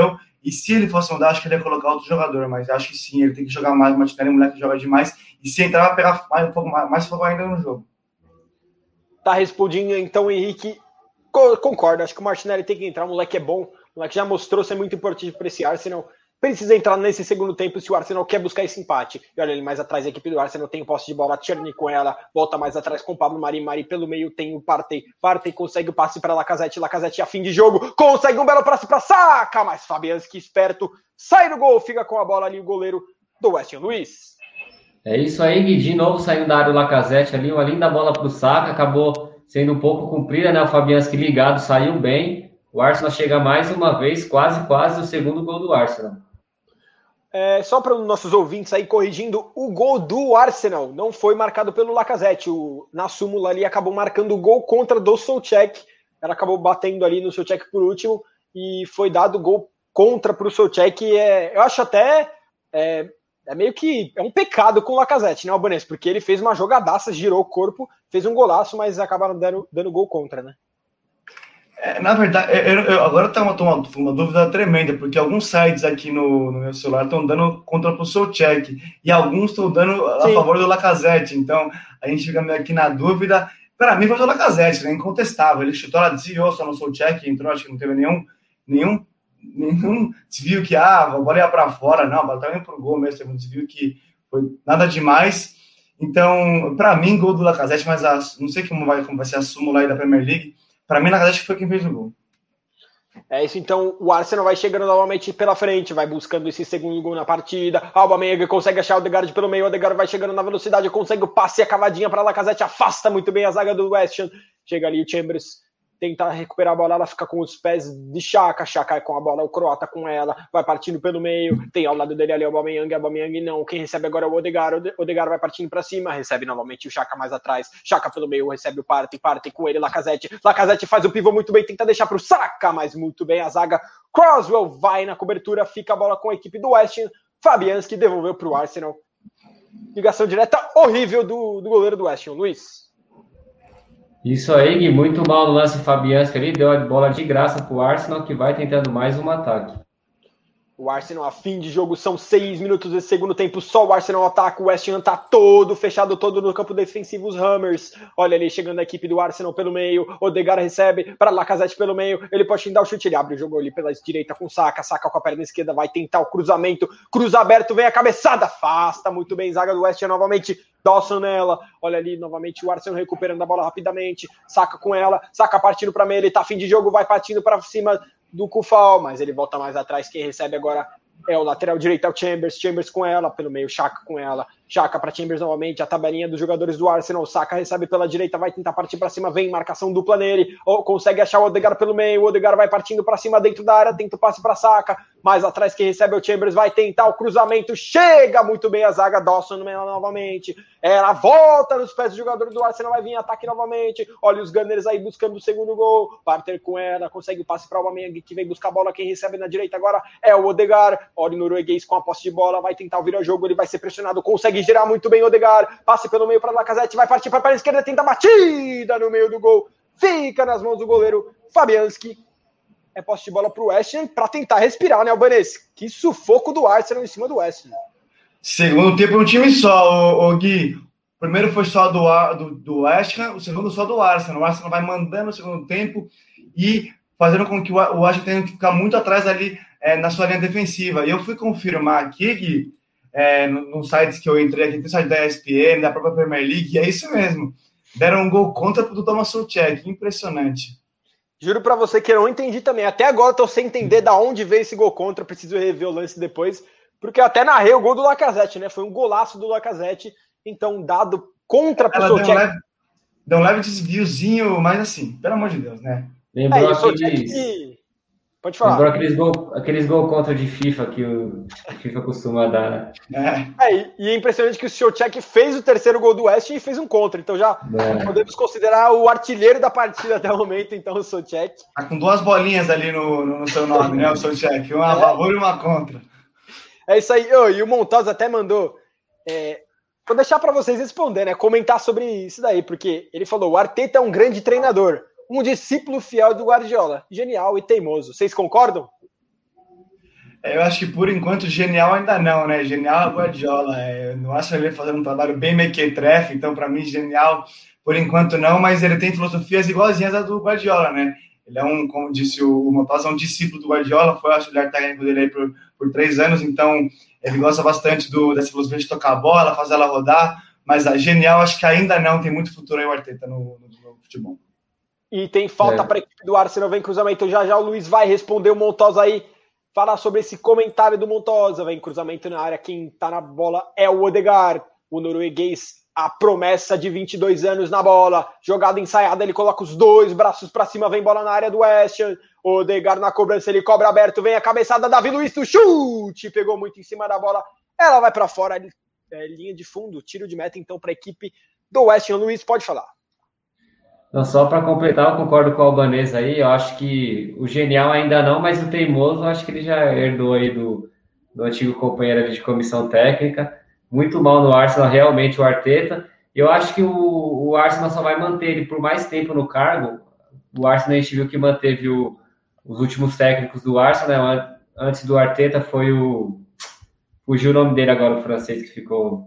E se ele fosse mudar, acho que ele ia colocar outro jogador, mas acho que sim, ele tem que jogar mais. O Martinelli é um moleque que joga demais, e se entrar, vai pegar mais, um pouco mais, mais fogo ainda no jogo. Tá respondendo, então, Henrique. Concordo, acho que o Martinelli tem que entrar, o moleque é bom, o moleque já mostrou ser muito importante para esse Arsenal. Precisa entrar nesse segundo tempo se o Arsenal quer buscar esse empate. E olha ele mais atrás, a equipe do Arsenal tem posse de bola, Tierney com ela, volta mais atrás com o Pablo Mari, Mari pelo meio tem o Partey, Partey consegue o passe para Lacazette, Lacazette a fim de jogo, consegue um belo passe para Saka, mas Fabianski esperto, sai do gol, fica com a bola ali o goleiro do West Ham, Luiz. É isso aí, Gui, de novo saindo da área o Lacazette ali, uma linda bola para o Saka, acabou sendo um pouco comprida, né? O Fabianski ligado, saiu bem. O Arsenal chega mais uma vez, quase, quase o segundo gol do Arsenal. É, só para os nossos ouvintes aí corrigindo, o gol do Arsenal não foi marcado pelo Lacazette. O, na súmula ali acabou marcando o gol contra do Souček. Ela acabou batendo ali no Souček por último e foi dado gol contra para o Souček. É, eu acho até é, é meio que é um pecado com o Lacazette, né, Albanese? Porque ele fez uma jogadaça, girou o corpo, fez um golaço, mas acabaram dando, dando gol contra, né? É, na verdade, eu, eu, agora está uma, uma, uma dúvida tremenda, porque alguns sites aqui no, no meu celular estão dando contra o Souček e alguns estão dando a Sim. favor do Lacazette. Então, a gente fica meio aqui na dúvida. Para mim, foi o Lacazette, né? Incontestável. Ele chutou, ela desviou só no Souček, entrou, acho que não teve nenhum, nenhum, nenhum desvio que, ah, a bola ia para fora. Não, a bola estava indo para o gol mesmo, teve um desvio que foi nada demais. Então, para mim, gol do Lacazette, mas a, não sei como vai, como vai ser a súmula aí da Premier League. Para mim, Lacazette foi quem fez o gol. É isso, então o Arsenal vai chegando novamente pela frente, vai buscando esse segundo gol na partida. Aubameyang consegue achar o Odegaard pelo meio, o Odegaard vai chegando na velocidade, consegue o passe e a cavadinha para Lacazette, afasta muito bem a zaga do West Ham. Chega ali o Chambers, tenta recuperar a bola, ela fica com os pés de Xhaka, Xhaka é com a bola, o croata com ela, vai partindo pelo meio, tem ao lado dele ali o Aubameyang, Aubameyang não, quem recebe agora é o Odegaard, o Odegaard vai partindo para cima, recebe novamente o Xhaka mais atrás, Xhaka pelo meio, recebe o Partey, Partey com ele, Lacazette, Lacazette faz o pivô muito bem, tenta deixar para o Saka, mas muito bem a zaga, Croswell vai na cobertura, fica a bola com a equipe do West Ham, Fabianski devolveu para o Arsenal, ligação direta horrível do, do goleiro do West Ham, Luiz. Isso aí, Gui, muito mal no lance Fabianski ali, deu a bola de graça pro Arsenal, que vai tentando mais um ataque. O Arsenal a fim de jogo, são seis minutos desse segundo tempo, só o Arsenal ataca, o West Ham tá todo fechado, todo no campo defensivo, os Hammers, olha ali, chegando a equipe do Arsenal pelo meio, Odegaard recebe para Lacazette pelo meio, ele pode dar o chute, ele abre o jogo ali pela direita com Saka, Saka com a perna esquerda, vai tentar o cruzamento, cruza aberto, vem a cabeçada, afasta muito bem, zaga do West Ham novamente, Dawson nela, olha ali, novamente o Arsenal recuperando a bola rapidamente, Saka com ela, Saka partindo para meio, ele tá a fim de jogo, vai partindo para cima do Kufal, mas ele volta mais atrás, quem recebe agora é o lateral direito, é o Chambers, Chambers com ela, pelo meio, Xhaka com ela, Xhaka para Chambers novamente, a tabelinha dos jogadores do Arsenal, Saka recebe pela direita, vai tentar partir para cima, vem, marcação dupla nele, ou consegue achar o Odegaard pelo meio, o Odegaard vai partindo para cima dentro da área, tenta o passe para Saka, mais atrás quem recebe é o Chambers, vai tentar o cruzamento, chega muito bem a zaga, Dawson novamente, ela volta nos pés do jogador do Arsenal, vai vir em ataque novamente, olha os Gunners aí buscando o segundo gol, Partey com ela, consegue o passe para o Aubameyang que vem buscar a bola, quem recebe na direita agora é o Odegaard, olha o norueguês com a posse de bola, vai tentar o vira-jogo, ele vai ser pressionado, consegue girar muito bem o Odegaard, passe pelo meio para Lacazette, vai partir para a esquerda, tenta a batida no meio do gol, fica nas mãos do goleiro Fabianski, é posse de bola para o West Ham, para tentar respirar, né, Albanese? Que sufoco do Arsenal em cima do West Ham. Segundo tempo um time só, o, o Gui. O primeiro foi só do, do, do West Ham, o segundo só do Arsenal. O Arsenal vai mandando no segundo tempo e fazendo com que o, o West Ham tenha que ficar muito atrás ali é, na sua linha defensiva. E eu fui confirmar aqui, Gui, é, nos no sites que eu entrei aqui, tem o site da E S P N, da própria Premier League, e é isso mesmo. Deram um gol contra do Thomas Souček, impressionante. Juro pra você que eu não entendi também. Até agora eu tô sem entender da onde veio esse gol contra, preciso rever o lance depois, porque eu até narrei o gol do Lacazette, né? Foi um golaço do Lacazette, então dado contra pro Souček. Deu um leve, deu um leve desviozinho, mas assim, pelo amor de Deus, né? Lembrou é, aqueles... que... Pode falar. Lembrou aqueles gol, aqueles gol contra de FIFA que o a FIFA costuma dar, né? É, é e é impressionante que o Souček fez o terceiro gol do West e fez um contra, então já é. podemos considerar o artilheiro da partida até o momento, então o Souček. Tá com duas bolinhas ali no, no seu nome, né, o Souček, uma a favor e uma contra. É isso aí, oh, e o Montosa até mandou, é, vou deixar para vocês responder, né, comentar sobre isso daí, porque ele falou, o Arteta é um grande treinador, um discípulo fiel do Guardiola, genial e teimoso. Vocês concordam? Eu acho que por enquanto genial ainda não, né? Genial é Guardiola. É, eu não acho ele fazendo um trabalho bem mequetrefe, então para mim genial por enquanto não, mas ele tem filosofias igualzinhas à do Guardiola, né? Ele é um, como disse o Montosa, um discípulo do Guardiola, foi auxiliar técnico dele aí por, por três anos, então ele gosta bastante do, dessa filosofia de tocar a bola, fazer ela rodar, mas a genial acho que ainda não, tem muito futuro aí o Arteta no, no, no futebol. E tem falta é. para a equipe do Arsenal, vem cruzamento, já já o Luiz vai responder o Montosa aí, falar sobre esse comentário do Montosa, vem cruzamento na área, quem tá na bola é o Odegaard, o norueguês, a promessa de vinte e dois anos na bola, jogada ensaiada, ele coloca os dois braços para cima, vem bola na área do West Ham, Odegaard na cobrança, ele cobra aberto, vem a cabeçada, Davi Luiz do chute, pegou muito em cima da bola, ela vai para fora, é, linha de fundo, tiro de meta então para a equipe do West Ham. Luiz, pode falar. Não, só para completar, eu concordo com o Albanês aí, eu acho que o genial ainda não, mas o teimoso, eu acho que ele já herdou aí do, do antigo companheiro de comissão técnica, muito mal no Arsenal, realmente, o Arteta, eu acho que o, o Arsenal só vai manter ele por mais tempo no cargo. O Arsenal, a gente viu que manteve o, os últimos técnicos do Arsenal, né? Antes do Arteta foi o, fugiu o nome dele agora, o francês que ficou...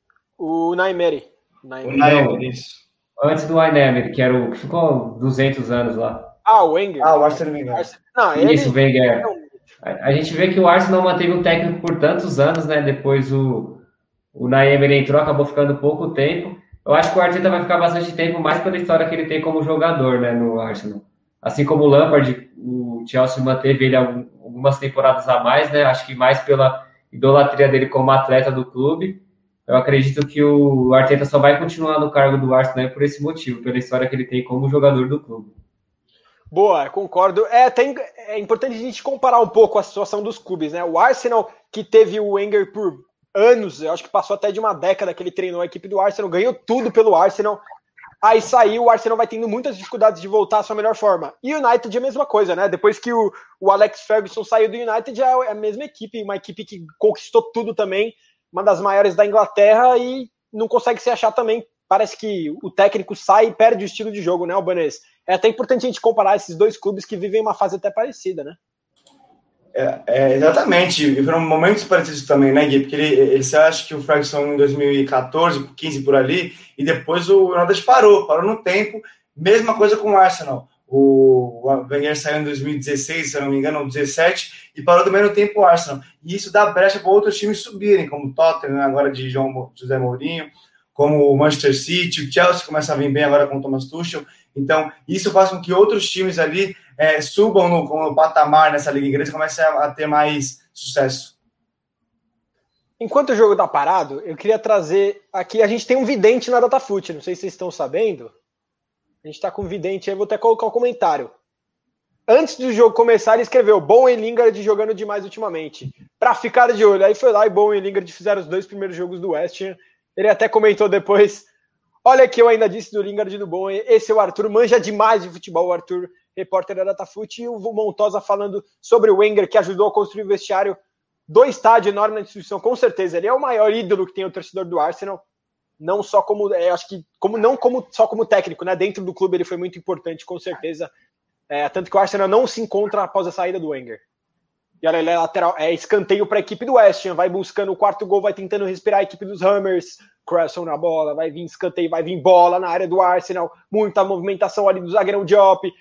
O Naimeri. O Naimeri, isso. Antes do Emery, que era o que ficou duzentos anos lá. Ah, o Wenger. Ah, o Arsene Wenger. Não, Isso, o ele... Wenger. A, a gente vê que o Arsenal manteve um técnico por tantos anos, né? Depois o, o Naemery entrou, acabou ficando pouco tempo. Eu acho que o Arteta vai ficar bastante tempo, mais pela história que ele tem como jogador, né, no Arsenal. Assim como o Lampard, o Chelsea manteve ele algumas temporadas a mais, né? Acho que mais pela idolatria dele como atleta do clube. Eu acredito que o Arteta só vai continuar no cargo do Arsenal por esse motivo, pela história que ele tem como jogador do clube. Boa, concordo. É, tem, é importante a gente comparar um pouco a situação dos clubes, né? O Arsenal, que teve o Wenger por anos, eu acho que passou até de uma década que ele treinou a equipe do Arsenal, ganhou tudo pelo Arsenal. Aí saiu, o Arsenal vai tendo muitas dificuldades de voltar à sua melhor forma. E o United é a mesma coisa, né? Depois que o, o Alex Ferguson saiu do United, é a mesma equipe, uma equipe que conquistou tudo também, uma das maiores da Inglaterra, e não consegue se achar também. Parece que o técnico sai e perde o estilo de jogo, né, Albanês? É até importante a gente comparar esses dois clubes que vivem uma fase até parecida, né? É, é, exatamente, e foram momentos parecidos também, né, Gui? Porque ele, ele você acha que o Ferguson em dois mil e catorze, quinze por ali, e depois o United parou, parou no tempo, mesma coisa com o Arsenal. O Wenger saiu em dois mil e dezesseis, se eu não me engano, ou dezessete, e parou também no tempo o Arsenal. E isso dá brecha para outros times subirem, como o Tottenham, agora de João José Mourinho, como o Manchester City, o Chelsea começa a vir bem agora com o Thomas Tuchel. Então, isso faz com que outros times ali é, subam no, no patamar nessa Liga Inglesa e comecem a, a ter mais sucesso. Enquanto o jogo está parado, eu queria trazer aqui, a gente tem um vidente na Datafute, não sei se vocês estão sabendo. A gente está com um vidente aí, vou até colocar um comentário. Antes do jogo começar, ele escreveu Bowen e Lingard jogando demais ultimamente. Para ficar de olho. Aí foi lá e Bowen e Lingard fizeram os dois primeiros jogos do West Ham. Ele até comentou depois, olha que eu ainda disse do Lingard e do Bowen, esse é o Arthur, manja demais de futebol, o Arthur, repórter da Datafute, e o Montosa falando sobre o Wenger, que ajudou a construir o vestiário do estádio enorme na instituição, com certeza. Ele é o maior ídolo que tem o torcedor do Arsenal, não só como, é, acho que como, não como, só como técnico, né? Dentro do clube ele foi muito importante, com certeza. É, tanto que o Arsenal não se encontra após a saída do Wenger. E olha, ele é lateral, é escanteio para a equipe do West Ham, vai buscando o quarto gol, vai tentando respirar a equipe dos Hammers, Cresson na bola, vai vir escanteio, vai vir bola na área do Arsenal, muita movimentação ali do zagueirão Diop,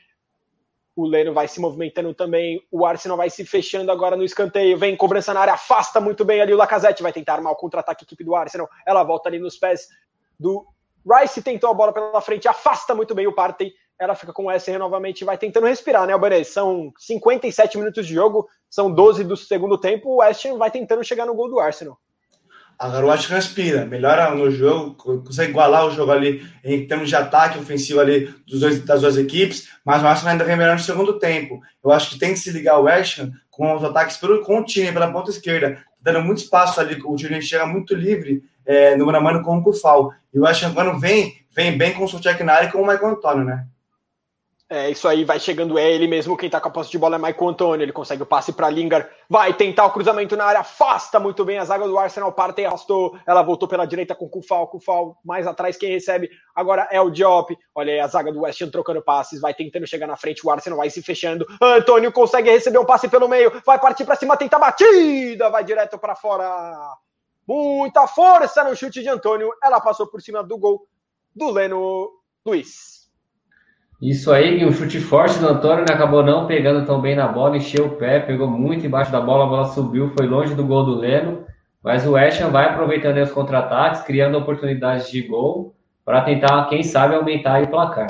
o Leno vai se movimentando também, o Arsenal vai se fechando agora no escanteio, vem cobrança na área, afasta muito bem ali o Lacazette, vai tentar armar o contra-ataque a equipe do Arsenal, ela volta ali nos pés do Rice, tentou a bola pela frente, afasta muito bem o Partey, ela fica com o S R novamente e vai tentando respirar, né, Albanês? São cinquenta e sete minutos de jogo, são doze do segundo tempo, o West Ham vai tentando chegar no gol do Arsenal. Agora o West Ham respira, melhora no jogo, consegue igualar o jogo ali em termos de ataque ofensivo ali dos dois, das duas equipes, mas o Arsenal ainda vem melhor no segundo tempo. Eu acho que tem que se ligar o West Ham com os ataques pelo, com o time, pela ponta esquerda, dando muito espaço ali, o time chega muito livre é, no mano a mano com o Kufal. E o West Ham, quando vem, vem bem com o Souček na área e com o Michael Antônio, né? É, isso aí, vai chegando ele mesmo, quem tá com a posse de bola é Maicon Antônio, ele consegue o passe para Lingard, vai tentar o cruzamento na área, afasta muito bem a zaga do Arsenal, parte e arrastou, ela voltou pela direita com o Kufal, Kufal mais atrás, quem recebe agora é o Diop, olha aí a zaga do West Ham trocando passes, vai tentando chegar na frente, o Arsenal vai se fechando, Antônio consegue receber um passe pelo meio, vai partir para cima, tenta a batida, vai direto para fora, muita força no chute de Antônio, ela passou por cima do gol do Leno Luiz. Isso aí, um chute forte do Antônio, né? Acabou não pegando tão bem na bola, encheu o pé, pegou muito embaixo da bola, a bola subiu, foi longe do gol do Leno, mas o West Ham vai aproveitando os contra-ataques, criando oportunidades de gol, para tentar, quem sabe, aumentar aí o placar.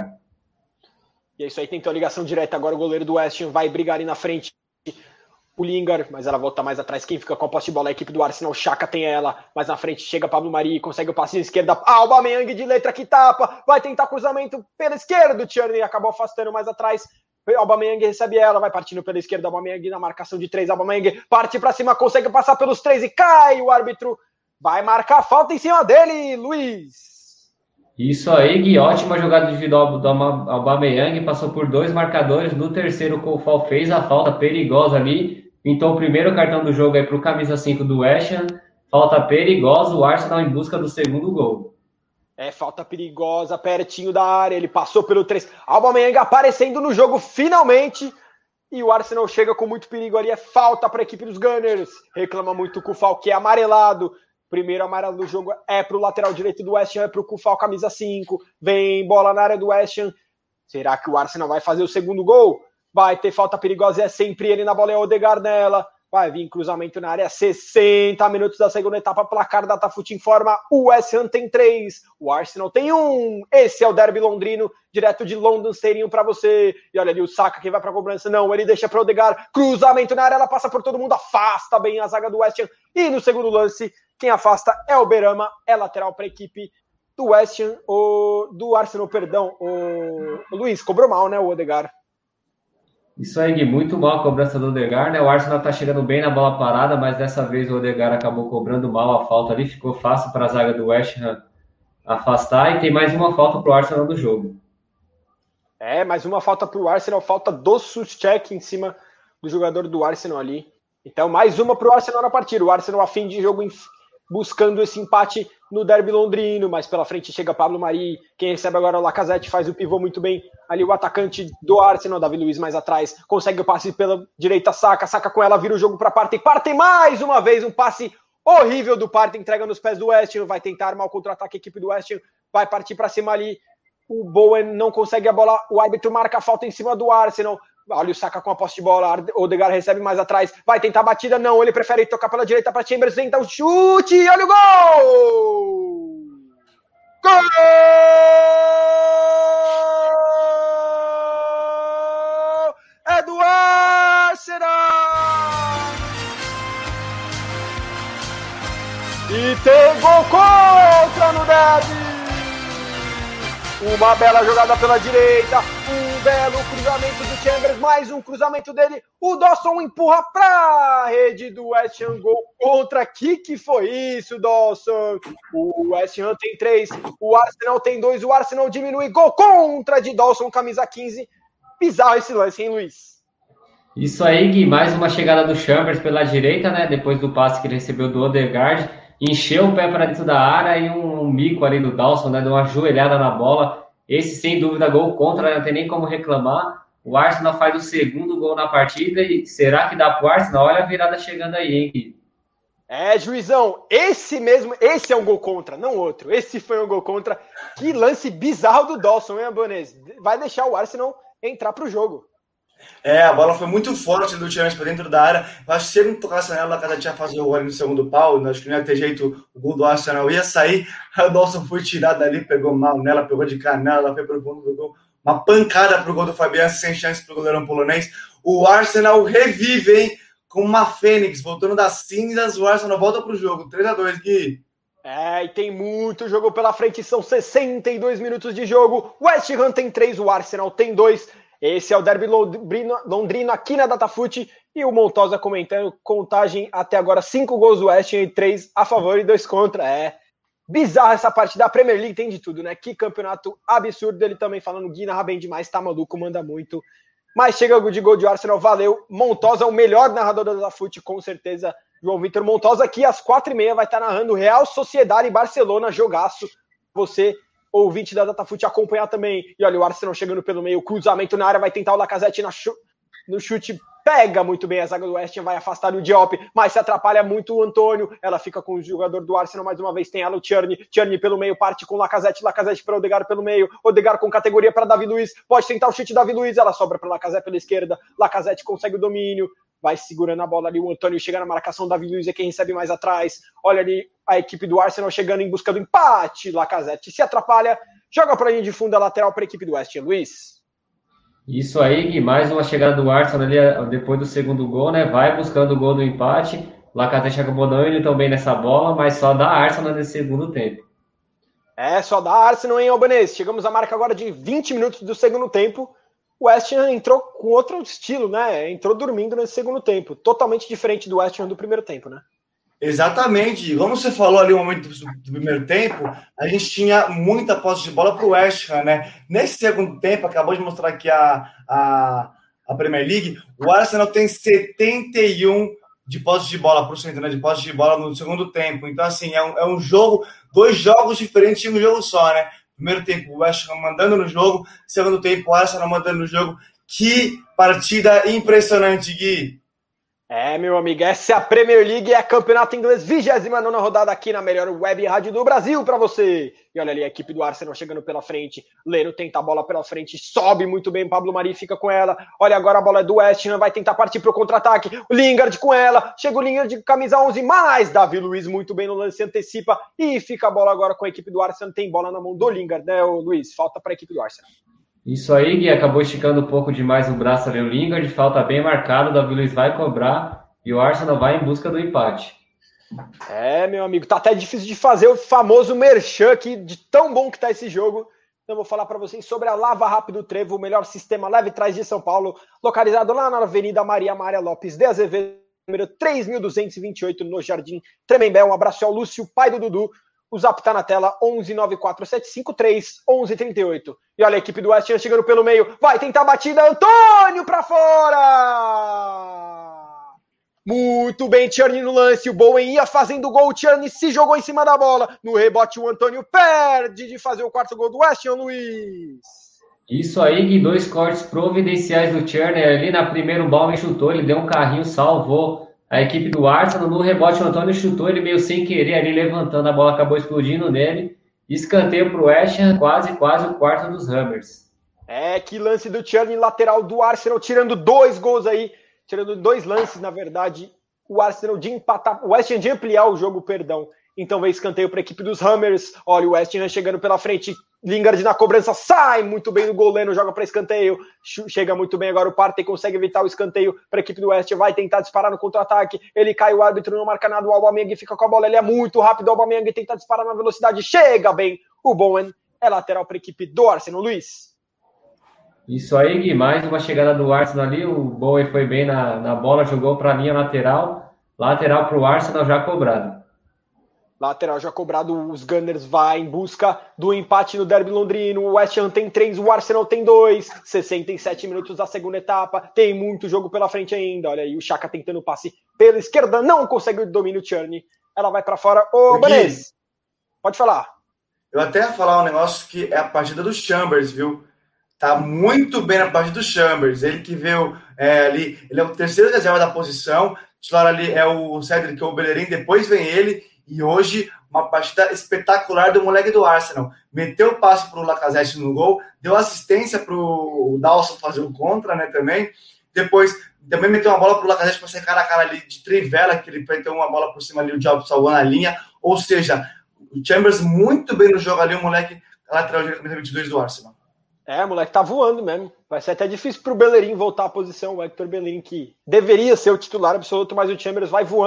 E é isso aí, tentou a ligação direta, agora o goleiro do West Ham vai brigar ali na frente, o Lingard, mas ela volta mais atrás, quem fica com a posse de bola é a equipe do Arsenal, Xhaka tem ela, mas na frente chega Pablo Mari, consegue o passe de esquerda, Aubameyang de letra que tapa, vai tentar cruzamento pela esquerda, o Tierney acabou afastando mais atrás, Aubameyang recebe ela, vai partindo pela esquerda, Aubameyang na marcação de três, Aubameyang parte pra cima, consegue passar pelos três e cai, o árbitro vai marcar falta em cima dele, Luiz. Isso aí, Gui, ótima jogada individual do Aubameyang, passou por dois marcadores, no terceiro o Kofal fez a falta perigosa ali, pintou o primeiro cartão do jogo aí para o camisa cinco do West Ham, falta perigosa, o Arsenal em busca do segundo gol. É, falta perigosa, pertinho da área, ele passou pelo três, Aubameyang aparecendo no jogo finalmente, e o Arsenal chega com muito perigo ali, é falta para a equipe dos Gunners, reclama muito o Kufal, que é amarelado, primeiro amarelo do jogo é para o lateral direito do West Ham, é para o Kufal, camisa cinco, vem bola na área do West Ham, será que o Arsenal vai fazer o segundo gol? Vai ter falta perigosa, é sempre ele na bola, é o Odegaard nela, vai vir cruzamento na área, sessenta minutos da segunda etapa, placar da Datafute informa, o West Ham tem três, o Arsenal tem um, esse é o derby londrino, direto de London Stadium para você, e olha ali o Saka que vai para a cobrança, não, ele deixa para o Odegaard, cruzamento na área, ela passa por todo mundo, afasta bem a zaga do West Ham, e no segundo lance, quem afasta é o Berama, é lateral para a equipe do West Ham, o, do Arsenal, perdão, o, o Luiz, cobrou mal, né, o Odegaard. Isso aí, Gui, muito mal a cobrança do Odegaard, né? O Arsenal tá chegando bem na bola parada, mas dessa vez o Odegaard acabou cobrando mal a falta ali, ficou fácil para a zaga do West Ham afastar, e tem mais uma falta pro Arsenal do jogo. É, mais uma falta pro Arsenal, falta do Souček em cima do jogador do Arsenal ali. Então, mais uma pro Arsenal na partida. O Arsenal a fim de jogo buscando esse empate no derby londrino, mas pela frente chega Pablo Mari, quem recebe agora é o Lacazette, faz o pivô muito bem, ali o atacante do Arsenal, Davi Luiz mais atrás, consegue o passe pela direita, saca, saca com ela, vira o jogo para Partey, Partey mais uma vez, um passe horrível do Partey, entrega nos pés do West Ham, vai tentar armar o contra-ataque, a equipe do West Ham vai partir para cima ali, o Bowen não consegue a bola, o árbitro marca a falta em cima do Arsenal, olha o Saka com a posse de bola, o Odegaard recebe mais atrás, vai tentar a batida, não, ele prefere tocar pela direita para Chambers, tenta o chute, e olha o gol! Gol! É do Arsenal! E tem gol contra no derby! Uma bela jogada pela direita, um belo cruzamento do Chambers, mais um cruzamento dele, o Dawson empurra para a rede do West Ham, gol contra, que que foi isso, Dawson? O West Ham tem três, o Arsenal tem dois, o Arsenal diminui, gol contra de Dawson, camisa quinze, bizarro esse lance, hein, Luiz? Isso aí, Gui, mais uma chegada do Chambers pela direita, né, depois do passe que ele recebeu do Odegaard, encheu o pé para dentro da área e um, um mico ali do Dawson, né, deu uma joelhada na bola. Esse, sem dúvida, gol contra, não tem nem como reclamar. O Arsenal faz o segundo gol na partida e será que dá pro Arsenal? Olha a virada chegando aí, hein, Gui? É, juizão, esse mesmo, esse é um gol contra, não outro. Esse foi um gol contra. Que lance bizarro do Dawson, hein, Abonese? Vai deixar o Arsenal entrar pro jogo. É, a bola foi muito forte do Chelsea para dentro da área. Eu acho que se ele não tocasse nela, a Casa tinha fazer o gol no segundo pau. Acho que não ia ter jeito, o gol do Arsenal ia sair. Aí o Dawson foi tirado ali, pegou mal nela, pegou de canela, foi pro fundo do gol. Uma pancada pro gol do Fabiano, sem chance pro goleirão polonês. O Arsenal revive, hein? Com uma fênix, voltando das cinzas, o Arsenal volta pro jogo. três a dois, Gui. É, e tem muito jogo pela frente, são sessenta e dois minutos de jogo. O West Ham tem três, o Arsenal tem dois. Esse é o derby londrino, londrino aqui na Datafute. E o Montosa comentando, contagem até agora, cinco gols do West Ham e três a favor e dois contra. É, bizarra essa partida. A Premier League tem de tudo, né? Que campeonato absurdo. Ele também falando, Gui narra bem demais, tá maluco, manda muito. Mas chega de gol de Arsenal, valeu. Montosa, o melhor narrador da Datafoot, com certeza. João Vitor Montosa, aqui às quatro e meia vai estar narrando Real Sociedade e Barcelona, jogaço. Você, ouvinte da Datafoot, acompanhar também. E olha, o Arsenal chegando pelo meio, cruzamento na área, vai tentar o Lacazette na chu- no chute. Pega muito bem a zaga do West Ham, vai afastar o Diop, mas se atrapalha muito o Antônio. Ela fica com o jogador do Arsenal, mais uma vez tem ela, o Tierney. Tierney pelo meio, parte com o Lacazette. Lacazette para o Odegaard pelo meio. Odegaard com categoria para Davi Luiz. Pode tentar o chute Davi Luiz, ela sobra para Lacazette pela esquerda. Lacazette consegue o domínio. Vai segurando a bola ali, o Antônio chega na marcação, Davi Luiz é quem recebe mais atrás. Olha ali a equipe do Arsenal chegando em busca do empate. Lacazette se atrapalha, joga para a linha de fundo, a lateral para a equipe do West Ham. Luiz. Isso aí, Gui, mais uma chegada do Arsenal ali depois do segundo gol, né? Vai buscando o gol do empate. Lacazette acabou não indo tão bem nessa bola, mas só dá Arsenal nesse segundo tempo. É, só dá Arsenal, hein, Albanese? Chegamos à marca agora de vinte minutos do segundo tempo. O West Ham entrou com outro estilo, né? Entrou dormindo nesse segundo tempo. Totalmente diferente do West Ham do primeiro tempo, né? Exatamente. Como você falou ali no momento do primeiro tempo, a gente tinha muita posse de bola para o West Ham, né? Nesse segundo tempo, acabou de mostrar aqui a, a, a Premier League, o Arsenal tem setenta e um de posse de bola por cento, né? De posse de bola no segundo tempo. Então, assim, é um, é um jogo, dois jogos diferentes em um jogo só, né? Primeiro tempo, o West Ham mandando no jogo, segundo tempo, o Arsenal mandando no jogo. Que partida impressionante, Gui! É, meu amigo, essa é a Premier League, é campeonato inglês, vigésima nona rodada aqui na melhor web rádio do Brasil para você. E olha ali a equipe do Arsenal chegando pela frente, Leno tenta a bola pela frente, sobe muito bem, Pablo Mari fica com ela. Olha agora a bola é do West Ham, vai tentar partir para o contra-ataque, o Lingard com ela, chega o Lingard de camisa onze, mais Davi Luiz muito bem no lance, antecipa e fica a bola agora com a equipe do Arsenal, tem bola na mão do Lingard, né, o Luiz? Falta para a equipe do Arsenal. Isso aí, Gui, acabou esticando um pouco demais o braço ali o Lingard, falta bem marcado, o Davi Luiz vai cobrar. E o Arsenal vai em busca do empate. É, meu amigo, tá até difícil de fazer o famoso merchan aqui, de tão bom que tá esse jogo. Então eu vou falar para vocês sobre a Lava Rápido Trevo, o melhor sistema leve trás de São Paulo, localizado lá na Avenida Maria Maria Lopes de Azevedo, número três mil duzentos e vinte e oito, no Jardim Tremembé. Um abraço ao Lúcio, pai do Dudu. O zap tá na tela, onze nove quatro sete cinco três um um três oito. E olha a equipe do West Ham chegando pelo meio, vai tentar a batida, Antônio para fora! Muito bem, Tierney no lance, o Bowen ia fazendo gol, o Tierney se jogou em cima da bola, no rebote o Antônio perde de fazer o quarto gol do West Ham, Luiz. Isso aí, Gui, dois cortes providenciais do Tierney, ali na primeira o Bowen chutou, ele deu um carrinho, salvou a equipe do Arsenal, no rebote o Antônio chutou, ele meio sem querer ali levantando, a bola acabou explodindo nele, escanteio para o West Ham, quase, quase o quarto dos Hammers. É, que lance do Tierney, lateral do Arsenal, tirando dois gols aí, tirando dois lances, na verdade, o Arsenal de empatar, o West Ham de ampliar o jogo, perdão. Então vem escanteio para a equipe dos Hammers. Olha o West Ham chegando pela frente, Lingard na cobrança, sai muito bem do goleiro, joga para escanteio, chega muito bem agora o Partey, consegue evitar o escanteio para a equipe do West Ham, vai tentar disparar no contra-ataque, ele cai, o árbitro não marca nada, o Aubameyang fica com a bola, ele é muito rápido, o Aubameyang tenta disparar na velocidade, chega bem, o Bowen é lateral para a equipe do Arsenal, Luiz. Isso aí, Gui, mais uma chegada do Arsenal ali, o Bowen foi bem na, na bola, jogou para a linha lateral, lateral para o Arsenal já cobrado. Lateral já cobrado, os Gunners vai em busca do empate no derby londrino, o West Ham tem três, o Arsenal tem dois, sessenta e sete minutos da segunda etapa, tem muito jogo pela frente ainda, olha aí o Xhaka tentando passe pela esquerda, não consegue o domínio Tierney, ela vai para fora, ô Banês, pode falar. Eu até ia falar um negócio que é a partida dos Chambers, viu? Tá muito bem na partida dos Chambers, ele que veio é, ali, ele é o terceiro reserva da posição, titular ali é o Cedric ou o Bellerin, depois vem ele. E hoje, uma partida espetacular do moleque do Arsenal. Meteu o passe para o Lacazette no gol, deu assistência para o Dawson fazer o contra, né, também. Depois, também meteu uma bola para o Lacazette para secar a cara ali de trivela, que ele meteu uma bola por cima ali, o Diabo salvou na linha. Ou seja, o Chambers muito bem no jogo ali, o moleque lateral de vinte e dois do Arsenal. É, o moleque tá voando mesmo. Vai ser até difícil pro Bellerin voltar à posição, o Hector Bellerin, que deveria ser o titular absoluto, mas o Chambers vai voando.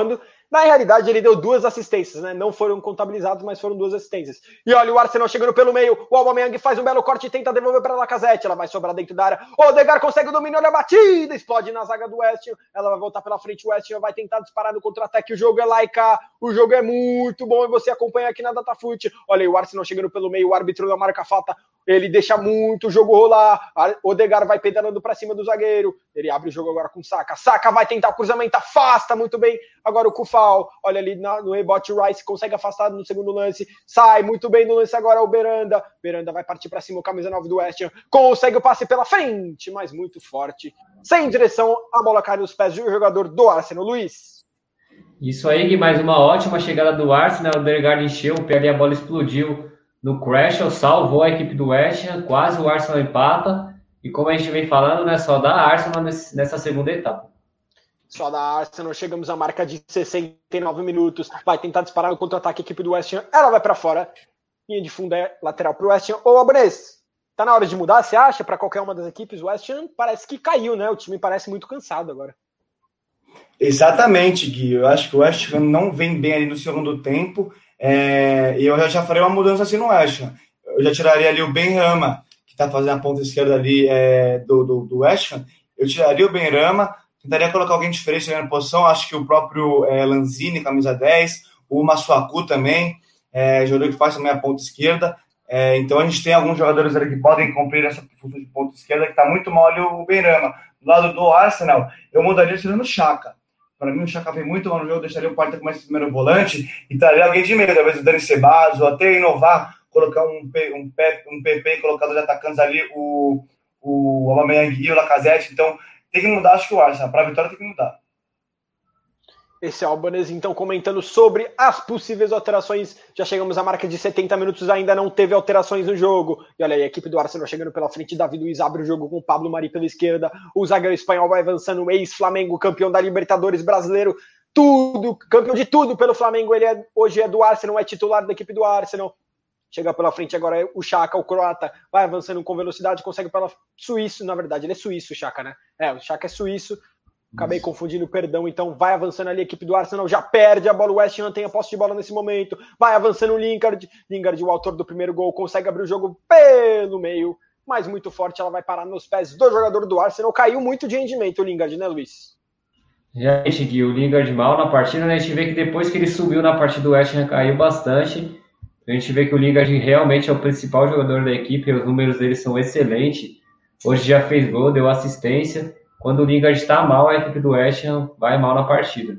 Na realidade, ele deu duas assistências, né? Não foram contabilizados, mas foram duas assistências. E olha o Arsenal chegando pelo meio. O Aubameyang faz um belo corte e tenta devolver para a Lacazette. Ela vai sobrar dentro da área. O Odegaard consegue o domínio, olha a batida. Explode na zaga do West Ham. Ela vai voltar pela frente. O West Ham vai tentar disparar no contra-ataque. O jogo é lá e cá. O jogo é muito bom e você acompanha aqui na DataFoot. Olha aí o Arsenal chegando pelo meio. O árbitro não marca falta. Ele deixa muito o jogo rolar. O Odegaard vai pedalando para cima do zagueiro. Ele abre o jogo agora com o Saka. Saka vai tentar o cruzamento. Afasta muito bem. Agora o Kufal. Olha ali na, no rebote. O Rice consegue afastar no segundo lance. Sai muito bem no lance agora o Beranda. Beranda vai partir para cima. O camisa nove do West Ham. Consegue o passe pela frente, mas muito forte. Sem direção. A bola cai nos pés do jogador do Arsenal. Luiz. Isso aí, Gui. Mais uma ótima chegada do Arsenal. O Odegaard encheu o pé ali. A bola explodiu no crash, salvou a equipe do West Ham, quase o Arsenal empata, e como a gente vem falando, né, só dá Arsenal nessa segunda etapa. Só da Arsenal, chegamos à marca de sessenta e nove minutos, vai tentar disparar no contra-ataque a equipe do West Ham, ela vai para fora, linha de fundo é lateral para o West Ham. Ô, Abonês, tá na hora de mudar, você acha, para qualquer uma das equipes? O West Ham parece que caiu, né, o time parece muito cansado agora. Exatamente, Gui, eu acho que o West Ham não vem bem ali no segundo tempo. É, e eu já, já farei uma mudança assim no West Ham. Eu já tiraria ali o Benrahma, que está fazendo a ponta esquerda ali é, do, do, do West Ham. Eu tiraria o Benrahma, tentaria colocar alguém diferente na posição. Acho que o próprio é, Lanzini, camisa dez, o Masuaku também, é, jogador que faz também a ponta esquerda. É, então a gente tem alguns jogadores ali que podem cumprir essa função de ponta esquerda, que está muito mal ali o Benrahma. Do lado do Arsenal, eu mudaria tirando o Chaka. Para mim, o Chaka vem muito mal no jogo, eu deixaria o Partey como esse primeiro volante e traria alguém de meio, talvez o Dani Ceballos, ou até inovar, colocar um, um, um P P e colocar os atacantes ali, o, o Aubameyang e o Lacazette. Então, tem que mudar, acho que o Arsenal. Para a vitória, tem que mudar. Esse é o Albanese, então, comentando sobre as possíveis alterações. Já chegamos à marca de setenta minutos, ainda não teve alterações no jogo. E olha aí, a equipe do Arsenal chegando pela frente. Davi Luiz abre o jogo com o Pablo Mari pela esquerda. O zagueiro espanhol vai avançando. O ex-Flamengo, campeão da Libertadores brasileiro. Tudo, campeão de tudo pelo Flamengo. Ele é, hoje é do Arsenal, é titular da equipe do Arsenal. Chega pela frente agora o Chaka, o croata, vai avançando com velocidade, consegue pela suíço, na verdade, ele é suíço, o Chaka, né? É, o Chaka é suíço. Acabei Isso. confundindo, perdão. Então vai avançando ali a equipe do Arsenal, já perde a bola. O West Ham tem a posse de bola nesse momento. Vai avançando o Lingard. Lingard, o autor do primeiro gol, consegue abrir o jogo pelo meio, mas muito forte. Ela vai parar nos pés do jogador do Arsenal. Caiu muito de rendimento o Lingard, né, Luiz? Gente, Gui, o Lingard mal na partida, né? A gente vê que depois que ele subiu na partida do West Ham caiu bastante. A gente vê que o Lingard realmente é o principal jogador da equipe. Os números dele são excelentes. Hoje já fez gol, deu assistência. Quando o Lingard está mal, a equipe do West Ham vai mal na partida.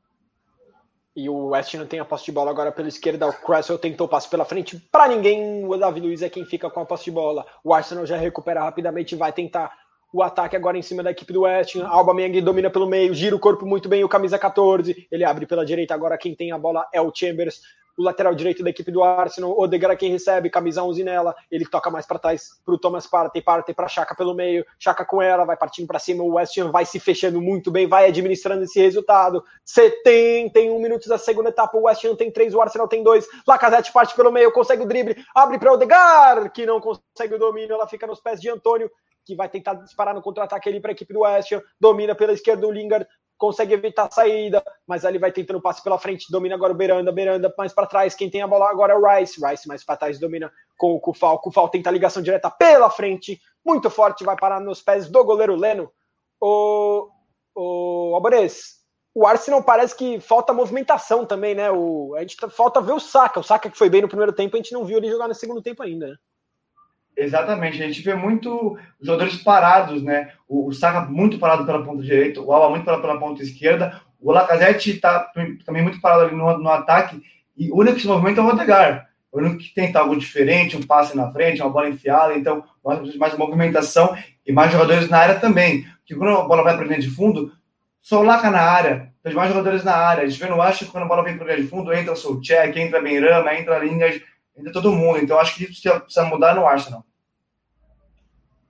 E o West Ham tem a posse de bola agora pela esquerda. O Cresswell tentou o passe pela frente. Para ninguém, o Davi Luiz é quem fica com a posse de bola. O Arsenal já recupera rapidamente e vai tentar o ataque agora em cima da equipe do West Ham. Aubameyang domina pelo meio, gira o corpo muito bem, o camisa catorze. Ele abre pela direita, agora quem tem a bola é o Chambers. O lateral direito da equipe do Arsenal, o Odegaard quem recebe, camisa onze nela, ele toca mais para trás para o Thomas Partey, Partey para Chaka pelo meio, Chaka com ela, vai partindo para cima, o West Ham vai se fechando muito bem, vai administrando esse resultado. setenta e um minutos da segunda etapa, o West Ham tem três, o Arsenal tem dois, Lacazette parte pelo meio, consegue o drible, abre para Odegaard, que não consegue o domínio, ela fica nos pés de Antônio, que vai tentar disparar no contra-ataque ali para a equipe do West Ham, domina pela esquerda o Lingard, consegue evitar a saída, mas ali vai tentando passe pela frente, domina agora o Beranda, Beranda mais para trás, quem tem a bola agora é o Rice, Rice mais para trás, domina com o Kufal, Kufal tenta a ligação direta pela frente, muito forte, vai parar nos pés do goleiro Leno. O, o Albanês, o Arsenal parece que falta movimentação também, né, o, a gente tá, falta ver o Saka, o Saka que foi bem no primeiro tempo, a gente não viu ele jogar no segundo tempo ainda, né? Exatamente, a gente vê muito jogadores parados, né? O, o Saka muito parado pela ponta direita, o Alba muito parado pela ponta esquerda, o Lacazette está também muito parado ali no, no ataque, e o único que se movimenta é o Odegaard, o único que tenta algo diferente, um passe na frente, uma bola enfiada, então mais, mais movimentação e mais jogadores na área também, porque quando a bola vai para a linha de fundo, só o Laca na área, tem mais jogadores na área, a gente vê no Acho que quando a bola vem para a linha de fundo, entra o Souček, entra Benrahma, entra Lingard, entra todo mundo, então acho que isso precisa mudar no Arsenal.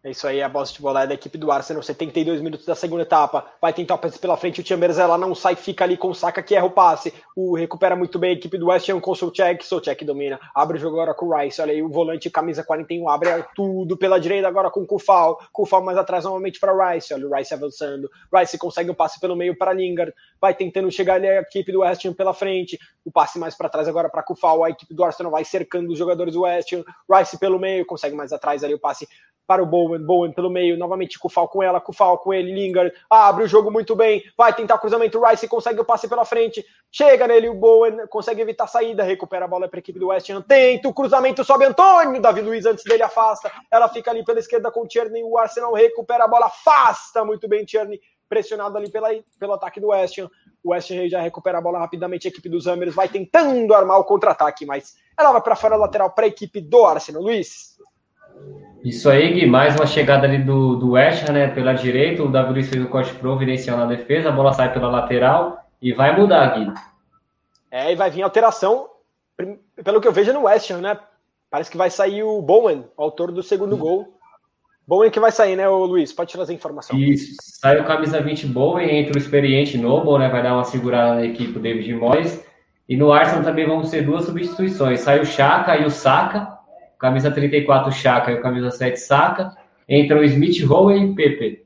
É isso aí, a bola de bola é da equipe do Arsenal, setenta e dois minutos da segunda etapa, vai tentar o passe pela frente, o Chambers ela não sai, fica ali com o Saka que erra o passe, o recupera muito bem a equipe do West Ham com o Souček, Souček domina, abre o jogo agora com o Rice, olha aí o volante camisa quarenta e um, abre tudo pela direita agora com o Kufal, Kufal mais atrás novamente para o Rice, olha o Rice avançando, Rice consegue um passe pelo meio para Lingard, vai tentando chegar ali a equipe do West Ham pela frente, o passe mais para trás agora para Kufal, a equipe do Arsenal vai cercando os jogadores do West Ham, Rice pelo meio, consegue mais atrás ali o passe para o Bowen, Bowen pelo meio, novamente Kufal com ela, Kufal com ele, Lingard, abre o jogo muito bem, vai tentar o cruzamento, o Rice consegue o passe pela frente, chega nele o Bowen, consegue evitar a saída, recupera a bola para a equipe do West Ham, tenta o cruzamento, sobe Antônio, Davi Luiz antes dele afasta, ela fica ali pela esquerda com o Tierney, o Arsenal recupera a bola, afasta muito bem Tierney, pressionado ali pela, pelo ataque do West Ham, o West Ham já recupera a bola rapidamente, a equipe dos Hammers vai tentando armar o contra-ataque, mas ela vai para fora lateral para a equipe do Arsenal, Luiz. Isso aí, Gui, mais uma chegada ali do, do West Ham, né, pela direita, o Davi Luiz fez o corte providencial na defesa, a bola sai pela lateral e vai mudar, Gui. É, e vai vir alteração, pelo que eu vejo no West Ham, né, parece que vai sair o Bowen, o autor do segundo gol. Bowen que vai sair, né, o Luiz, pode trazer informação. Isso, sai o camisa vinte Bowen, entra o experiente Noble, né, vai dar uma segurada na equipe, o David Moyes, e no Arsenal também vão ser duas substituições, sai o Xhaka e o Saka, camisa trinta e quatro, Xhaka, e o camisa sete, Saka. Entram o Smith Rowe e Pepe.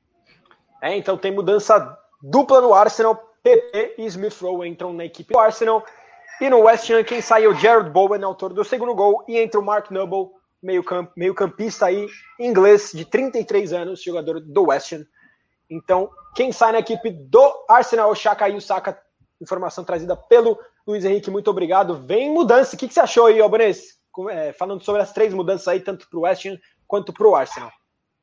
É, então tem mudança dupla no Arsenal. Pepe e Smith Rowe entram na equipe do Arsenal. E no West Ham, quem saiu? Jared Bowen, autor do segundo gol. E entra o Mark Noble, meio, camp, meio campista aí, inglês, de trinta e três anos, jogador do West Ham. Então, quem sai na equipe do Arsenal, o Xhaka e o Saka. Informação trazida pelo Luiz Henrique, muito obrigado. Vem mudança. O que, que você achou aí, Albanese? É, falando sobre as três mudanças aí, tanto para o West Ham quanto para o Arsenal.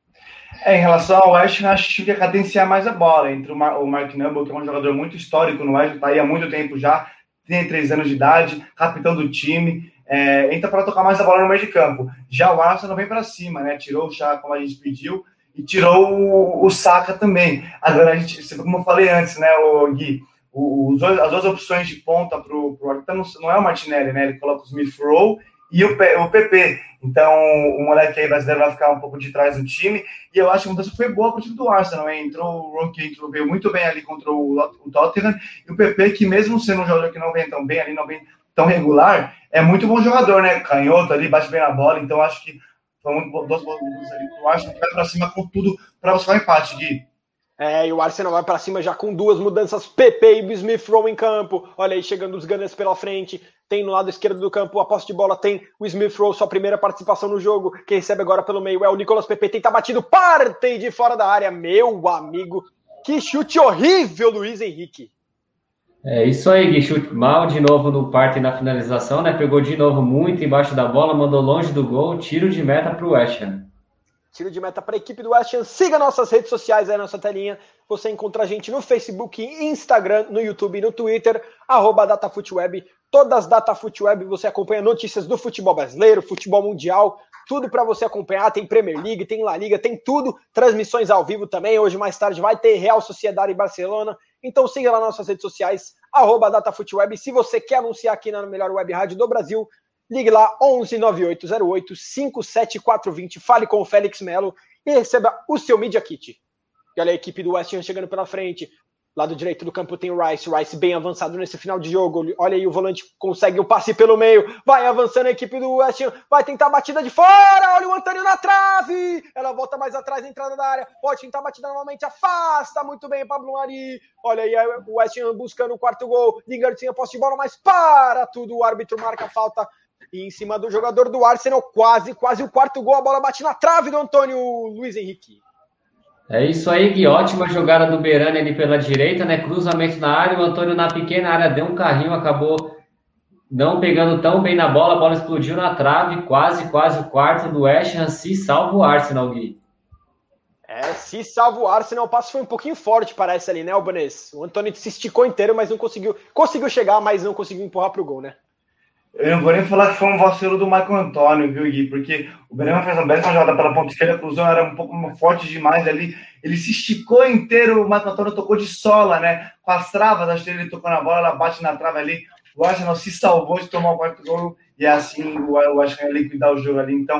É, em relação ao West Ham, acho que tinha que cadenciar mais a bola. Entre o, Mar- o Mark Noble, que é um jogador muito histórico no West Ham, está aí há muito tempo já, tem três anos de idade, capitão do time, é, entra para tocar mais a bola no meio de campo. Já o Arsenal vem para cima, né? Tirou o Xhaka, como a gente pediu, e tirou o, o Saka também. Agora, a gente, como eu falei antes, né, o Gui, o, os, as duas opções de ponta para o Arsenal não é o Martinelli, né? Ele coloca o Smith Rowe e o, P, o P P. Então, o moleque aí brasileiro vai ficar um pouco de trás do time. E eu acho que a mudança foi boa para o time do Arsenal. Hein? Entrou o Ronke, entrou, veio muito bem ali contra o, o Tottenham. E o P P, que mesmo sendo um jogador que não vem tão bem ali, não vem tão regular, é muito bom jogador, né? Canhoto ali, bate bem na bola. Então, acho que foi muito bom. Duas boas mudanças ali para o Arsenal. Vai para cima com tudo para buscar o um empate, Gui. É, e o Arsenal vai para cima já com duas mudanças, Pepe e Smith Rowe em campo. Olha aí, chegando os Gunners pela frente. Tem no lado esquerdo do campo a posse de bola, tem o Smith Rowe, sua primeira participação no jogo. Quem recebe agora pelo meio é o Nicolas Pepe, tenta batido, parte de fora da área. Meu amigo, que chute horrível, Luiz Henrique. É isso aí, Gui, chute mal de novo no parte e na finalização, né? Pegou de novo muito embaixo da bola, mandou longe do gol, tiro de meta para o West Ham. Tiro de meta para a equipe do West Ham. Siga nossas redes sociais aí na nossa telinha. Você encontra a gente no Facebook, Instagram, no YouTube e no Twitter, arroba DataFootWeb. Todas as DataFootWeb, você acompanha notícias do futebol brasileiro, futebol mundial, tudo para você acompanhar. Tem Premier League, tem La Liga, tem tudo. Transmissões ao vivo também. Hoje, mais tarde, vai ter Real Sociedade e Barcelona. Então siga lá nas nossas redes sociais, arroba DataFootWeb. Se você quer anunciar aqui na melhor web rádio do Brasil, ligue lá, onze nove oito zero oito cinco sete quatro dois zero, fale com o Félix Melo e receba o seu Media Kit. E olha a equipe do West Ham chegando pela frente. Lado direito do campo tem o Rice, o Rice bem avançado nesse final de jogo. Olha aí, o volante consegue o passe pelo meio. Vai avançando a equipe do West Ham, vai tentar a batida de fora. Olha o Antônio na trave. Ela volta mais atrás, entrada da área. Pode tentar a batida novamente, afasta muito bem Pablo Mari. Olha aí o West Ham buscando o quarto gol. Lingard tinha posse de bola, mas para tudo. O árbitro marca a falta. E em cima do jogador do Arsenal, quase, quase o quarto gol. A bola bate na trave do Antônio, Luiz Henrique. É isso aí, Gui. Ótima jogada do Berani ali pela direita, né? Cruzamento na área. O Antônio na pequena área deu um carrinho, acabou não pegando tão bem na bola. A bola explodiu na trave. Quase, quase o quarto do West Ham. Se salva o Arsenal, Gui. É, se salva o Arsenal. O passo foi um pouquinho forte, parece ali, né, Albanese? O Antônio se esticou inteiro, mas não conseguiu. Conseguiu chegar, mas não conseguiu empurrar pro gol, né? Eu não vou nem falar que foi um vacilo do Marco Antônio, viu, Gui? Porque o Berema fez uma belíssima jogada pela ponta esquerda, a cruzão era um pouco forte demais ali. Ele se esticou inteiro, o Marco Antônio tocou de sola, né? Com as travas, acho que ele tocou na bola, ela bate na trave ali. O Arsenal se salvou de tomar o quarto gol e assim o Arsenal ia liquidar o jogo ali. Então,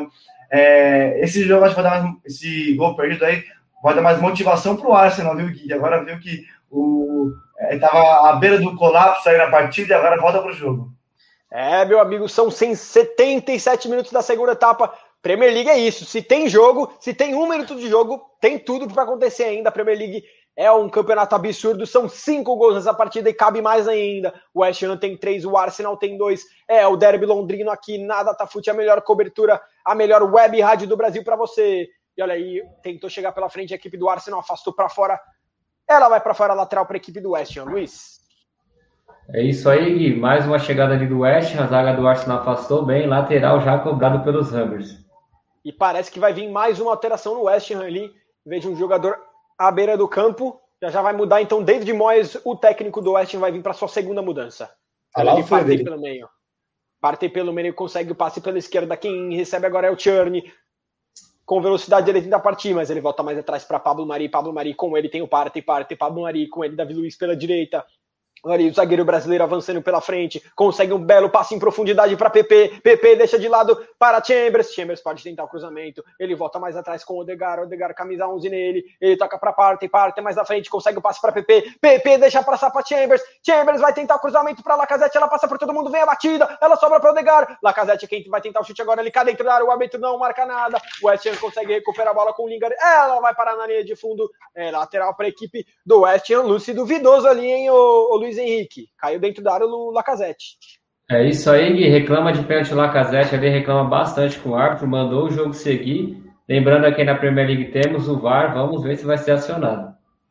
É, esse jogo acho que vai dar mais, esse gol perdido aí vai dar mais motivação para o Arsenal, viu, Gui? Agora viu que o estava é, à beira do colapso aí na partida e agora volta para o jogo. É, meu amigo, são setenta e sete minutos da segunda etapa. Premier League é isso. Se tem jogo, se tem um minuto de jogo, tem tudo para acontecer ainda. A Premier League é um campeonato absurdo. São cinco gols nessa partida e cabe mais ainda. O West Ham tem três, o Arsenal tem dois. É, o derby londrino aqui na Datafute, a melhor cobertura, a melhor web rádio do Brasil para você. E olha aí, tentou chegar pela frente, a equipe do Arsenal afastou para fora. Ela vai para fora, lateral para a equipe do West Ham. Luiz. É isso aí, Gui. Mais uma chegada ali do West Ham, a zaga do Arsenal afastou bem, lateral já cobrado pelos Hammers. E parece que vai vir mais uma alteração no West Ham ali, em vez de um jogador à beira do campo, já já vai mudar. Então, David Moyes, o técnico do West Ham, vai vir para sua segunda mudança. Olha ele parte pelo meio. Parte pelo meio, consegue o passe pela esquerda. Quem recebe agora é o Tierney. Com velocidade ele tenta partir, mas ele volta mais atrás para Pablo Mari. Pablo Mari com ele tem o parte, parte. Pablo Mari com ele, Davi Luiz pela direita. Olha, o zagueiro brasileiro avançando pela frente, consegue um belo passe em profundidade para P P, P P deixa de lado para Chambers, Chambers pode tentar o cruzamento, ele volta mais atrás com o Odegaard, Odegaard camisa onze nele, ele toca para parte, parte mais na frente, consegue o passe para P P, P P deixa passar para Chambers, Chambers vai tentar o cruzamento para Lacazette, ela passa por todo mundo, vem a batida, ela sobra para Odegaard, Lacazette é quem vai tentar o chute agora, ele cai dentro da área, o árbitro não marca nada, o West Ham consegue recuperar a bola com o Lingard, ela vai parar na linha de fundo, é, lateral para a equipe do West Ham, Lúcio duvidoso ali, hein, o, o Luiz Henrique. Caiu dentro da área o Lacazette. É isso aí, Gui. Reclama de pênalti o Lacazette, ali reclama bastante com o árbitro, mandou o jogo seguir. Lembrando aqui na Premier League temos o V A R, vamos ver se vai ser acionado.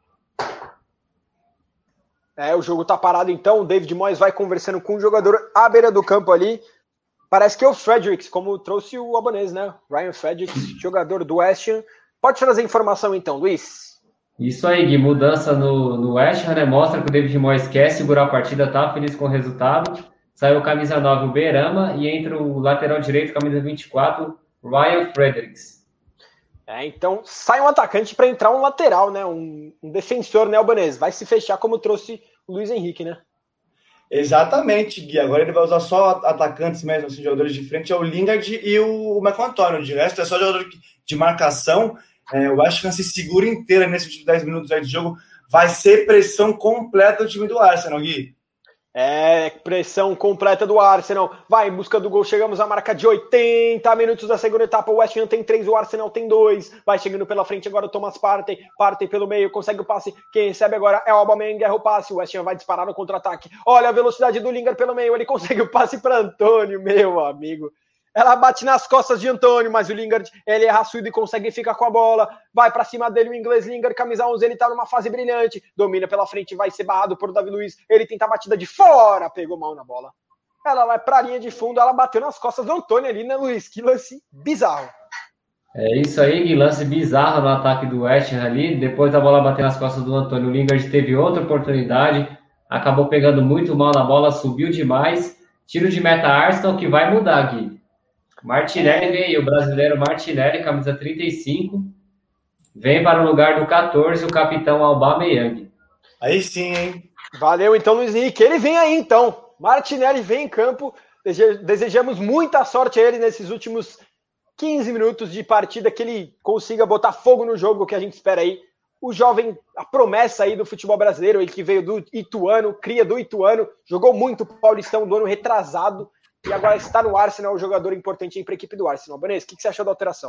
É, o jogo tá parado então, o David Moyes vai conversando com o jogador à beira do campo ali. Parece que é o Fredericks, como trouxe o albanês, né? Ryan Fredericks, jogador do West Ham. Pode trazer informação então, Luiz? Isso aí, Gui, mudança no, no West Ham, né? Mostra que o David Moyes quer segurar a partida, tá feliz com o resultado. Saiu camisa nove, o Berama, e entra o lateral direito, camisa vinte e quatro, Ryan Fredericks. É, então sai um atacante para entrar um lateral, né? Um, um defensor, né, albanês? Vai se fechar como trouxe o Luiz Henrique, né? Exatamente, Gui. Agora ele vai usar só atacantes mesmo, assim, jogadores de frente, é o Lingard e o Marco Antônio. De resto, é só jogador de marcação. É, o West Ham se segura inteira nesses últimos dez minutos aí de jogo. Vai ser pressão completa do time do Arsenal, Gui. É, pressão completa do Arsenal. Vai em busca do gol. Chegamos à marca de oitenta minutos da segunda etapa. O West Ham tem três, o Arsenal tem dois. Vai chegando pela frente agora o Thomas Partey. Partey pelo meio, consegue o passe. Quem recebe agora é o Aubameyang, erra o passe. O West Ham vai disparar no contra-ataque. Olha a velocidade do Lingard pelo meio. Ele consegue o passe para Antônio, meu amigo. Ela bate nas costas de Antônio, mas o Lingard, ele é raçudo e consegue ficar com a bola. Vai pra cima dele o inglês Lingard, camisa onze, ele tá numa fase brilhante. Domina pela frente, vai ser barrado por Davi Luiz. Ele tenta a batida de fora, pegou mal na bola. Ela vai pra linha de fundo, ela bateu nas costas do Antônio ali, né, Luiz? Que lance bizarro. É isso aí, Gui, lance bizarro no ataque do West Ham ali. Depois da bola bater nas costas do Antônio, o Lingard teve outra oportunidade. Acabou pegando muito mal na bola, subiu demais. Tiro de meta Arsenal, que vai mudar, Gui. Martinelli veio, o brasileiro Martinelli, camisa trinta e cinco, vem para o lugar do catorze, o capitão Aubameyang. Aí sim, hein? Valeu, então, Luiz Henrique. Ele vem aí, então. Martinelli vem em campo. Desejamos muita sorte a ele nesses últimos quinze minutos de partida, que ele consiga botar fogo no jogo que a gente espera aí. O jovem, a promessa aí do futebol brasileiro, ele que veio do Ituano, cria do Ituano, jogou muito o Paulistão do ano retrasado, e agora está no Arsenal, um jogador importante para a equipe do Arsenal. Vanessa, o que você achou da alteração?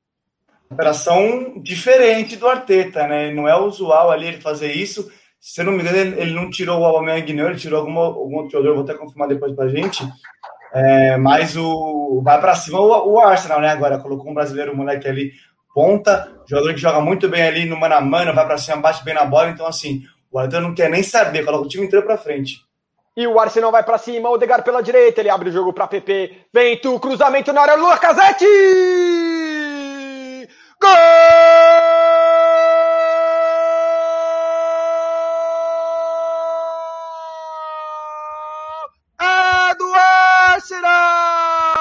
Alteração diferente do Arteta, né? Não é usual ali ele fazer isso. Se eu não me engano, ele, ele não tirou o Aubameyang, não, ele tirou alguma, algum outro jogador, vou até confirmar depois pra gente. É, mas o vai para cima o, o Arsenal, né? Agora colocou um brasileiro, um moleque ali, ponta, jogador que joga muito bem ali no mano a mano, vai para cima, bate bem na bola. Então, assim, o Arteta não quer nem saber, coloca o time inteiro para frente. E o Arsenal vai pra cima, o Odegaard pela direita, ele abre o jogo pra P P. Vem tu, cruzamento na área, Lacazette! Gol! É do Arsenal!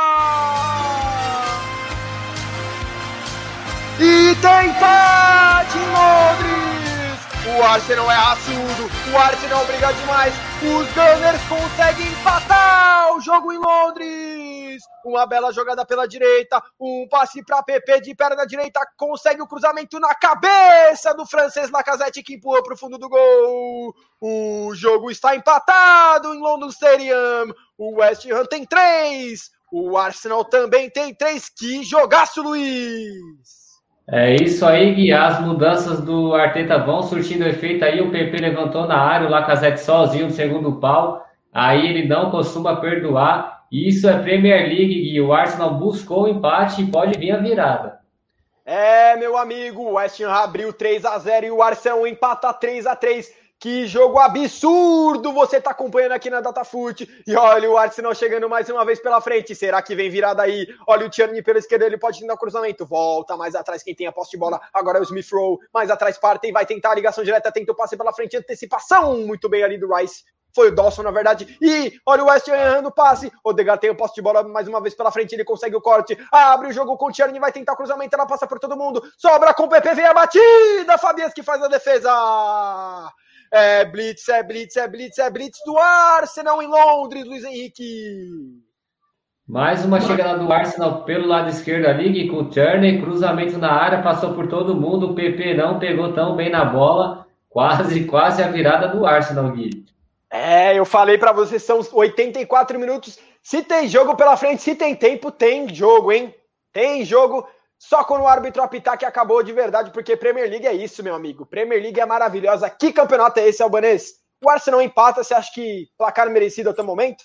E tem empate em Londres! O Arsenal é raçudo, o Arsenal briga demais, os Gunners conseguem empatar o jogo em Londres! uma bela jogada pela direita, um passe para P P de perna direita, consegue o cruzamento na cabeça do francês Lacazette, que empurra para o fundo do gol. O jogo está empatado em London Stadium, o West Ham tem três, o Arsenal também tem três. Que jogaço, Luiz! É isso aí, Gui. As mudanças do Arteta vão surtindo efeito aí. O P P levantou na área, o Lacazette sozinho no segundo pau. Aí ele não costuma perdoar. Isso é Premier League, Gui. O Arsenal buscou o empate e pode vir a virada. É, meu amigo, o West Ham abriu três a zero e o Arsenal empata três a três. Que jogo absurdo você tá acompanhando aqui na DataFoot. E olha o Arsenal chegando mais uma vez pela frente. Será que vem virada aí? Olha o Tierney pela esquerda, ele pode tentar o cruzamento. Volta mais atrás quem tem a posse de bola. Agora é o Smith Rowe. Mais atrás parte e vai tentar a ligação direta. Tenta o passe pela frente. Antecipação muito bem ali do Rice. Foi o Dawson, na verdade. E olha o West Ham errando o passe. O Odegaard tem o posse de bola mais uma vez pela frente. Ele consegue o corte. Abre o jogo com o Tierney. Vai tentar o cruzamento. Ela passa por todo mundo. Sobra com o P P. Vem a batida. Fabianski que faz a defesa. É blitz, é blitz, é blitz, é blitz do Arsenal em Londres, Luiz Henrique. Mais uma chegada do Arsenal pelo lado esquerdo ali, com o Tierney, cruzamento na área, passou por todo mundo, o P P não pegou tão bem na bola, quase, quase a virada do Arsenal, Gui. É, eu falei pra vocês, são oitenta e quatro minutos, se tem jogo pela frente, se tem tempo, tem jogo, hein? Tem jogo. Só quando o árbitro apitar que acabou de verdade, porque Premier League é isso, meu amigo. Premier League é maravilhosa. Que campeonato é esse, Albanês? O Arsenal empata, você acha que placar merecido até o momento?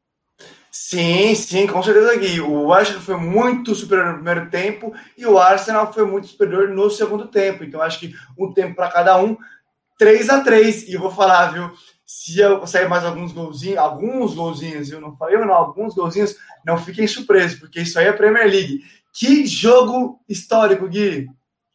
Sim, sim, com certeza, Gui. O Arsenal foi muito superior no primeiro tempo e o Arsenal foi muito superior no segundo tempo. Então, acho que um tempo para cada um, três a três. E eu vou falar, viu? Se eu sair mais alguns golzinhos, alguns golzinhos, eu não falei, não, alguns golzinhos, não fiquem surpresos, porque isso aí é Premier League. Que jogo histórico, Gui!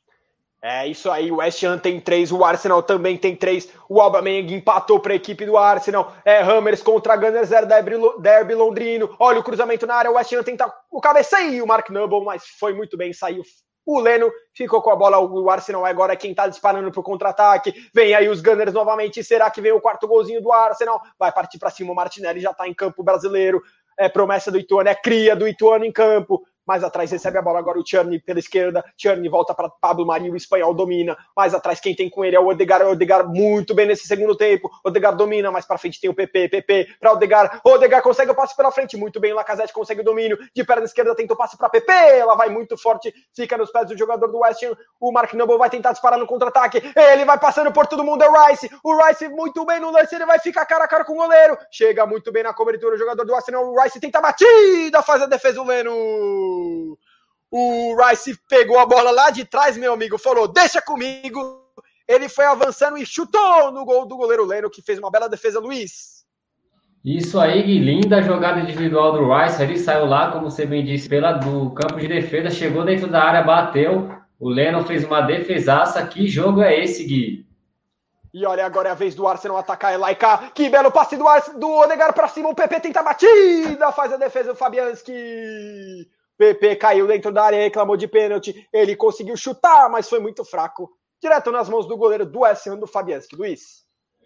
É isso aí, o West Ham tem três, o Arsenal também tem três, o Aubameyang empatou para a equipe do Arsenal, é Hammers contra Gunners, é derby, derby londrino, olha o cruzamento na área, o West Ham tenta o cabeceio, o Mark Noble, mas foi muito bem, saiu o Leno, ficou com a bola, o Arsenal agora é quem tá disparando pro contra-ataque, vem aí os Gunners novamente, será que vem o quarto golzinho do Arsenal? Vai partir para cima, o Martinelli já tá em campo brasileiro, é promessa do Ituano, é cria do Ituano em campo, mais atrás recebe a bola agora o Tierney pela esquerda, Tierney volta para Pablo Mari, o espanhol domina, mais atrás quem tem com ele é o Odegaard, o Odegaard muito bem nesse segundo tempo, Odegaard domina, mais para frente tem o P P, P P para Odegaard, Odegaard consegue o passe pela frente, muito bem, Lacazette consegue o domínio, de perna esquerda tenta o passe para P P, ela vai muito forte, fica nos pés do jogador do West Ham, o Mark Noble vai tentar disparar no contra-ataque, ele vai passando por todo mundo, é o Rice, o Rice muito bem no lance, ele vai ficar cara a cara com o goleiro, chega muito bem na cobertura o jogador do Arsenal, o Rice tenta a batida, faz a defesa o Leno. O Rice pegou a bola lá de trás, meu amigo, falou, deixa comigo. Ele foi avançando e chutou no gol do goleiro Leno, que fez uma bela defesa, Luiz. Isso aí, Gui, linda jogada individual do Rice. Ele saiu lá, como você bem disse, pela, do campo de defesa, chegou dentro da área, bateu. O Leno fez uma defesaça. Que jogo é esse, Gui? E olha, agora é a vez do Arsenal atacar Elaica. Que belo passe do, do Odegaard pra cima. O P P tenta a batida, faz a defesa do Fabianski. P P caiu dentro da área, reclamou de pênalti. Ele conseguiu chutar, mas foi muito fraco. Direto nas mãos do goleiro do West Ham, do Fabianski. Luiz.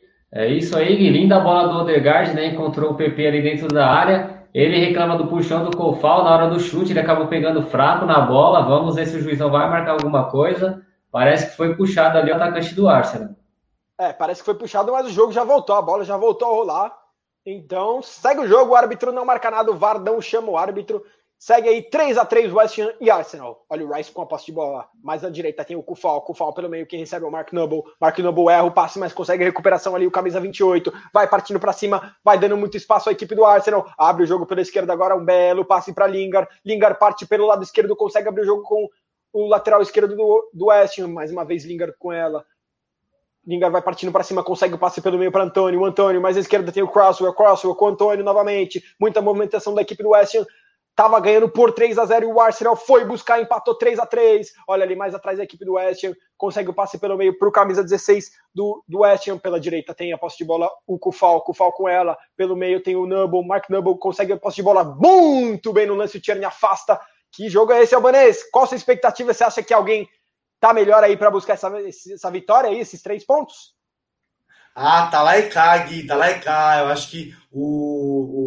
É isso aí, Gui. Linda bola do Odegaard, né? Encontrou o P P ali dentro da área. Ele reclama do puxão do Koufal na hora do chute. Ele acabou pegando fraco na bola. Vamos ver se o juizão vai marcar alguma coisa. Parece que foi puxado ali o atacante do Arsenal. É, parece que foi puxado, mas o jogo já voltou. A bola já voltou a rolar. Então, segue o jogo. O árbitro não marca nada. O V A R não chama o árbitro. Segue aí três a três West Ham e Arsenal. Olha o Rice com a posse de bola. Mais à direita tem o Koufal. Koufal pelo meio, quem recebe é o Mark Noble. Mark Noble erra o passe, mas consegue recuperação ali. O camisa vinte e oito. Vai partindo para cima. Vai dando muito espaço à equipe do Arsenal. Abre o jogo pela esquerda agora. Um belo passe para Lingard. Lingard parte pelo lado esquerdo. Consegue abrir o jogo com o lateral esquerdo do, do West Ham. Mais uma vez Lingard com ela. Lingard vai partindo para cima, consegue o passe pelo meio para Antônio. O Antônio, mais à esquerda tem o Crosswell. Crosswell com o Antônio novamente. Muita movimentação da equipe do West Ham. Tava ganhando por três a zero e o Arsenal foi buscar, empatou três a três. Olha ali mais atrás a equipe do West Ham, consegue o passe pelo meio para o camisa dezesseis do, do West Ham. Pela direita tem a posse de bola o Koufal, Koufal com ela. Pelo meio tem o Noble, Mark Noble consegue a posse de bola muito bem no lance, o Tierney afasta. Que jogo é esse, Albanês? Qual a sua expectativa? Você acha que alguém tá melhor aí para buscar essa, essa vitória aí, esses três pontos? Ah, tá lá e cá, Gui, tá lá e cá. Eu acho que o,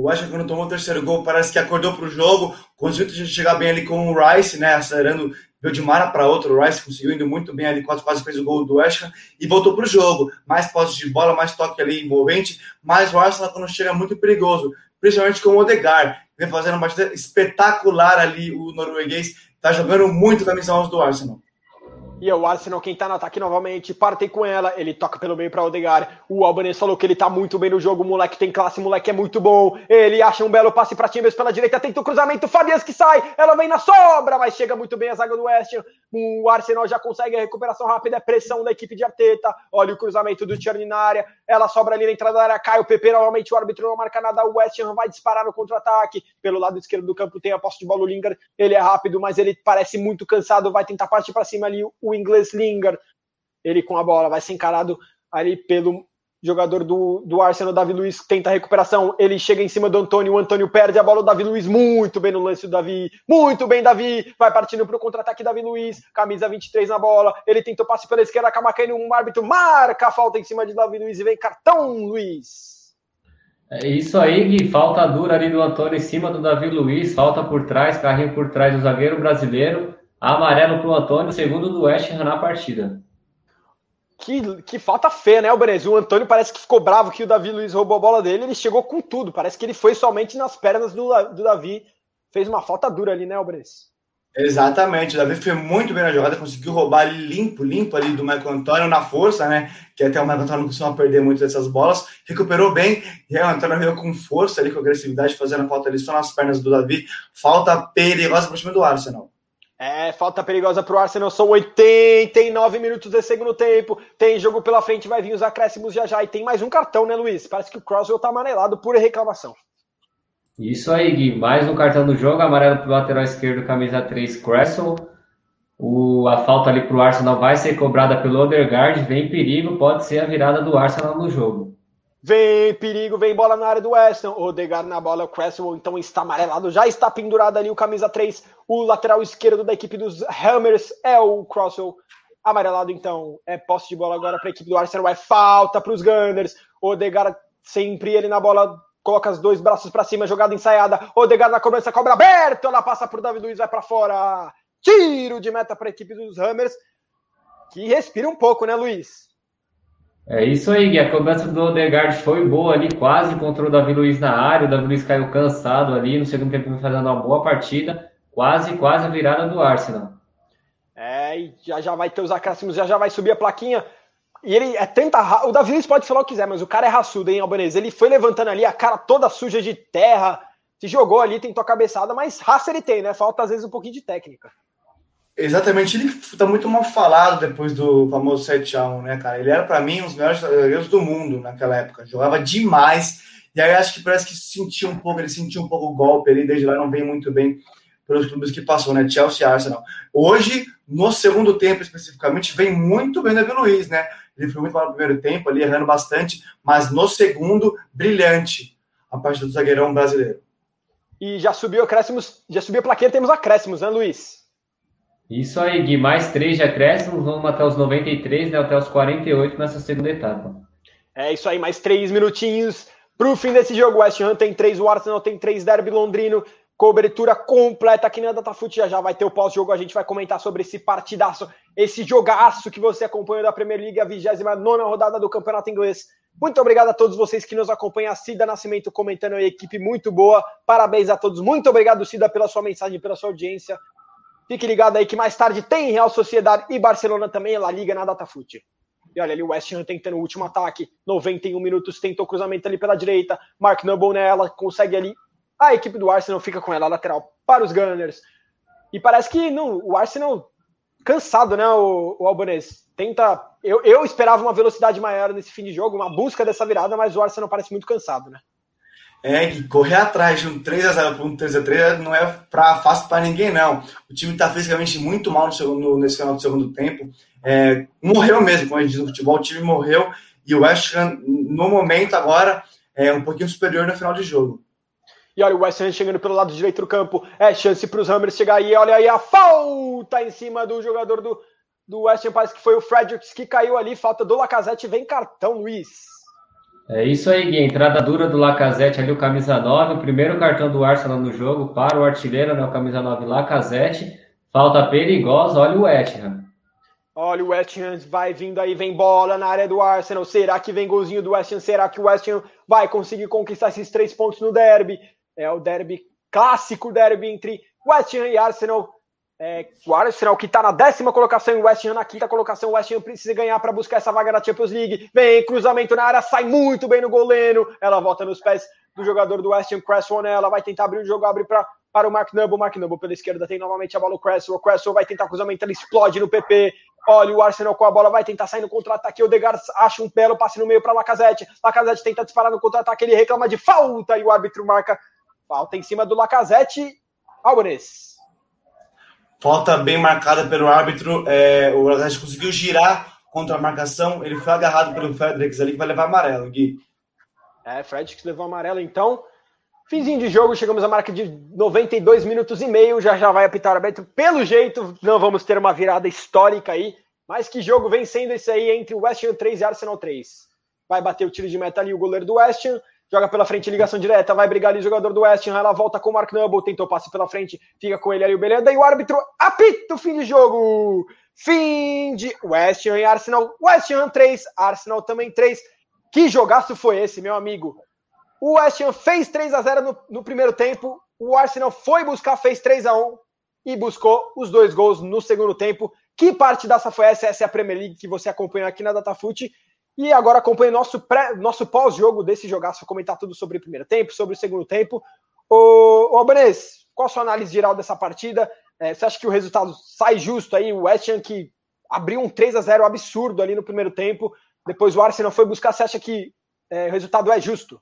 O West Ham, quando tomou o terceiro gol, parece que acordou para o jogo, conseguiu chegar bem ali com o Rice, né, acelerando, veio de Mara para outro, o Rice conseguiu indo muito bem ali, quase, quase fez o gol do West Ham e voltou para o jogo. Mais posse de bola, mais toque ali envolvente, mas o Arsenal, quando chega, é muito perigoso, principalmente com o Odegaard, vem fazendo uma partida espetacular ali, o norueguês, tá jogando muito camisa onze do Arsenal. E é o Arsenal quem tá no ataque novamente, partem com ela, ele toca pelo meio pra Odegaard, o Albanese falou que ele tá muito bem no jogo, o moleque tem classe, o moleque é muito bom, ele acha um belo passe pra Chambers pela direita, tenta o cruzamento, Fabians que sai, ela vem na sobra, mas chega muito bem a zaga do West Ham, o Arsenal já consegue a recuperação rápida, é pressão da equipe de Arteta, olha o cruzamento do Tierney na área, ela sobra ali na entrada da área, cai o P P, novamente o árbitro não marca nada, o West Ham vai disparar no contra-ataque, pelo lado esquerdo do campo tem a posse de bola, o Lingard, ele é rápido, mas ele parece muito cansado, vai tentar partir pra cima ali, o inglês Lingard, ele com a bola, vai ser encarado ali pelo jogador do, do Arsenal, Davi Luiz, tenta a recuperação, ele chega em cima do Antônio, o Antônio perde a bola, o Davi Luiz, muito bem no lance do Davi, muito bem Davi, vai partindo para o contra-ataque Davi Luiz, camisa vinte e três na bola, ele tentou passe pela esquerda, acaba caindo, um árbitro marca a falta em cima de Davi Luiz e vem cartão, Luiz. É isso aí, Gui, falta dura ali do Antônio em cima do Davi Luiz, falta por trás, carrinho por trás do zagueiro brasileiro, amarelo para o Antônio, segundo do West Ham na partida. Que, que falta feia, né, Albanese? O Antônio parece que ficou bravo que o Davi Luiz roubou a bola dele, ele chegou com tudo, parece que ele foi somente nas pernas do, do Davi, fez uma falta dura ali, né, Albanese? Exatamente, o Davi foi muito bem na jogada, conseguiu roubar ali limpo, limpo ali do Michael Antônio na força, né, que até o Michael Antônio não costuma perder muito dessas bolas, recuperou bem, e aí o Antônio veio com força ali, com agressividade, fazendo falta ali só nas pernas do Davi, falta perigosa para o time do Arsenal. É, falta perigosa pro Arsenal, são oitenta e nove minutos de segundo tempo, tem jogo pela frente, vai vir os acréscimos já já, e tem mais um cartão, né, Luiz? Parece que o Croswell tá amarelado por reclamação. Isso aí, Gui, mais um cartão do jogo, amarelo pro lateral esquerdo, camisa três, Cresswell. O, a falta ali pro Arsenal vai ser cobrada pelo Odegaard, vem perigo, pode ser a virada do Arsenal no jogo. Vem perigo, vem bola na área do West Ham, Odegaard na bola, o Cresswell então está amarelado, já está pendurado ali o camisa três, o lateral esquerdo da equipe dos Hammers é o Cresswell, amarelado então, é posse de bola agora para a equipe do Arsenal, é falta para os Gunners, Odegaard sempre ele na bola, coloca os dois braços para cima, jogada ensaiada, Odegaard na cobrança, cobra aberto, ela passa por Davi Luiz, vai para fora, tiro de meta para a equipe dos Hammers, que respira um pouco, né, Luiz? É isso aí, Gui. A cobrança do Odegaard foi boa ali, quase encontrou o Davi Luiz na área. O Davi Luiz caiu cansado ali, no segundo tempo fazendo uma boa partida. Quase, quase a virada do Arsenal. É, e já, já vai ter os acréscimos, já, já vai subir a plaquinha. E ele é tenta. O Davi Luiz pode falar o que quiser, mas o cara é raçudo, hein, Albanese? Ele foi levantando ali, a cara toda suja de terra, se jogou ali, tentou a cabeçada, mas raça ele tem, né? Falta às vezes um pouquinho de técnica. Exatamente, ele tá muito mal falado depois do famoso sete a um, né, cara? Ele era, para mim, um dos melhores zagueiros do mundo naquela época. Jogava demais. E aí acho que parece que sentiu um pouco, ele sentiu um pouco o golpe ali, desde lá não vem muito bem pelos clubes que passou, né? Chelsea e Arsenal. Hoje, no segundo tempo especificamente, vem muito bem o Davi Luiz, né? Ele foi muito mal no primeiro tempo, ali errando bastante, mas no segundo, brilhante a parte do zagueirão brasileiro. E já subiu acréscimos, já subiu a plaquinha, temos acréscimos, né, Luiz? Isso aí, Gui, mais três de acréscimos, vamos até os noventa e três, né, até os quarenta e oito nessa segunda etapa. É isso aí, mais três minutinhos pro fim desse jogo. O West Ham tem três, o Arsenal tem três, derby londrino, cobertura completa aqui na DataFoot, já já vai ter o pós-jogo, a gente vai comentar sobre esse partidaço, esse jogaço que você acompanha da Premier League, a vigésima nona rodada do Campeonato Inglês. Muito obrigado a todos vocês que nos acompanham, a Cida Nascimento comentando aí, equipe muito boa, parabéns a todos, muito obrigado, Cida, pela sua mensagem, pela sua audiência. Fique ligado aí que mais tarde tem Real Sociedade e Barcelona também, La Liga na DataFoot. E olha ali o West Ham tentando o último ataque, noventa e um minutos, tentou cruzamento ali pela direita, Mark Noble nela, consegue ali, a equipe do Arsenal fica com ela, lateral para os Gunners. E parece que não, o Arsenal cansado, né, o, o Albanese. Tenta, eu, eu esperava uma velocidade maior nesse fim de jogo, uma busca dessa virada, mas o Arsenal parece muito cansado, né? É, que correr atrás de um três a zero para um três a três não é pra, fácil para ninguém, não. O time está fisicamente muito mal no segundo, nesse final do segundo tempo. É, morreu mesmo, como a gente diz no futebol, o time morreu. E o West Ham, no momento agora, é um pouquinho superior no final de jogo. E olha o West Ham chegando pelo lado direito do campo. É chance para os Hammers chegar aí. Olha aí a falta em cima do jogador do, do West Ham. Parece que foi o Fredericks que caiu ali. Falta do Lacazette. Vem cartão, Luiz. É isso aí, Gui. Entrada dura do Lacazette ali, o camisa nove. O primeiro cartão do Arsenal no jogo para o artilheiro, né? O camisa nove, Lacazette. Falta perigosa, olha o West Ham. Olha o West Ham vai vindo aí, vem bola na área do Arsenal. Será que vem golzinho do West Ham? Será que o West Ham vai conseguir conquistar esses três pontos no derby? É o derby, clássico derby entre West Ham e Arsenal. É, o Arsenal que está na décima colocação e o West Ham na quinta colocação. O West Ham precisa ganhar para buscar essa vaga na Champions League. Vem, cruzamento na área, sai muito bem no goleiro. Ela volta nos pés do jogador do West Ham, Cresswell. Ela vai tentar abrir o jogo, abre para, para o Mark Noble. Mark Noble pela esquerda tem novamente a bola o Cresswell. O Cresswell vai tentar cruzamento, ele explode no P P. Olha o Arsenal com a bola, vai tentar sair no contra-ataque. O Odegaard acha um belo passe no meio para Lacazette. Lacazette tenta disparar no contra-ataque, ele reclama de falta e o árbitro marca falta em cima do Lacazette. Albanês. Falta bem marcada pelo árbitro. É, o Lacazette conseguiu girar contra a marcação. Ele foi agarrado pelo Fredericks ali, que vai levar amarelo, Gui. É, Fredericks levou amarelo, então. Finzinho de jogo, chegamos à marca de noventa e dois minutos e meio. Já já vai apitar o árbitro. Pelo jeito, não vamos ter uma virada histórica aí. Mas que jogo vem sendo esse aí entre o West Ham três e Arsenal três. Vai bater o tiro de meta ali o goleiro do West Ham. Joga pela frente, ligação direta, vai brigar ali o jogador do West Ham, ela volta com o Mark Noble, tentou passe pela frente, fica com ele ali o Belenda, e o árbitro apita o fim de jogo. Fim de West Ham e Arsenal, West Ham três, Arsenal também três. Que jogaço foi esse, meu amigo? O West Ham fez três a zero no, no primeiro tempo, o Arsenal foi buscar, fez três a um e buscou os dois gols no segundo tempo. Que parte dessa foi essa? Essa é a Premier League que você acompanhou aqui na DataFoot. E agora acompanhe nosso, pré, nosso pós-jogo desse jogaço, vou comentar tudo sobre o primeiro tempo, sobre o segundo tempo. Ô, ô Albanês, qual a sua análise geral dessa partida? É, você acha que o resultado sai justo aí? O West Ham que abriu um três a zero absurdo ali no primeiro tempo, depois o Arsenal foi buscar, você acha que é, o resultado é justo?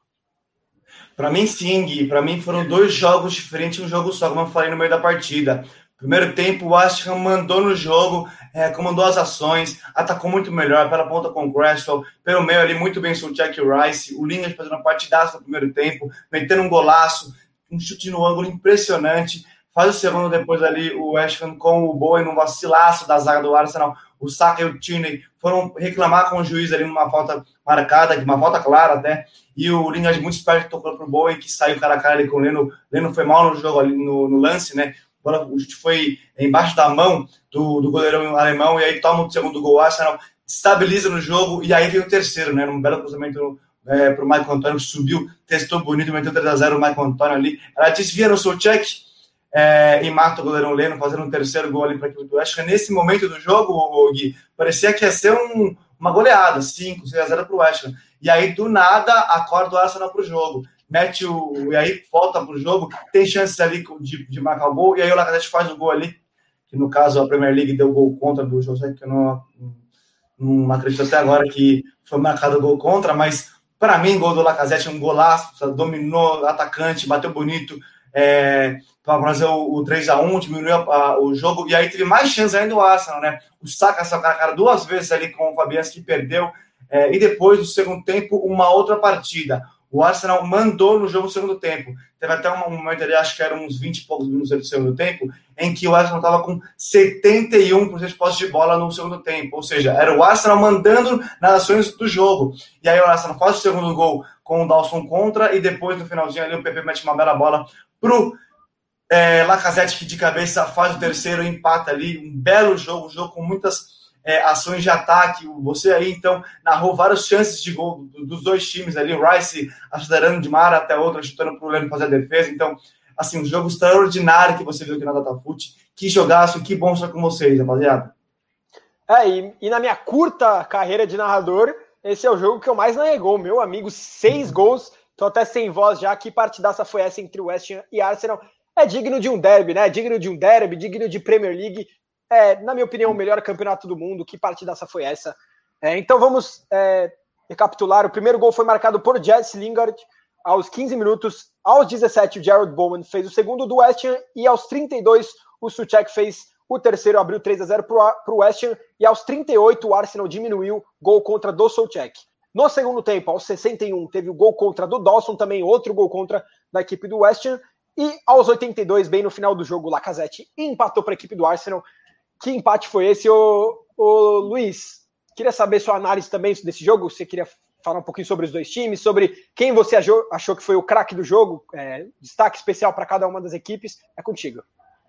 Para mim sim, Gui. Para mim foram dois jogos diferentes, um jogo só, como eu falei no meio da partida. Primeiro tempo, o West Ham mandou no jogo, é, comandou as ações, atacou muito melhor pela ponta com o Cresswell, pelo meio ali muito bem Souček e Rice, o Lingard fazendo uma partidaça no primeiro tempo, metendo um golaço, um chute no ângulo impressionante. Faz o segundo depois ali o West Ham com o Bowen num vacilaço da zaga do Arsenal. O Saka e o Tierney foram reclamar com o juiz ali numa falta marcada, uma falta clara até, e o Lingard muito esperto tocou pro Bowen, que saiu cara a cara ali com o Leno. O Leno foi mal no jogo ali no, no lance, né? O chute foi embaixo da mão do, do goleirão alemão, e aí toma o segundo gol, o Arsenal estabiliza no jogo, e aí vem o terceiro, né, num belo cruzamento é, para o Michael Antônio, que subiu, testou bonito, meteu três a zero o Michael Antônio ali, ela desvia no Souček é, e mata o goleirão Leno, fazendo um terceiro gol ali para a equipe do West Ham. Nesse momento do jogo, o, o Gui, parecia que ia ser um, uma goleada, cinco, seis a zero para o West Ham, e aí do nada acorda o Arsenal para o jogo. Mete o. E aí volta pro jogo, tem chances ali de, de marcar o gol, e aí o Lacazette faz o gol ali, que no caso a Premier League deu o gol contra do José, que eu não, não acredito até agora que foi marcado o gol contra, mas para mim, gol do Lacazette é um golaço, sabe? Dominou atacante, bateu bonito, é, para fazer o, o três a um, diminuiu a, a, o jogo, e aí teve mais chances ainda do Arsenal, né? O Saka sacou a cara duas vezes ali com o Fabianski, que perdeu, é, e depois, no segundo tempo, uma outra partida. O Arsenal mandou no jogo no segundo tempo. Teve até um momento ali, acho que eram uns vinte e poucos minutos do segundo tempo, em que o Arsenal estava com setenta e um por cento de posse de bola no segundo tempo. Ou seja, era o Arsenal mandando nas ações do jogo. E aí o Arsenal faz o segundo gol com o Dawson contra, e depois, no finalzinho ali, o P P mete uma bela bola pro é, Lacazette, que de cabeça faz o terceiro e empata ali. Um belo jogo, um jogo com muitas... É, ações de ataque. Você aí, então, narrou várias chances de gol dos dois times ali, o Rice acelerando de mar até outra, chutando pro Leno fazer a defesa. Então, assim, um jogo extraordinário que você viu aqui na DataFoot. Que jogaço, que bom estar com vocês, rapaziada. É, e, e na minha curta carreira de narrador, esse é o jogo que eu mais narrei gol. Meu amigo, seis gols, tô até sem voz já. Que partidaça foi essa entre o West Ham e Arsenal? É digno de um derby, né? Digno de um derby, digno de Premier League. É, na minha opinião, o melhor campeonato do mundo. Que partidaça foi essa? É, então vamos é, recapitular. O primeiro gol foi marcado por Jesse Lingard aos quinze minutos. Aos dezessete, o Jared Bowen fez o segundo do West Ham. E aos trinta e dois, o Souček fez o terceiro, abriu três a zero para o West Ham. E aos trinta e oito, o Arsenal diminuiu, gol contra do Souček. No segundo tempo, aos sessenta e um, teve o gol contra do Dawson, também outro gol contra da equipe do West Ham. E aos oitenta e dois, bem no final do jogo, o Lacazette empatou para a equipe do Arsenal. Que empate foi esse, ô, ô, Luiz? Queria saber sua análise também desse jogo. Você queria falar um pouquinho sobre os dois times, sobre quem você achou, achou que foi o craque do jogo, é, destaque especial para cada uma das equipes, é contigo.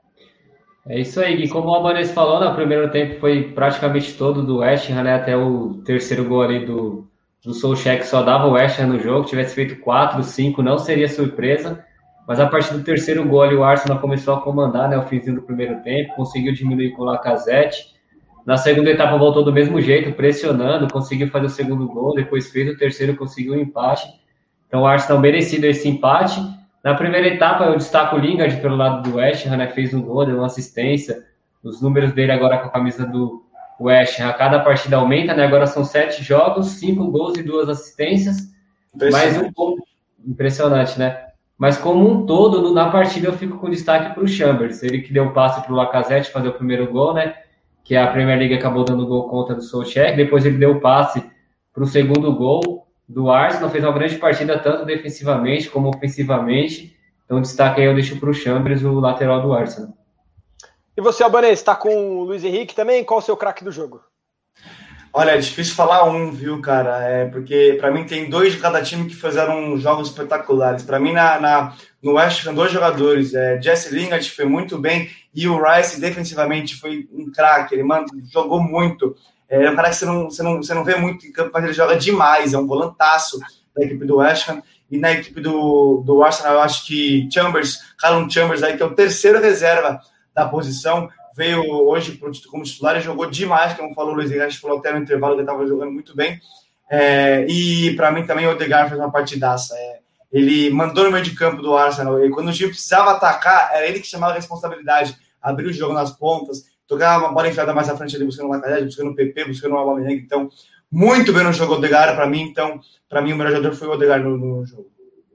É isso aí, Gui. Como o Albanese falou, no primeiro tempo foi praticamente todo do West Ham, né? Até o terceiro gol ali do, do Solskjaer, que só dava o West Ham no jogo. Tivesse feito quatro, cinco, não seria surpresa. Mas a partir do terceiro gol ali, o Arsenal começou a comandar, né? O finzinho do primeiro tempo, conseguiu diminuir com o Lacazette. Na segunda etapa voltou do mesmo jeito, pressionando, conseguiu fazer o segundo gol, depois fez o terceiro, conseguiu o empate. Então o Arsenal merecido esse empate. Na primeira etapa, eu destaco o Lingard pelo lado do West Ham, né? Fez um gol, deu uma assistência. Os números dele agora com a camisa do West Ham, a cada partida aumenta, né? Agora são sete jogos, cinco gols e duas assistências. Mais um gol. Impressionante, né? Mas como um todo, na partida eu fico com destaque para o Chambers. Ele que deu o passe para o Lacazette fazer o primeiro gol, né? Que a Premier League acabou dando gol contra do Solskjaer. Depois ele deu o passe para o segundo gol do Arsenal, fez uma grande partida tanto defensivamente como ofensivamente. Então, destaque aí eu deixo para o Chambers, o lateral do Arsenal. E você, Albanese, está com o Luiz Henrique também? Qual o seu craque do jogo? Olha, é difícil falar um, viu, cara? É porque para mim tem dois de cada time que fizeram jogos espetaculares. Para mim, na, na, no West Ham, dois jogadores. É, Jesse Lingard foi muito bem e o Rice defensivamente foi um craque. Ele mano, jogou muito. É um cara que você não, você, não, você não vê muito em campo, mas ele joga demais. É um volantaço da equipe do West Ham. E na equipe do, do Arsenal, eu acho que Chambers, Callum Chambers, aí, que é o terceiro reserva da posição, veio hoje como titular e jogou demais, como falou o Luiz Henrique, falou até no intervalo que ele estava jogando muito bem. É, e para mim também o Odegaard fez uma partidaça. É, ele mandou no meio de campo do Arsenal, e quando o time precisava atacar, era ele que chamava a responsabilidade, abrir o jogo nas pontas, tocar uma bola enfiada mais à frente ali, buscando o Lacazette, buscando o P P, buscando o Aubameyang. Então, muito bem no jogo o Odegaard para mim. Então, para mim o melhor jogador foi o Odegaard no, no jogo.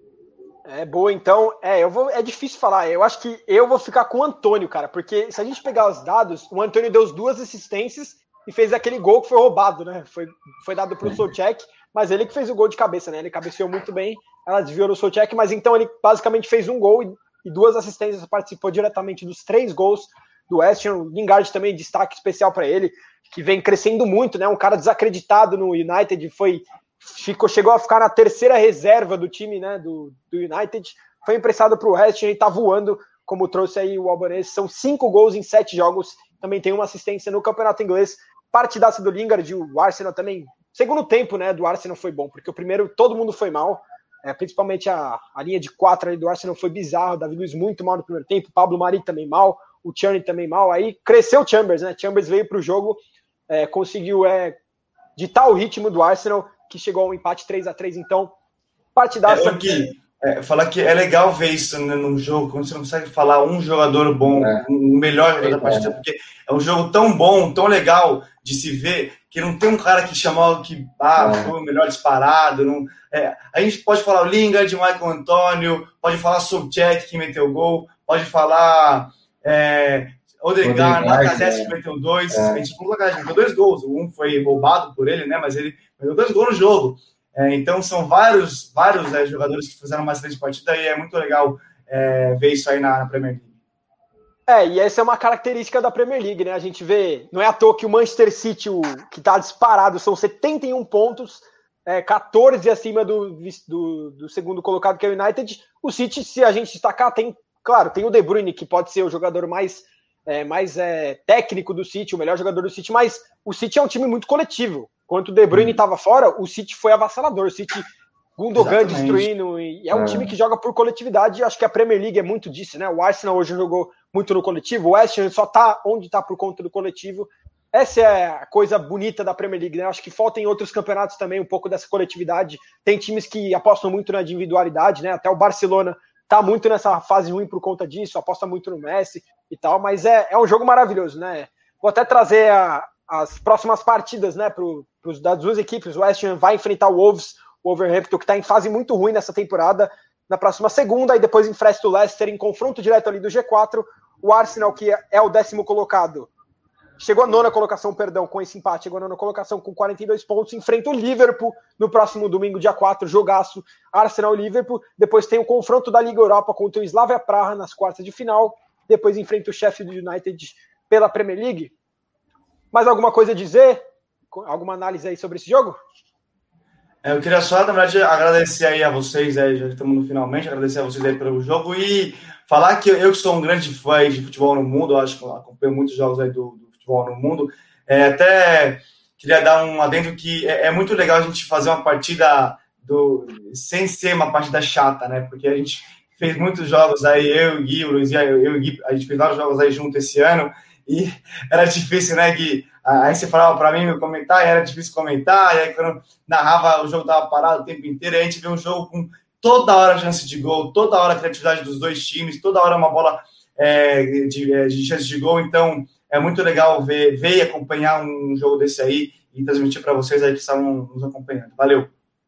É boa, então. É, eu vou, é difícil falar. Eu acho que eu vou ficar com o Antônio, cara, porque se a gente pegar os dados, o Antônio deu duas assistências e fez aquele gol que foi roubado, né? Foi, foi dado para o Souček, mas ele que fez o gol de cabeça, né? Ele cabeceou muito bem, ela desviou no Souček, mas então ele basicamente fez um gol e, e duas assistências, participou diretamente dos três gols do West Ham. O Lingard também, destaque especial para ele, que vem crescendo muito, né? Um cara desacreditado no United, foi... Ficou, chegou a ficar na terceira reserva do time, né, do, do United, foi emprestado para o West Ham e está voando, como trouxe aí o Albanese. São cinco gols em sete jogos, também tem uma assistência no campeonato inglês. Partidaça do Lingard, o Arsenal também. Segundo tempo, né, do Arsenal foi bom, porque o primeiro todo mundo foi mal, é, principalmente a, a linha de quatro ali do Arsenal foi bizarro. David Luiz muito mal no primeiro tempo, Pablo Mari também mal, o Tierney também mal. Aí cresceu o Chambers, né? Chambers veio para o jogo, é, conseguiu é, ditar o ritmo do Arsenal, que chegou ao empate três a três, então, partidaça. É, Gui, é, falar que é legal ver isso, né, num jogo, quando você não consegue falar um jogador bom, é. um melhor jogador é. da partida, porque é um jogo tão bom, tão legal de se ver, que não tem um cara que chamou que ah, é. foi o melhor disparado. Não, é, a gente pode falar o Lingard, o Michael Antônio, pode falar Souček, que meteu o gol, pode falar é, Odegaard, Lacazette, é. que meteu dois. É. A gente falou que meteu dois gols, um foi roubado por ele, né, mas ele meteu dois gols no jogo. É, então, são vários, vários é, jogadores que fizeram uma excelente partida e é muito legal é, ver isso aí na, na Premier League. É, e essa é uma característica da Premier League, né? A gente vê, não é à toa que o Manchester City, o, que está disparado, são setenta e um pontos, é, catorze acima do, do, do segundo colocado, que é o United. O City, se a gente destacar, tem, claro, tem o De Bruyne, que pode ser o jogador mais, é, mais é, técnico do City, o melhor jogador do City, mas o City é um time muito coletivo. Quando o De Bruyne estava fora, o City foi avassalador. O City, Gundogan Exatamente. destruindo. E é um é. time que joga por coletividade. Acho que a Premier League é muito disso, né? O Arsenal hoje jogou muito no coletivo. O West Ham só está onde está por conta do coletivo. Essa é a coisa bonita da Premier League, né? Acho que falta em outros campeonatos também um pouco dessa coletividade. Tem times que apostam muito na individualidade, né? Até o Barcelona está muito nessa fase ruim por conta disso, aposta muito no Messi e tal. Mas é, é um jogo maravilhoso, né? Vou até trazer a... as próximas partidas, né, para das duas equipes. O West Ham vai enfrentar o Wolves, o Wolverhampton, que está em fase muito ruim nessa temporada, na próxima segunda, e depois enfrenta o Leicester em confronto direto ali do G quatro. O Arsenal, que é o décimo colocado, chegou à nona colocação, perdão, com esse empate, chegou à nona colocação com quarenta e dois pontos, enfrenta o Liverpool no próximo domingo, dia quatro, jogaço, Arsenal e Liverpool. Depois tem o confronto da Liga Europa contra o Slavia Praha nas quartas de final, depois enfrenta o Sheffield United pela Premier League. Mais alguma coisa a dizer? Alguma análise aí sobre esse jogo? É, eu queria só, na verdade, agradecer aí a vocês, aí, já estamos no finalmente, agradecer a vocês aí pelo jogo e falar que eu, que sou um grande fã aí de futebol no mundo, eu acho que eu acompanho muitos jogos aí do, do futebol no mundo, é, até queria dar um adendo que é, é muito legal a gente fazer uma partida do, sem ser uma partida chata, né, porque a gente fez muitos jogos aí, eu, o Gui, o Luiz, eu, eu e o Gui, a gente fez vários jogos aí junto esse ano, e era difícil, né, Gui? Aí você falava para mim me comentar, e era difícil comentar, e aí quando narrava, o jogo tava parado o tempo inteiro, e a gente vê um jogo com toda hora chance de gol, toda hora a criatividade dos dois times, toda hora uma bola é, de, de chance de gol, então é muito legal ver, ver e acompanhar um jogo desse aí, e transmitir para vocês aí que estavam nos acompanhando. Valeu!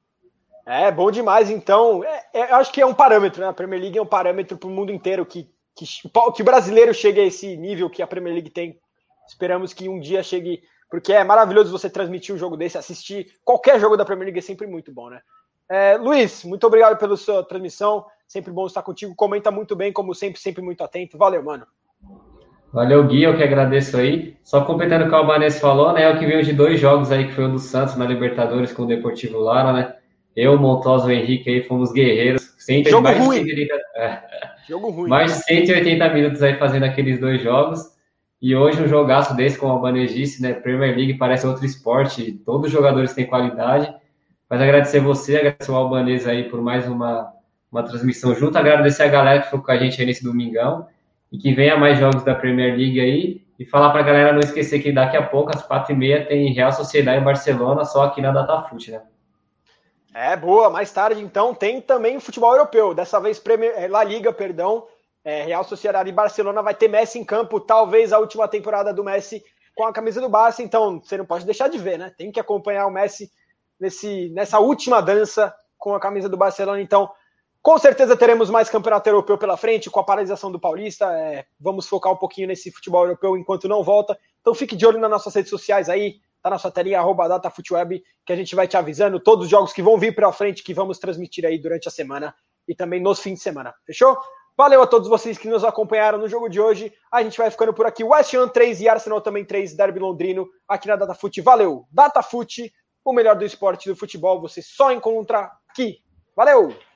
É, bom demais, então, é, é, eu acho que é um parâmetro, né, a Premier League é um parâmetro para o mundo inteiro, que, que, que o brasileiro chegue a esse nível que a Premier League tem. Esperamos que um dia chegue, porque é maravilhoso você transmitir um jogo desse, assistir qualquer jogo da Premier League é sempre muito bom, né? É, Luiz, muito obrigado pela sua transmissão, sempre bom estar contigo, comenta muito bem, como sempre, sempre muito atento, valeu, mano. Valeu, Gui, eu que agradeço aí. Só completando o que o Albanese falou, né, eu que venho de dois jogos aí, que foi o do Santos na Libertadores com o Deportivo Lara, né, eu, Montosa e o Henrique aí fomos guerreiros. cem, Jogo mais ruim. De cento e oitenta, é, Jogo ruim. mais de cento e oitenta minutos aí fazendo aqueles dois jogos. E hoje um jogaço desse, como o Albanese disse, né, Premier League parece outro esporte, todos os jogadores têm qualidade. Mas agradecer você, agradecer o Albanese aí por mais uma, uma transmissão junto, agradecer a galera que foi com a gente aí nesse domingão, e que venha mais jogos da Premier League aí, e falar pra galera não esquecer que daqui a pouco, às quatro e meia, tem Real Sociedade em Barcelona, só aqui na DataFoot, né? É, boa, mais tarde, então, tem também futebol europeu, dessa vez Premier, La Liga, perdão, é, Real Sociedade e Barcelona vai ter Messi em campo, talvez a última temporada do Messi com a camisa do Barça, então você não pode deixar de ver, né? Tem que acompanhar o Messi nesse, nessa última dança com a camisa do Barcelona, então com certeza teremos mais campeonato europeu pela frente, com a paralisação do Paulista, é, vamos focar um pouquinho nesse futebol europeu enquanto não volta, então fique de olho nas nossas redes sociais aí, tá na sua telinha, arroba DataFootWeb, que a gente vai te avisando todos os jogos que vão vir pela frente, que vamos transmitir aí durante a semana e também nos fins de semana, fechou? Valeu a todos vocês que nos acompanharam no jogo de hoje. A gente vai ficando por aqui. West Ham três e Arsenal também três, Derby Londrino, aqui na DataFoot. Valeu! DataFoot, o melhor do esporte do futebol, você só encontra aqui. Valeu!